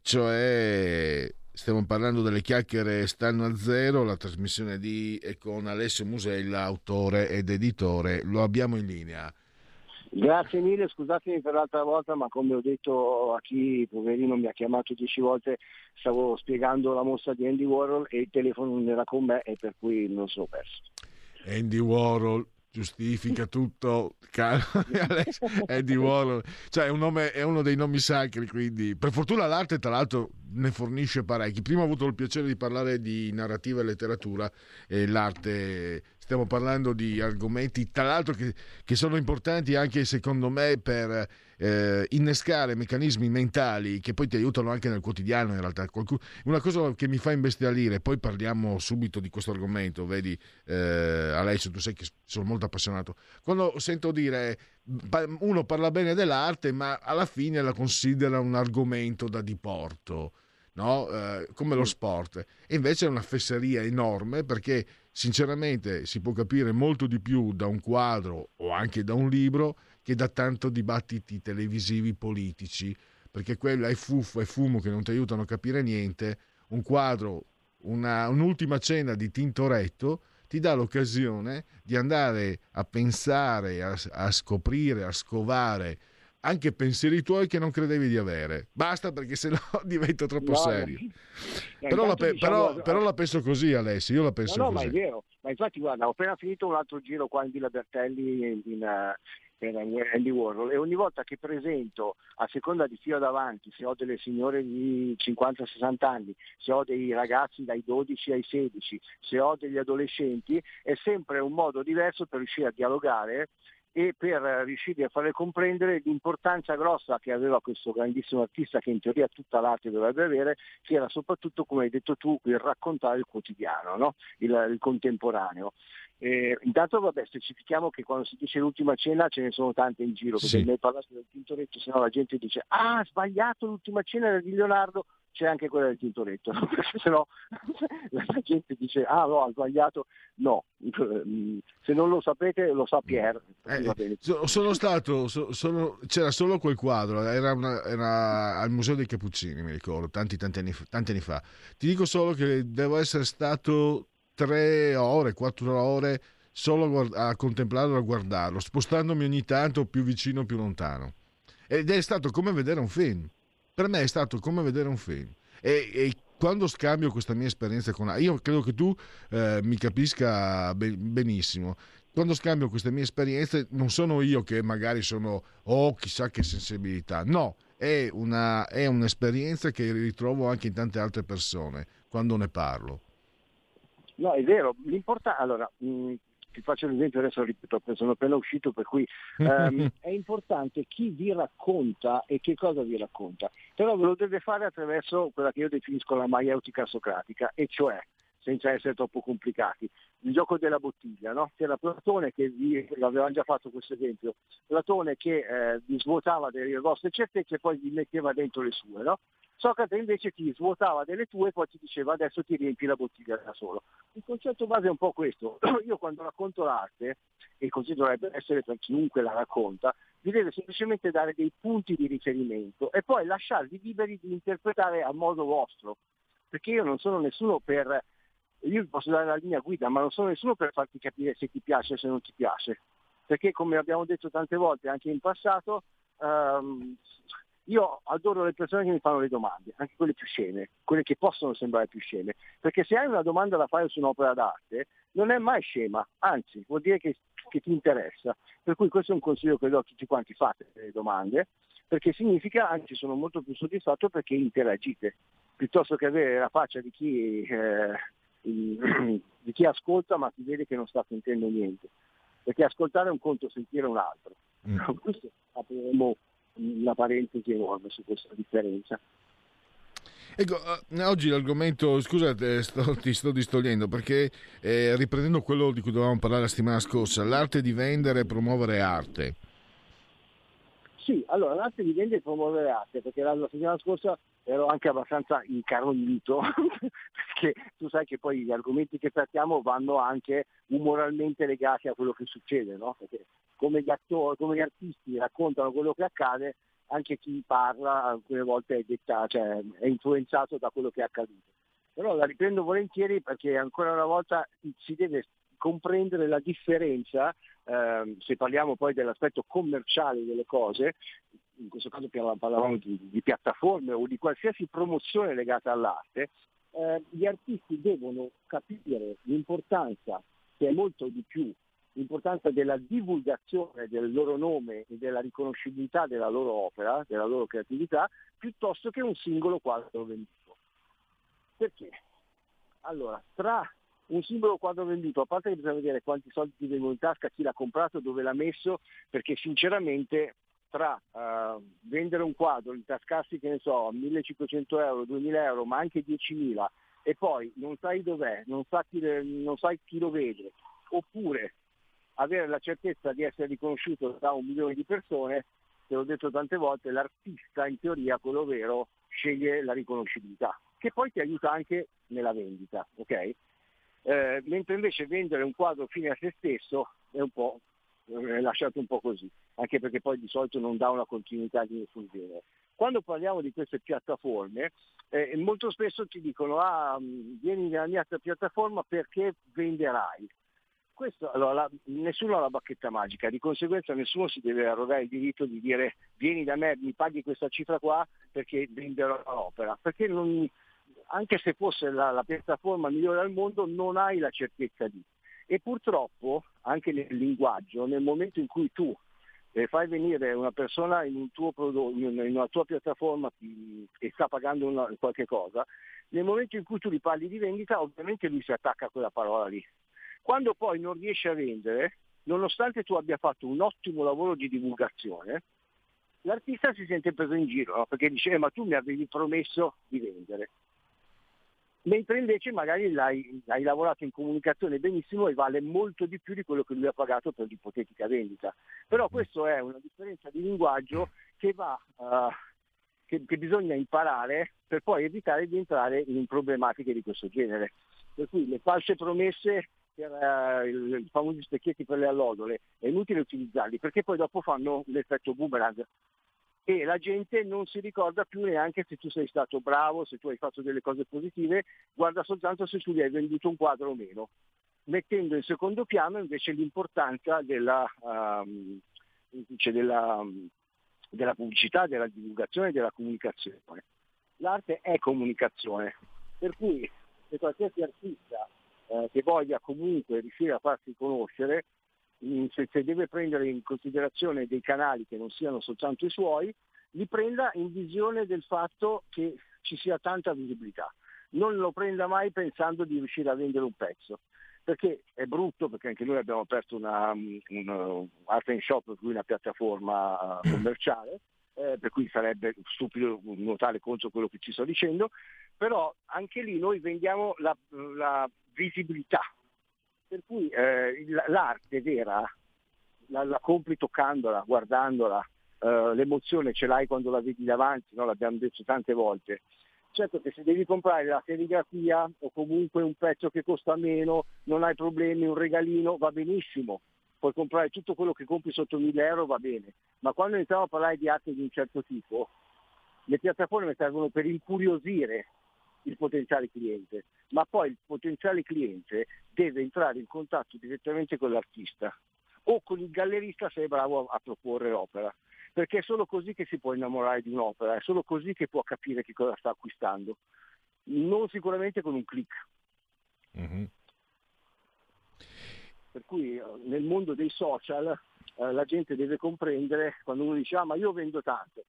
cioè stiamo parlando delle chiacchiere stanno a zero, la trasmissione di e con Alessio Musella, autore ed editore. Lo abbiamo in linea. Grazie mille, scusatemi per l'altra volta, ma come ho detto a chi poverino mi ha chiamato 10 volte, stavo spiegando la mostra di Andy Warhol e il telefono non era con me e per cui non sono perso. Andy Warhol giustifica tutto, Andy Warhol, cioè è uno dei nomi sacri, quindi per fortuna l'arte tra l'altro ne fornisce parecchi. Prima ho avuto il piacere di parlare di narrativa e letteratura, e l'arte, stiamo parlando di argomenti tra l'altro che sono importanti anche secondo me per innescare meccanismi mentali che poi ti aiutano anche nel quotidiano. In realtà una cosa che mi fa imbestialire, poi parliamo subito di questo argomento, vedi Alessio, tu sai che sono molto appassionato, quando sento dire uno parla bene dell'arte ma alla fine la considera un argomento da diporto, no? Come lo sport, e invece è una fesseria enorme, perché sinceramente si può capire molto di più da un quadro o anche da un libro che da tanto dibattiti televisivi politici, perché quello è fuffo e fumo che non ti aiutano a capire niente. Un quadro, un'ultima cena di Tintoretto ti dà l'occasione di andare a pensare, a scoprire, a scovare anche pensieri tuoi che non credevi di avere. Basta, perché sennò diventa troppo serio. Però la penso così, Alessio, io la penso così. Ma è vero. Ma infatti guarda, ho appena finito un altro giro qua in Villa Bertelli per Andy Warhol, e ogni volta che presento, a seconda di chi ho davanti, se ho delle signore di 50-60 anni, se ho dei ragazzi dai 12 ai 16, se ho degli adolescenti, è sempre un modo diverso per riuscire a dialogare e per riuscire a fare comprendere l'importanza grossa che aveva questo grandissimo artista, che in teoria tutta l'arte dovrebbe avere, che era soprattutto, come hai detto tu, il raccontare il quotidiano, no? il contemporaneo. Intanto specifichiamo che quando si dice l'ultima cena ce ne sono tante in giro, perché mi hai parlato del Tintoretto, sennò la gente dice sbagliato, l'ultima cena era di Leonardo, c'è anche quella del Tintoretto, no? Perché sennò la gente dice no, ha sbagliato. No, se non lo sapete lo sa Pier. Va bene. Sono stato, c'era solo quel quadro, era al Museo dei Cappuccini, mi ricordo, tanti anni fa. Ti dico solo che devo essere stato 3 ore, 4 ore solo a contemplarlo, a guardarlo, spostandomi ogni tanto più vicino, più lontano. Ed è stato come vedere un film. Per me è stato come vedere un film. E quando scambio questa mia esperienza con... Io credo che tu mi capisca benissimo. Quando scambio queste mie esperienze, non sono io che magari sono chissà che sensibilità. No, è un'esperienza che ritrovo anche in tante altre persone quando ne parlo. No, è vero, allora, ti faccio l'esempio, adesso ripeto, sono appena uscito, per cui è importante chi vi racconta e che cosa vi racconta, però ve lo deve fare attraverso quella che io definisco la maieutica socratica, e cioè, senza essere troppo complicati, il gioco della bottiglia, no? C'era Platone che avevamo già fatto questo esempio, Platone che vi svuotava delle vostre certezze e poi vi metteva dentro le sue, no? Socrate invece ti svuotava delle tue e poi ti diceva adesso ti riempi la bottiglia da solo. Il concetto base è un po' questo. Io quando racconto l'arte, e così dovrebbe essere per chiunque la racconta, vi deve semplicemente dare dei punti di riferimento e poi lasciarvi liberi di interpretare a modo vostro. Perché io non sono nessuno io posso dare la linea guida, ma non sono nessuno per farti capire se ti piace o se non ti piace. Perché, come abbiamo detto tante volte anche in passato, io adoro le persone che mi fanno le domande, anche quelle più sceme, quelle che possono sembrare più sceme, perché se hai una domanda da fare su un'opera d'arte non è mai scema, anzi vuol dire che ti interessa, per cui questo è un consiglio che do a tutti quanti: fate le domande, perché significa, anzi sono molto più soddisfatto perché interagite, piuttosto che avere la faccia di chi ascolta ma si vede che non sta sentendo niente, perché ascoltare è un conto, sentire è un altro. Questo apriremo una parentesi enorme su questa differenza. Ecco, oggi l'argomento, scusate, ti sto distogliendo perché riprendendo quello di cui dovevamo parlare la settimana scorsa, l'arte di vendere e promuovere arte. Sì, allora l'arte di vendere e promuovere arte, perché la settimana scorsa ero anche abbastanza incarognito perché tu sai che poi gli argomenti che trattiamo vanno anche umoralmente legati a quello che succede, no? Perché come gli attori, come gli artisti raccontano quello che accade, anche chi parla alcune volte è influenzato da quello che è accaduto. Però la riprendo volentieri perché ancora una volta si deve comprendere la differenza, se parliamo poi dell'aspetto commerciale delle cose, in questo caso parlavamo di piattaforme o di qualsiasi promozione legata all'arte, gli artisti devono capire l'importanza, che è molto di più, l'importanza della divulgazione del loro nome e della riconoscibilità della loro opera, della loro creatività, piuttosto che un singolo quadro venduto. Perché? Allora, tra un singolo quadro venduto, a parte che bisogna vedere quanti soldi ti vengono in tasca, chi l'ha comprato, dove l'ha messo, perché sinceramente tra vendere un quadro, intascarsi, che ne so, 1.500 euro, 2.000 euro, ma anche 10.000, e poi non sai dov'è, non sai chi lo vede, oppure avere la certezza di essere riconosciuto da 1 milione di persone, te l'ho detto tante volte, l'artista in teoria, quello vero, sceglie la riconoscibilità, che poi ti aiuta anche nella vendita, ok? Mentre invece vendere un quadro fine a se stesso è lasciato un po' così, anche perché poi di solito non dà una continuità di nessun genere. Quando parliamo di queste piattaforme, molto spesso ti dicono vieni nella mia piattaforma perché venderai. Questo, allora, nessuno ha la bacchetta magica, di conseguenza nessuno si deve arrogare il diritto di dire vieni da me, mi paghi questa cifra qua perché venderò l'opera, perché anche se fosse la piattaforma migliore al mondo non hai la certezza di. E purtroppo anche nel linguaggio, nel momento in cui tu fai venire una persona in un tuo prodotto, in una tua piattaforma e sta pagando qualche cosa, nel momento in cui tu gli parli di vendita, ovviamente lui si attacca a quella parola lì. Quando poi non riesce a vendere, nonostante tu abbia fatto un ottimo lavoro di divulgazione, l'artista si sente preso in giro, no? Perché dice ma tu mi avevi promesso di vendere. Mentre invece magari l'hai lavorato in comunicazione benissimo e vale molto di più di quello che lui ha pagato per l'ipotetica vendita. Però questo è una differenza di linguaggio che che bisogna imparare per poi evitare di entrare in problematiche di questo genere. Per cui le false promesse per i famosi specchietti per le allodole è inutile utilizzarli, perché poi dopo fanno l'effetto boomerang e la gente non si ricorda più neanche se tu sei stato bravo, se tu hai fatto delle cose positive, guarda soltanto se tu gli hai venduto un quadro o meno, mettendo in secondo piano invece l'importanza della pubblicità, della divulgazione, della comunicazione. L'arte è comunicazione, per cui se qualsiasi artista che voglia comunque riuscire a farsi conoscere, se deve prendere in considerazione dei canali che non siano soltanto i suoi, li prenda in visione del fatto che ci sia tanta visibilità. Non lo prenda mai pensando di riuscire a vendere un pezzo, perché è brutto, perché anche noi abbiamo aperto un art and shop, per cui una piattaforma commerciale, per cui sarebbe stupido nuotare contro quello che ci sto dicendo, però anche lì noi vendiamo la visibilità. Per cui l'arte vera la compri toccandola, guardandola, l'emozione ce l'hai quando la vedi davanti, no? L'abbiamo detto tante volte. Certo che se devi comprare la serigrafia o comunque un pezzo che costa meno, non hai problemi, un regalino, va benissimo. Puoi comprare tutto quello che compri sotto 1.000 euro, va bene. Ma quando iniziamo a parlare di arte di un certo tipo, le piattaforme servono per incuriosire il potenziale cliente, ma poi il potenziale cliente deve entrare in contatto direttamente con l'artista o con il gallerista se è bravo a proporre l'opera, perché è solo così che si può innamorare di un'opera, è solo così che può capire che cosa sta acquistando, non sicuramente con un click. Mm-hmm. Per cui nel mondo dei social la gente deve comprendere, quando uno dice ma io vendo tanto,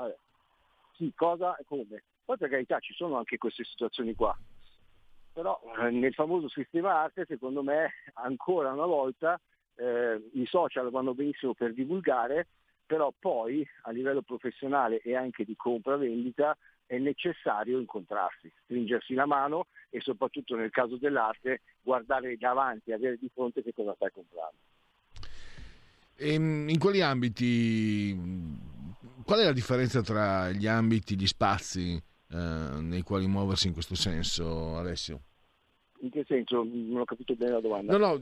sì, cosa e come. Poi per carità ci sono anche queste situazioni qua, però nel famoso sistema arte secondo me ancora una volta i social vanno benissimo per divulgare, però poi a livello professionale e anche di compra-vendita è necessario incontrarsi, stringersi la mano e soprattutto nel caso dell'arte guardare davanti, avere di fronte che cosa stai comprando. E in quali ambiti, qual è la differenza tra gli ambiti, gli spazi nei quali muoversi in questo senso, Alessio? In che senso? Non ho capito bene la domanda. No,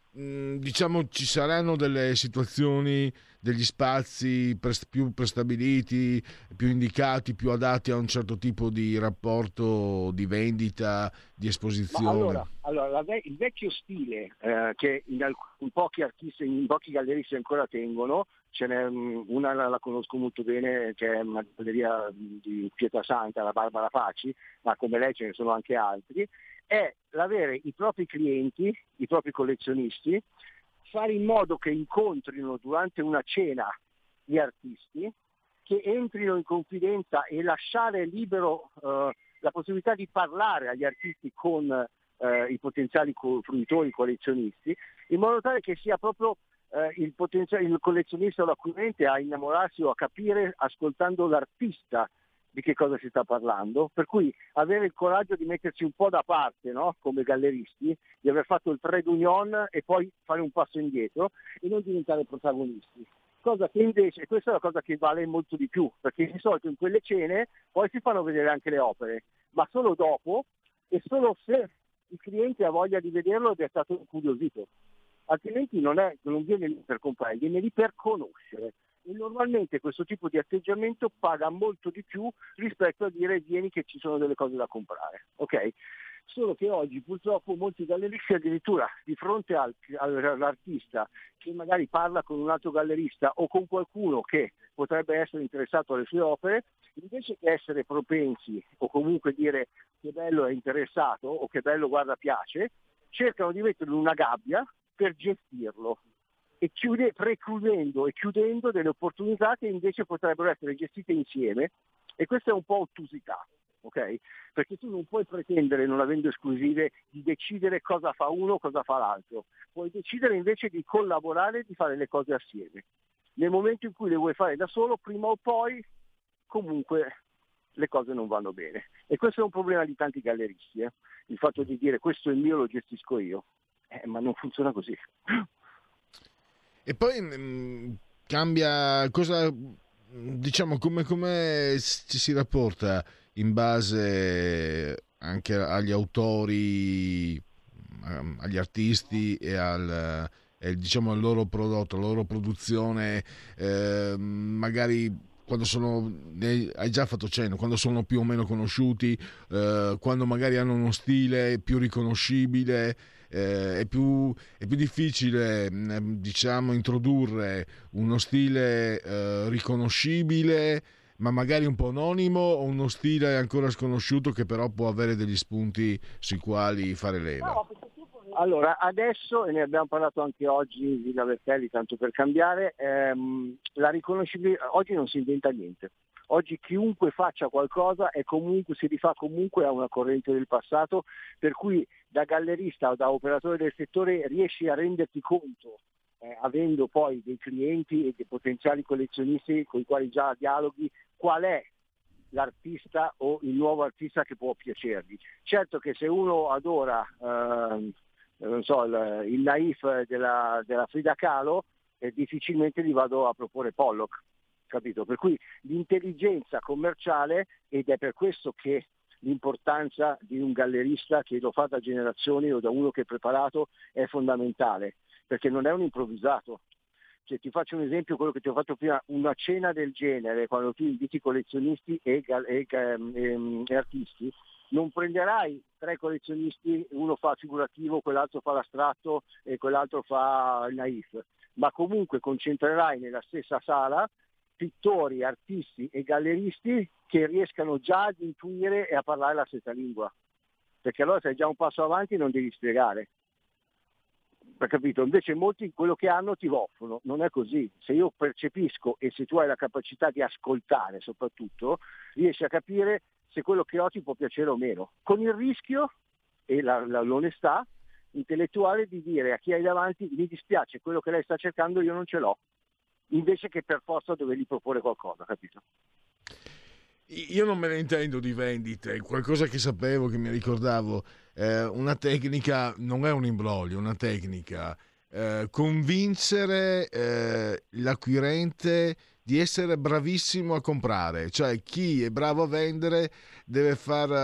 diciamo ci saranno delle situazioni, degli spazi più prestabiliti, più indicati, più adatti a un certo tipo di rapporto di vendita, di esposizione. Allora il vecchio stile che in pochi artisti, in pochi galleristi ancora tengono, ce n'è una, la conosco molto bene, che è una galleria di Pietrasanta, la Barbara Faci, ma come lei ce ne sono anche altri, è l'avere i propri clienti, i propri collezionisti, fare in modo che incontrino durante una cena gli artisti, che entrino in confidenza e lasciare libero la possibilità di parlare agli artisti con i potenziali fruitori, collezionisti, in modo tale che sia proprio il collezionista o l'acquirente a innamorarsi o a capire, ascoltando l'artista, di che cosa si sta parlando, per cui avere il coraggio di mettersi un po' da parte, no? Come galleristi, di aver fatto il trade union e poi fare un passo indietro e non diventare protagonisti. Cosa che invece, questa è la cosa che vale molto di più, perché di solito in quelle cene poi si fanno vedere anche le opere, ma solo dopo e solo se il cliente ha voglia di vederlo ed è stato incuriosito. Altrimenti non viene lì per comprare, viene lì per conoscere. E normalmente questo tipo di atteggiamento paga molto di più rispetto a dire vieni che ci sono delle cose da comprare, ok? Solo che oggi purtroppo molti galleristi addirittura di fronte all'artista che magari parla con un altro gallerista o con qualcuno che potrebbe essere interessato alle sue opere, invece che essere propensi o comunque dire che bello è interessato o che bello guarda piace, cercano di metterlo in una gabbia per gestirlo. e precludendo e chiudendo delle opportunità che invece potrebbero essere gestite insieme, e questa è un po' ottusità, ok? Perché tu non puoi pretendere, non avendo esclusive, di decidere cosa fa uno, cosa fa l'altro. Puoi decidere invece di collaborare e di fare le cose assieme. Nel momento in cui le vuoi fare da solo, prima o poi comunque le cose non vanno bene. E questo è un problema di tanti galleristi, il fatto di dire questo è il mio, lo gestisco io, ma non funziona così. E poi cambia cosa, diciamo, come ci si rapporta in base anche agli autori, agli artisti e diciamo al loro prodotto, alla loro produzione, magari quando hai già fatto cenno, quando sono più o meno conosciuti, quando magari hanno uno stile più riconoscibile. È più difficile, diciamo, introdurre uno stile riconoscibile ma magari un po' anonimo, o uno stile ancora sconosciuto che però può avere degli spunti sui quali fare leva? Allora, adesso, e ne abbiamo parlato anche oggi di Lavertelli, tanto per cambiare, la riconoscibilità, oggi non si inventa niente. Oggi chiunque faccia qualcosa si rifà comunque a una corrente del passato, per cui da gallerista o da operatore del settore riesci a renderti conto, avendo poi dei clienti e dei potenziali collezionisti con i quali già dialoghi, qual è l'artista o il nuovo artista che può piacergli. Certo che se uno adora il naif della Frida Kahlo, difficilmente gli vado a proporre Pollock, capito? Per cui l'intelligenza commerciale, ed è per questo che l'importanza di un gallerista che lo fa da generazioni o da uno che è preparato è fondamentale, perché non è un improvvisato. Cioè, ti faccio un esempio, quello che ti ho fatto prima, una cena del genere, quando tu inviti collezionisti e artisti, non prenderai 3 collezionisti, uno fa figurativo, quell'altro fa l'astratto e quell'altro fa il naif, ma comunque concentrerai nella stessa sala pittori, artisti e galleristi che riescano già ad intuire e a parlare la stessa lingua, perché allora sei già un passo avanti e non devi spiegare. Hai capito? Invece molti quello che hanno ti offrono, non è così. Se io percepisco e se tu hai la capacità di ascoltare soprattutto, riesci a capire se quello che ho ti può piacere o meno, con il rischio e l'onestà intellettuale di dire a chi hai davanti: mi dispiace, quello che lei sta cercando io non ce l'ho, invece che per forza dovergli proporre qualcosa, capito? Io non me ne intendo di vendite, qualcosa che sapevo, che mi ricordavo, una tecnica, non è un imbroglio, una tecnica, convincere l'acquirente di essere bravissimo a comprare, cioè chi è bravo a vendere deve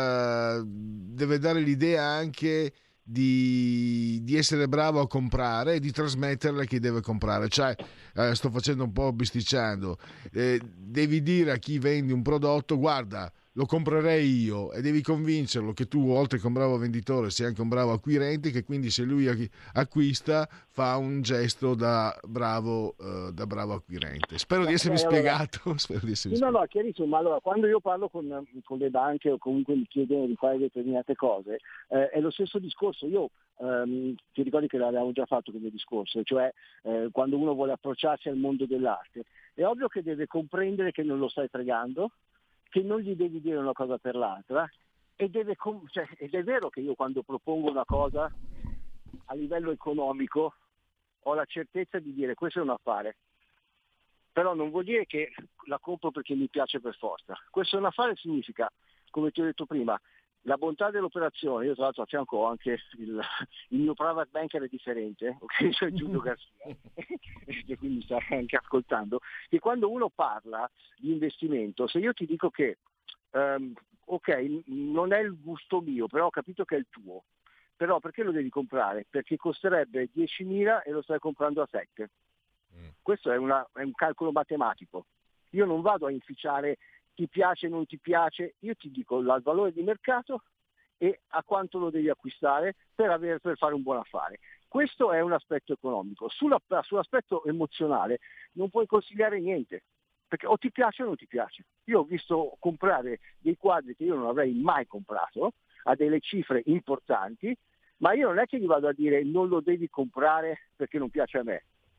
dare l'idea anche di essere bravo a comprare e di trasmetterle a chi deve comprare. Cioè, sto facendo un po' bisticciando, devi dire a chi vendi un prodotto: guarda, lo comprerei io, e devi convincerlo che tu, oltre che un bravo venditore, sei anche un bravo acquirente, che quindi se lui acquista fa un gesto da bravo acquirente. Spero di essermi spiegato. No, chiarissimo. Ma allora, quando io parlo con le banche o comunque mi chiedono di fare determinate cose, è lo stesso discorso. Io ti ricordi che l'avevamo già fatto quel discorso, cioè quando uno vuole approcciarsi al mondo dell'arte, è ovvio che deve comprendere che non lo stai fregando, che non gli devi dire una cosa per l'altra, ed è vero che io quando propongo una cosa a livello economico ho la certezza di dire questo è un affare, però non vuol dire che la compro perché mi piace per forza. Questo è un affare significa, come ti ho detto prima, la bontà dell'operazione. Io tra l'altro a fianco ho anche il mio private banker è differente, ok? Cioè Giulio Garcia, che quindi sta anche ascoltando, che quando uno parla di investimento, se io ti dico che ok, non è il gusto mio, però ho capito che è il tuo, però perché lo devi comprare? Perché costerebbe 10.000 e lo stai comprando a 7. Questo è un calcolo matematico. Io non vado a inficiare ti piace, non ti piace, io ti dico il valore di mercato e a quanto lo devi acquistare per fare un buon affare. Questo è un aspetto economico. Sull'aspetto emozionale non puoi consigliare niente, perché o ti piace o non ti piace. Io ho visto comprare dei quadri che io non avrei mai comprato a delle cifre importanti, ma io non è che gli vado a dire non lo devi comprare perché non piace a me.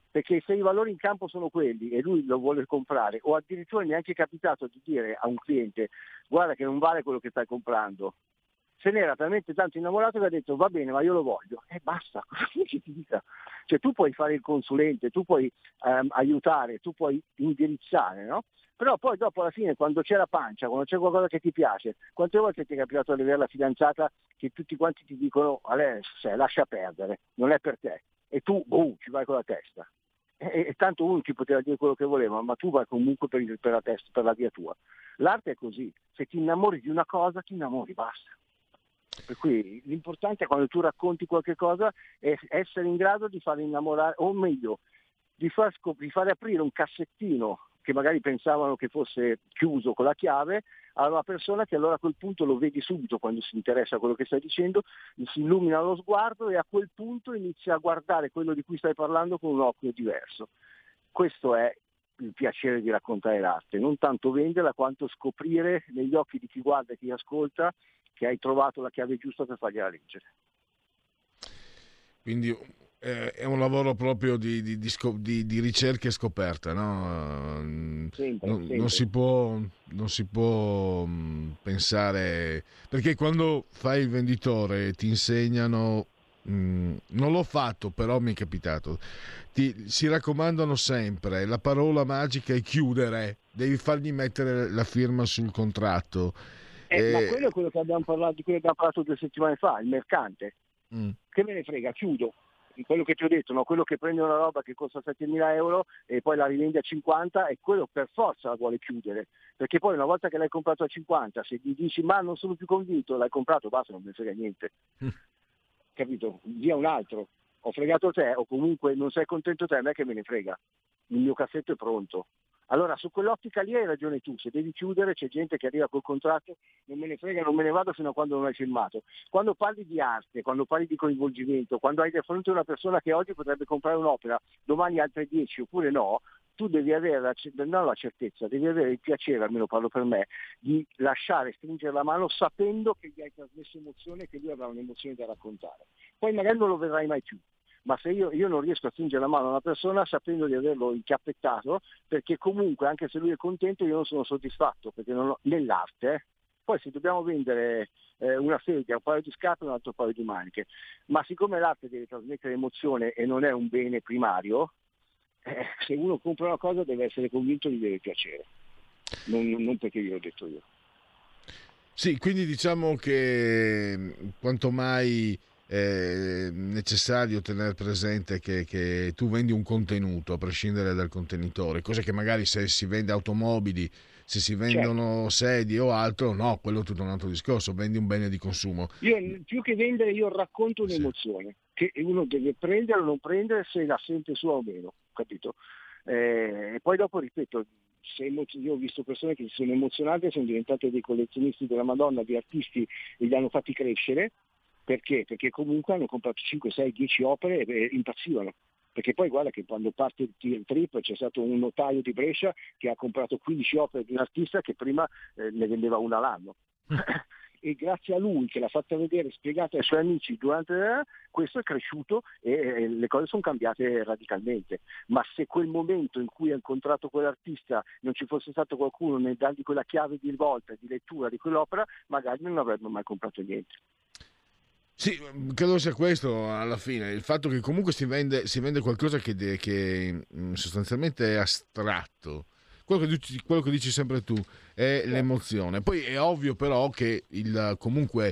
perché se i valori in campo sono quelli e lui lo vuole comprare, o addirittura mi è anche capitato di dire a un cliente guarda che non vale quello che stai comprando, se ne era talmente tanto innamorato che ha detto va bene ma io lo voglio, e basta, cosa vuoi che ti dica? Cioè tu puoi fare il consulente, tu puoi aiutare, tu puoi indirizzare, no? Però poi dopo alla fine quando c'è la pancia, quando c'è qualcosa che ti piace, quante volte ti è capitato di avere la fidanzata che tutti quanti ti dicono lascia perdere, non è per te, e tu ci vai con la testa. E tanto uno ti poteva dire quello che voleva, ma tu vai comunque per la testa, per la via tua. L'arte è così, se ti innamori di una cosa ti innamori, basta. Per cui l'importante è quando tu racconti qualche cosa è essere in grado di far innamorare, o meglio, di fare aprire un cassettino che magari pensavano che fosse chiuso con la chiave a una persona che allora a quel punto lo vedi subito quando si interessa a quello che stai dicendo, gli si illumina lo sguardo e a quel punto inizia a guardare quello di cui stai parlando con un occhio diverso. Questo è il piacere di raccontare l'arte, non tanto venderla quanto scoprire negli occhi di chi guarda e chi ascolta che hai trovato la chiave giusta per fargliela leggere. Quindi è un lavoro proprio di ricerca e scoperta, no? Sempre. Non si può pensare, perché quando fai il venditore ti insegnano, non l'ho fatto però mi è capitato, si raccomandano sempre, la parola magica è chiudere, devi fargli mettere la firma sul contratto. Ma quello è quello che abbiamo parlato, di cui abbiamo parlato 2 settimane fa, il mercante. Che me ne frega, chiudo. Quello che ti ho detto, no? Quello che prende una roba che costa 7.000 euro e poi la rivende a 50, e quello per forza la vuole chiudere, perché poi una volta che l'hai comprato a 50, se gli dici ma non sono più convinto, l'hai comprato, basta, non mi frega niente. Capito? Via un altro. Ho fregato te, o comunque non sei contento te, a me che me ne frega. Il mio cassetto è pronto. Allora su quell'ottica lì hai ragione tu, se devi chiudere c'è gente che arriva col contratto, non me ne frega, non me ne vado fino a quando non hai firmato. Quando parli di arte, quando parli di coinvolgimento, quando hai di fronte una persona che oggi potrebbe comprare un'opera, domani altre 10 oppure no, tu devi avere non la certezza, devi avere il piacere, almeno parlo per me, di lasciare stringere la mano sapendo che gli hai trasmesso emozione e che lui avrà un'emozione da raccontare. Poi magari non lo vedrai mai più. Ma se io non riesco a stringere la mano a una persona sapendo di averlo inchiappettato, perché comunque anche se lui è contento io non sono soddisfatto, perché non ho, nell'arte, poi se dobbiamo vendere una sedia, un paio di scarpe, un altro paio di maniche, ma siccome l'arte deve trasmettere emozione e non è un bene primario, se uno compra una cosa deve essere convinto di deve piacere, non perché gliel'ho detto io. Sì, quindi diciamo che quanto mai è necessario tenere presente che tu vendi un contenuto a prescindere dal contenitore, cosa che magari se si vende automobili, se si vendono sedie o altro, no, quello è tutto un altro discorso, vendi un bene di consumo. Io più che vendere io racconto un'emozione che uno deve prendere o non prendere, se la sente sua o meno, capito? E poi dopo ripeto, io ho visto persone che si sono emozionate, sono diventate dei collezionisti della Madonna, di artisti, e li hanno fatti crescere. Perché? Perché comunque hanno comprato 5, 6, 10 opere e impazzivano. Perché poi guarda che quando parte il trip c'è stato un notaio di Brescia che ha comprato 15 opere di un artista che prima ne vendeva una all'anno. E grazie a lui che l'ha fatta vedere, spiegata ai suoi amici durante questo è cresciuto e le cose sono cambiate radicalmente. Ma se quel momento in cui ha incontrato quell'artista non ci fosse stato qualcuno nel dargli quella chiave di volta di lettura di quell'opera, magari non avrebbe mai comprato niente. Sì, credo sia questo alla fine, il fatto che comunque si vende qualcosa che sostanzialmente è astratto. Quello che dici sempre tu è l'emozione. Poi è ovvio però che comunque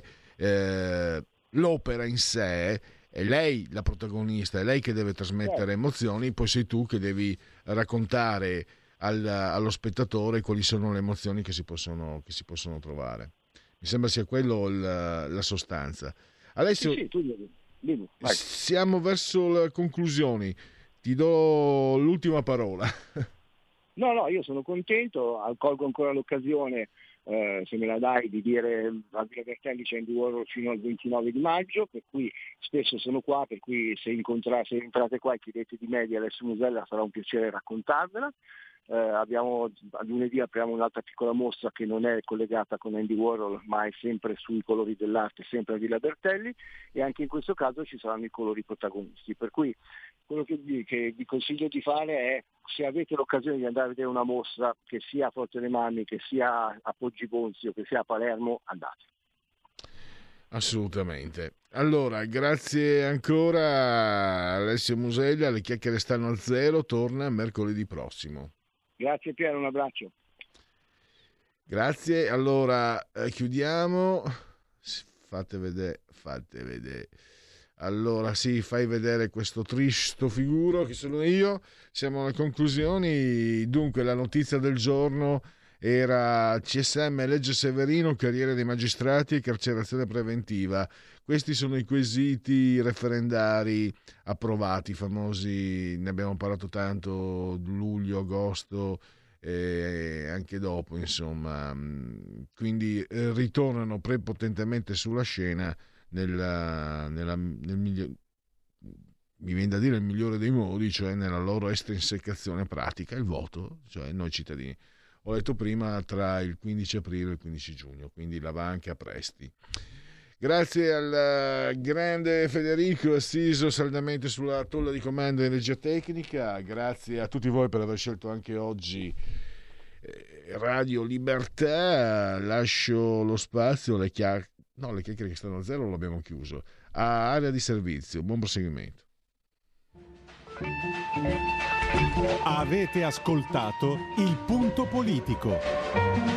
l'opera in sé è lei la protagonista, è lei che deve trasmettere emozioni, poi sei tu che devi raccontare allo spettatore quali sono le emozioni che si possono trovare. Mi sembra sia quello la sostanza. Alessio, dimmi. Siamo verso le conclusioni, ti do l'ultima parola. No, io sono contento, colgo ancora l'occasione, se me la dai, di dire a Villa Bertelli c'è Andy Warhol fino al 29 di maggio, per cui spesso sono qua, per cui se entrate qua e chiedete di me, di Alessio Musella, sarà un piacere raccontarvela. A lunedì apriamo un'altra piccola mostra che non è collegata con Andy Warhol, ma è sempre sui colori dell'arte, sempre a Villa Bertelli, e anche in questo caso ci saranno i colori protagonisti, per cui quello che che vi consiglio di fare è, se avete l'occasione di andare a vedere una mostra, che sia a Forte dei Marmi, che sia a Poggibonsi o che sia a Palermo, andate. Assolutamente. Allora, grazie ancora a Alessio Museglia. Le chiacchiere stanno al zero, torna mercoledì prossimo. Grazie Piero, un abbraccio. Grazie. Allora, chiudiamo. Fate vedere. Allora, sì, fai vedere questo tristo figuro che sono io. Siamo alle conclusioni. Dunque, la notizia del giorno era CSM, legge Severino, carriera dei magistrati e carcerazione preventiva. Questi sono i quesiti referendari approvati, famosi, ne abbiamo parlato tanto, luglio, agosto e anche dopo, insomma. Quindi ritornano prepotentemente sulla scena nel migliore, mi viene da dire il migliore dei modi, cioè nella loro estrinsecazione pratica, il voto, cioè noi cittadini. Ho letto prima tra il 15 aprile e il 15 giugno, quindi la va anche a presti. Grazie al grande Federico, assiso saldamente sulla tolla di comando di energia tecnica. Grazie a tutti voi per aver scelto anche oggi Radio Libertà. Lascio lo spazio, le chiacchiere che stanno a zero l'abbiamo chiuso, a area di servizio. Buon proseguimento. Avete ascoltato Il Punto Politico.